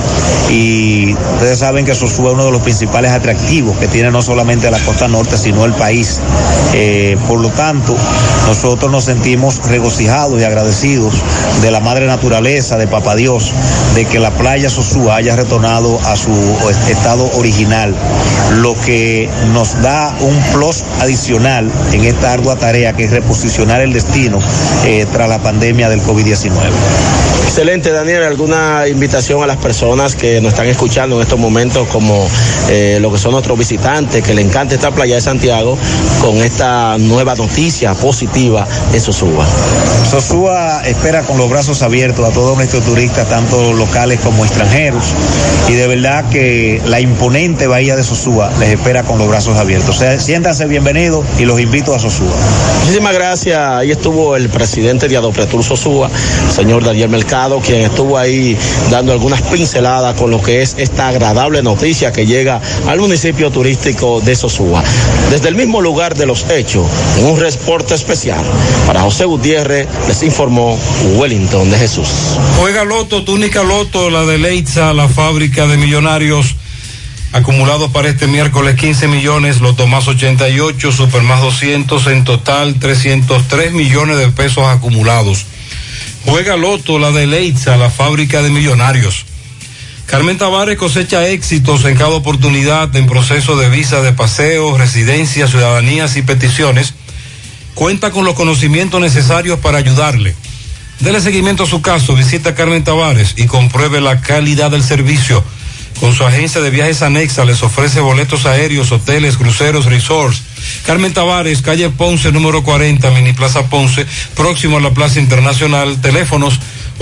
Y ustedes saben que Sosúa es uno de los principales atractivos que tiene no solamente la costa norte, sino el país. Por lo tanto, nosotros nos sentimos regocijados y agradecidos de la madre naturaleza, de Papá Dios, de que la Playa Sosúa haya retornado a su estado original, lo que nos da un plus adicional en esta ardua tarea que es reposicionar el destino tras la pandemia del COVID-19. Excelente, Daniel. ¿Alguna invitación a las personas que nos están escuchando en estos momentos, como lo que son nuestros visitantes, que le encanta esta playa de Santiago, con esta nueva noticia positiva en Sosúa? Sosúa espera con los brazos abiertos a todos nuestros turistas, tanto locales como extranjeros, y de verdad que la imponente bahía de Sosúa les espera con los brazos abiertos. O sea, siéntanse bienvenidos y los invito a Sosúa. Muchísimas gracias. Ahí estuvo el presidente de Adopretur Sosúa, señor Daniel Mercado, Delgado, quien estuvo ahí dando algunas pinceladas con lo que es esta agradable noticia que llega al municipio turístico de Sosúa. Desde el mismo lugar de los hechos, en un reporte especial para José Gutiérrez, les informó Wellington de Jesús. Juega Loto, túnica Loto, la de Leitza, la fábrica de millonarios. Acumulados para este miércoles 15 millones, Loto más 88, Super más 200, en total 303 millones de pesos acumulados. Juega Loto, la de Leitza, la fábrica de millonarios. Carmen Tavares cosecha éxitos en cada oportunidad en proceso de visa de paseo, residencia, ciudadanías y peticiones. Cuenta con los conocimientos necesarios para ayudarle. Dele seguimiento a su caso, visita a Carmen Tavares y compruebe la calidad del servicio. Con su agencia de viajes anexa les ofrece boletos aéreos, hoteles, cruceros, resorts. Carmen Tavares, calle Ponce, número 40, Mini Plaza Ponce, próximo a la Plaza Internacional. Teléfonos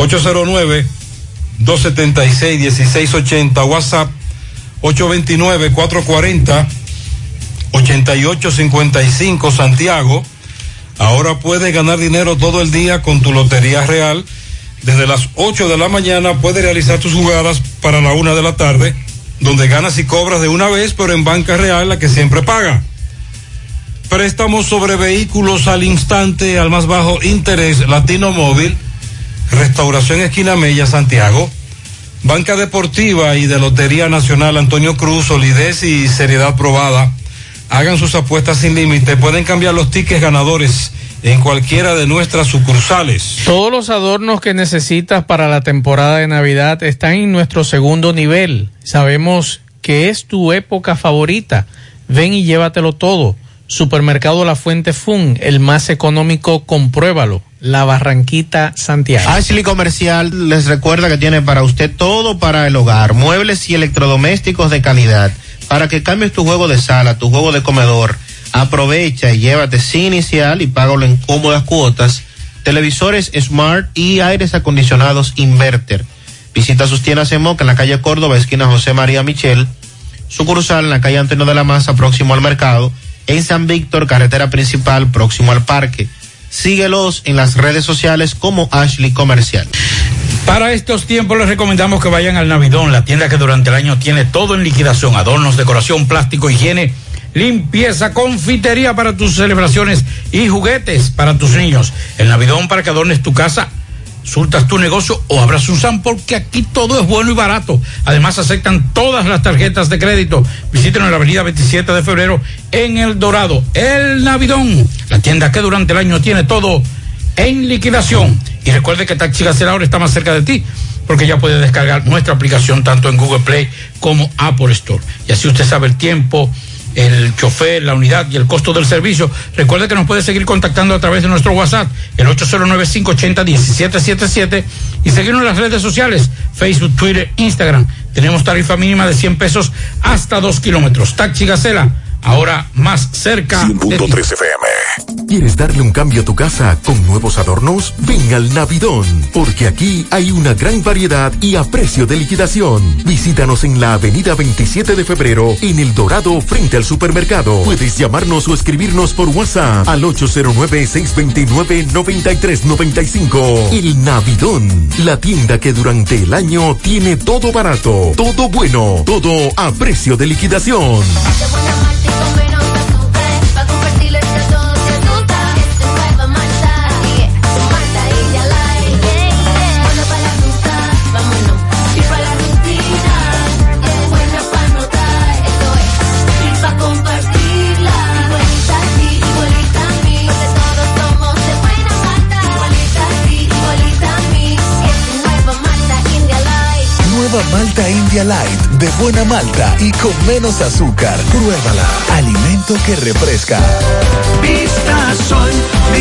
809-276-1680, WhatsApp 829-440-8855, Santiago. Ahora puedes ganar dinero todo el día con tu Lotería Real. Desde las 8 de la mañana puedes realizar tus jugadas para la 1 de la tarde, donde ganas y cobras de una vez, pero en Banca Real, la que siempre paga. Préstamos sobre vehículos al instante, al más bajo interés, Latino Móvil, Restauración Esquina Mella, Santiago. Banca Deportiva y de Lotería Nacional Antonio Cruz, solidez y seriedad probada. Hagan sus apuestas sin límite, pueden cambiar los tickets ganadores en cualquiera de nuestras sucursales. Todos los adornos que necesitas para la temporada de Navidad están en nuestro segundo nivel. Sabemos que es tu época favorita. Ven y llévatelo todo. Supermercado La Fuente Fun, el más económico, compruébalo. La Barranquita, Santiago. Ashley Comercial les recuerda que tiene para usted todo para el hogar, muebles y electrodomésticos de calidad, para que cambies tu juego de sala, tu juego de comedor. Aprovecha y llévate sin inicial y págalo en cómodas cuotas, televisores Smart y aires acondicionados Inverter. Visita sus tiendas en Moca, en la calle Córdoba, esquina José María Michel, sucursal en la calle Antonio de la Maza, próximo al mercado, en San Víctor, carretera principal, próximo al parque. Síguelos en las redes sociales como Ashley Comercial. Para estos tiempos les recomendamos que vayan al Navidón, la tienda que durante el año tiene todo en liquidación: adornos, decoración, plástico, higiene, limpieza, confitería para tus celebraciones y juguetes para tus niños. El Navidón, para que adornes tu casa, surtas tu negocio o abras un SAM, porque aquí todo es bueno y barato. Además aceptan todas las tarjetas de crédito. Visítenos en la avenida 27 de febrero en El Dorado. El Navidón, la tienda que durante el año tiene todo en liquidación. Y recuerde que Taxi Gacela ahora está más cerca de ti, porque ya puede descargar nuestra aplicación tanto en Google Play como Apple Store. Y así usted sabe el tiempo, el chofer, la unidad y el costo del servicio. Recuerde que nos puede seguir contactando a través de nuestro WhatsApp, el 809-580-1777, y seguirnos en las redes sociales, Facebook, Twitter, Instagram. Tenemos tarifa mínima de 100 pesos hasta 2 kilómetros. Taxi Gacela, ahora más cerca. 100.3 FM. ¿Quieres darle un cambio a tu casa con nuevos adornos? Ven al Navidón, porque aquí hay una gran variedad y a precio de liquidación. Visítanos en la avenida 27 de febrero, en El Dorado, frente al supermercado. Puedes llamarnos o escribirnos por WhatsApp al 809-629-9395. El Navidón, la tienda que durante el año tiene todo barato, todo bueno, todo a precio de liquidación. Malta India Light, de buena malta y con menos azúcar. Pruébala. Alimento que refresca. Vista Sol,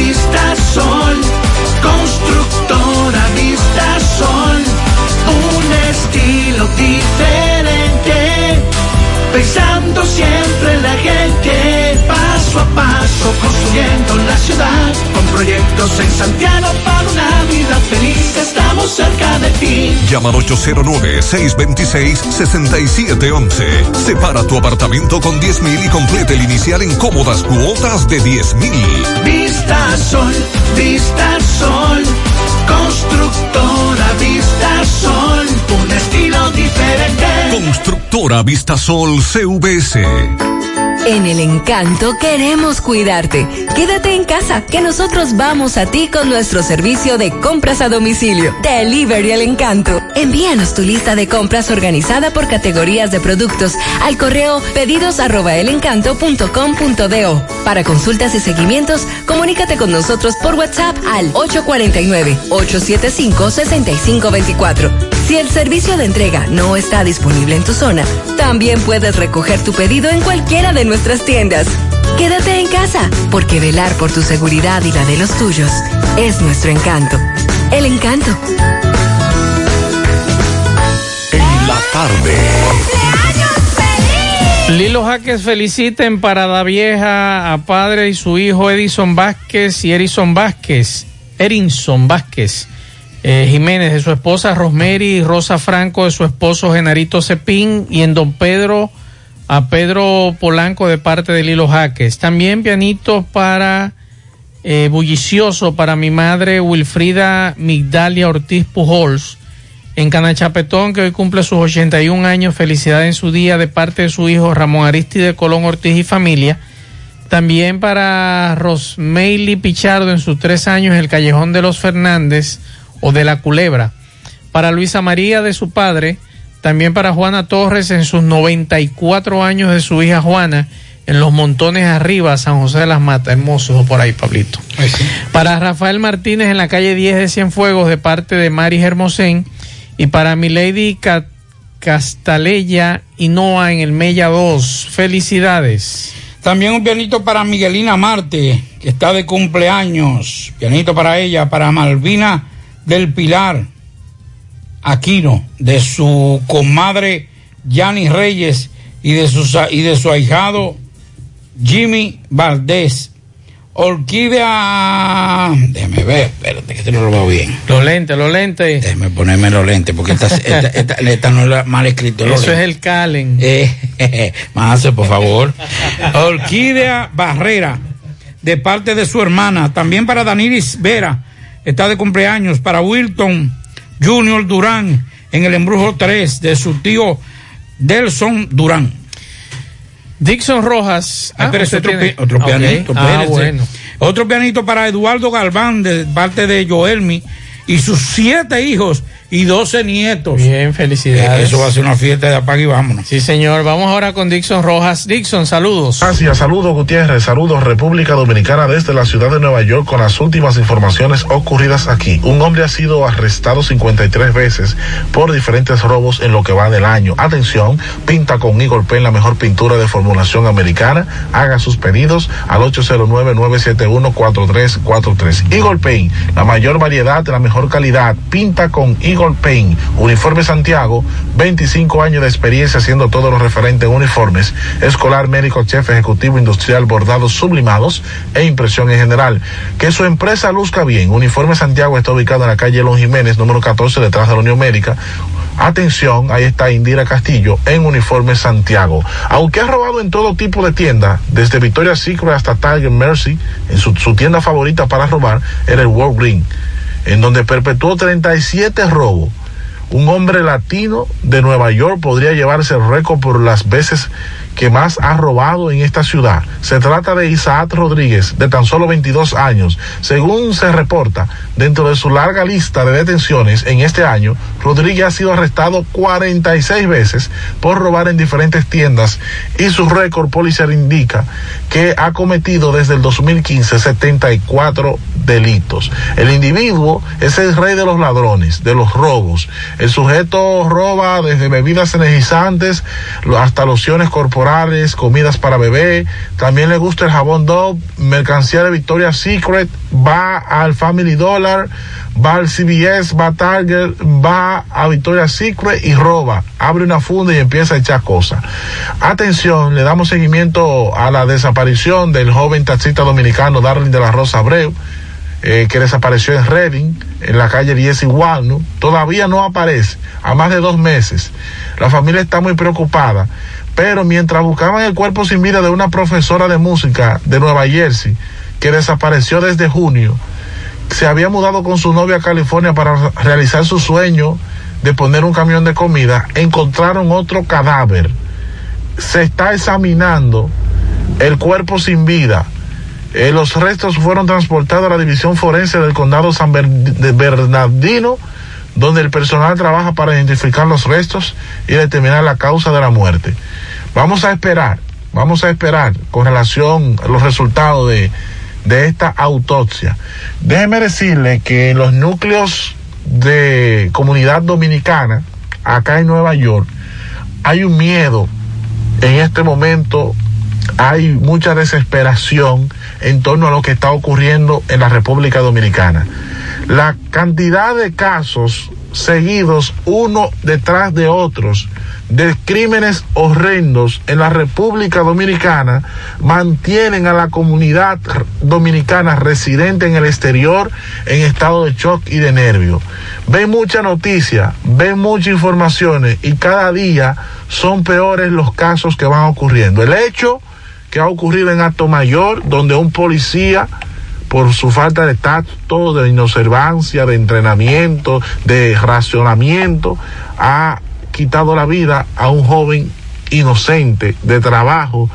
constructora Vista Sol, un estilo diferente, pensando siempre en la gente, paso a paso construyendo la ciudad, con proyectos en Santiago para una vida feliz, estamos cerca de ti. Llama al 809-626-6711. Separa tu apartamento con 10,000 y complete el inicial en cómodas cuotas de 10,000. Vista Sol, Constructora Vistasol, un estilo diferente. Constructora Vistasol CVS. En El Encanto queremos cuidarte. Quédate en casa, que nosotros vamos a ti con nuestro servicio de compras a domicilio. Delivery El Encanto. Envíanos tu lista de compras organizada por categorías de productos al correo pedidos@elencanto.com.do. Para consultas y seguimientos, comunícate con nosotros por WhatsApp al 849-875-6524. Si el servicio de entrega no está disponible en tu zona, también puedes recoger tu pedido en cualquiera de nuestras tiendas. Quédate en casa, porque velar por tu seguridad y la de los tuyos es nuestro encanto. El Encanto. En la tarde. Lilo Jaques felicita en Parada Vieja a padre y su hijo Edison Vázquez y Erinson Vázquez. Jiménez, de su esposa Rosemary Rosa Franco, de su esposo Genarito Cepín, y en Don Pedro a Pedro Polanco de parte de Lilo Jaques. También pianito para bullicioso para mi madre Wilfrida Migdalia Ortiz Pujols en Canachapetón, que hoy cumple sus 81 años. Felicidad en su día de parte de su hijo Ramón Aristide Colón Ortiz y familia. También para Rosmeili Pichardo en sus 3 años en el Callejón de los Fernández o de la Culebra. Para Luisa María de su padre. También para Juana Torres en sus 94 años de su hija Juana en Los Montones Arriba, San José de las Matas. Hermoso por ahí, Pablito. Sí. Para Rafael Martínez en la calle 10 de Cienfuegos de parte de Mari Hermosén. Y para Milady Castaleya y Noa en el Mella 2. Felicidades. También un pianito para Miguelina Marte, que está de cumpleaños. Pianito para ella, para Malvina del Pilar Aquino, de su comadre Yani Reyes y de su ahijado Jimmy Valdés. Orquídea, déjame ver, espérate que te lo veo bien. Los lentes. Déjame ponerme los lentes, porque esta no es mal escrito. Eso es el Calen. Más, por favor. Orquídea Barrera, de parte de su hermana. También para Danilis Vera, está de cumpleaños. Para Wilton Junior Durán, en el Embrujo 3, de su tío Delson Durán. Dixon Rojas. Otro pianito. Okay. Bueno. Otro pianito para Eduardo Galván, de parte de Joelmi, y sus 7 hijos y 12 nietos. Bien, felicidades. Eso va a ser una fiesta de apague y vámonos. Sí, señor. Vamos ahora con Dixon Rojas. Dixon, saludos. Gracias, saludos Gutiérrez, saludos República Dominicana desde la ciudad de Nueva York con las últimas informaciones ocurridas aquí. Un hombre ha sido arrestado 53 veces por diferentes robos en lo que va del año. Atención, pinta con Eagle Paint la mejor pintura de formulación americana. Haga sus pedidos al 809-971-4343. Eagle Paint, la mayor variedad, la mejor calidad. Pinta con Eagle Paint. Uniforme Santiago, 25 años de experiencia haciendo todo lo referente a uniformes, escolar, médico, chef, ejecutivo, industrial, bordados, sublimados e impresión en general. Que su empresa luzca bien. Uniforme Santiago está ubicado en la calle Elon Jiménez, número 14, detrás de la Unión Médica. Atención, ahí está Indira Castillo en Uniforme Santiago. Aunque ha robado en todo tipo de tiendas, desde Victoria's Secret hasta Tiger Mercy, en su tienda favorita para robar era el World Green, en donde perpetuó 37 robos. Un hombre latino de Nueva York podría llevarse el récord por las veces que más ha robado en esta ciudad. Se trata de Isaac Rodríguez, de tan solo 22 años. Según se reporta, dentro de su larga lista de detenciones en este año, Rodríguez ha sido arrestado 46 veces por robar en diferentes tiendas y su récord policial indica que ha cometido desde el 2015 74 delitos. El individuo es el rey de los ladrones, de los robos. El sujeto roba desde bebidas energizantes hasta lociones corporales, comidas para bebé. También le gusta el jabón Dove, mercancía de Victoria's Secret, va al Family Dollar, va al CVS, va a Target, va a Victoria's Secret y roba. Abre una funda y empieza a echar cosas. Atención, le damos seguimiento a la desaparición del joven taxista dominicano Darling de la Rosa Abreu, que desapareció en Reading, en la calle 10 y Walnut. Todavía no aparece, a más de 2 meses. La familia está muy preocupada, pero mientras buscaban el cuerpo sin vida de una profesora de música de Nueva Jersey, que desapareció desde junio, se había mudado con su novia a California para realizar su sueño de poner un camión de comida, encontraron otro cadáver. Se está examinando el cuerpo sin vida. Los restos fueron transportados a la división forense del condado San Bernardino, donde el personal trabaja para identificar los restos y determinar la causa de la muerte. Vamos a esperar con relación a los resultados de esta autopsia. Déjeme decirle que en los núcleos de comunidad dominicana, acá en Nueva York, hay un miedo. En este momento hay mucha desesperación en torno a lo que está ocurriendo en la República Dominicana. La cantidad de casos seguidos uno detrás de otros de crímenes horrendos en la República Dominicana mantienen a la comunidad dominicana residente en el exterior en estado de shock y de nervio. Ven mucha noticia, ven muchas informaciones y cada día son peores los casos que van ocurriendo. El hecho que ha ocurrido en Atomayor, donde un policía, por su falta de tacto, de inobservancia, de entrenamiento, de racionamiento, ha quitado la vida a un joven inocente de trabajo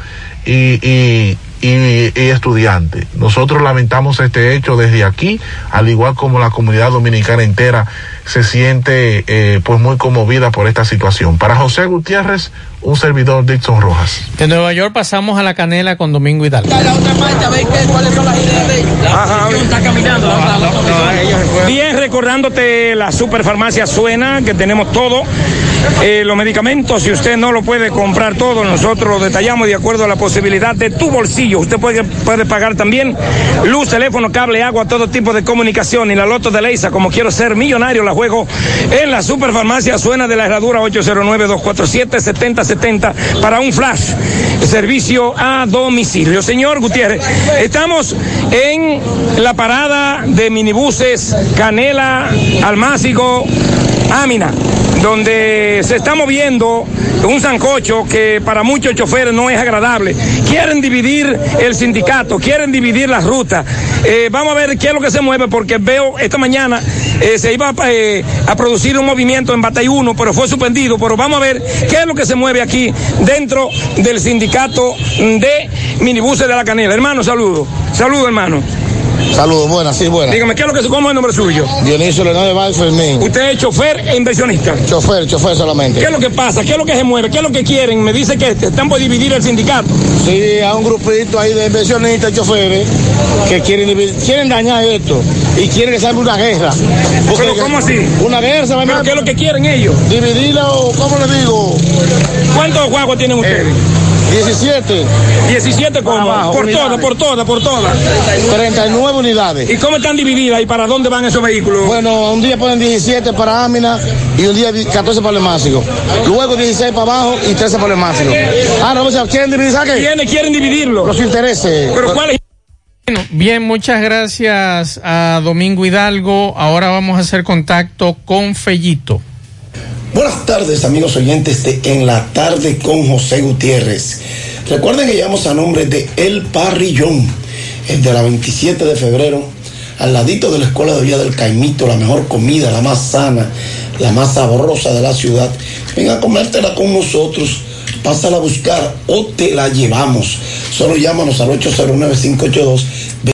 y estudiante. Nosotros lamentamos este hecho desde aquí, al igual como la comunidad dominicana entera se siente pues muy conmovida por esta situación. Para José Gutiérrez, un servidor, Dixon Rojas. De Nueva York pasamos a La Canela con Domingo Hidalgo. ¿Cuáles son las ideas de ellos? Está caminando. Bien, recordándote la Superfarmacia Suena, que tenemos todo. Los medicamentos, si usted no lo puede comprar todo, nosotros lo detallamos de acuerdo a la posibilidad de tu bolsillo. Usted puede pagar también luz, teléfono, cable, agua, todo tipo de comunicación. Y la loto de Leisa, como quiero ser millonario, la juego en la Superfarmacia Suena de la Herradura, 809-247-7070 para un flash, servicio a domicilio. Señor Gutiérrez, estamos en la parada de minibuses Canela, Almácigo, Amina, donde se está moviendo un sancocho que para muchos choferes no es agradable. Quieren dividir el sindicato, quieren dividir las rutas. Vamos a ver qué es lo que se mueve, porque veo esta mañana se iba a producir un movimiento en Batey 1, pero fue suspendido. Pero vamos a ver qué es lo que se mueve aquí dentro del sindicato de minibuses de La Canela. Hermano, saludo. Saludo, hermano. Saludos, buenas, sí, buenas. Dígame, ¿qué es lo que se come el nombre suyo? Dionisio Leonardo Valls Fermín. ¿Usted es chofer e inversionista? Chofer solamente. ¿Qué es lo que pasa? ¿Qué es lo que se mueve? ¿Qué es lo que quieren? Me dice que están por dividir el sindicato. Sí, hay un grupito ahí de inversionistas, choferes, que quieren dañar esto y quieren que salga una guerra. ¿Pero cómo así? Una guerra, ¿sabes? ¿Pero qué es lo que quieren ellos? Dividirlo, ¿cómo le digo? ¿Cuántos guaguas tienen ustedes? 17. 17 como, por todas. 39 unidades. ¿Y cómo están divididas y para dónde van esos vehículos? Bueno, un día ponen 17 para Amina y un día 14 para el Másico. Luego 16 para abajo y 13 para el Másico. ¿Quieren dividir? ¿Quiénes quieren dividirlo? Los intereses. ¿Pero cuáles? Bueno, bien, muchas gracias a Domingo Hidalgo. Ahora vamos a hacer contacto con Fellito. Buenas tardes, amigos oyentes de En la Tarde con José Gutiérrez. Recuerden que llamamos a nombre de El Parrillón, el de la 27 de febrero, al ladito de la Escuela de Villa del Caimito, la mejor comida, la más sana, la más sabrosa de la ciudad. Ven a comértela con nosotros, pásala a buscar o te la llevamos. Solo llámanos al 809-582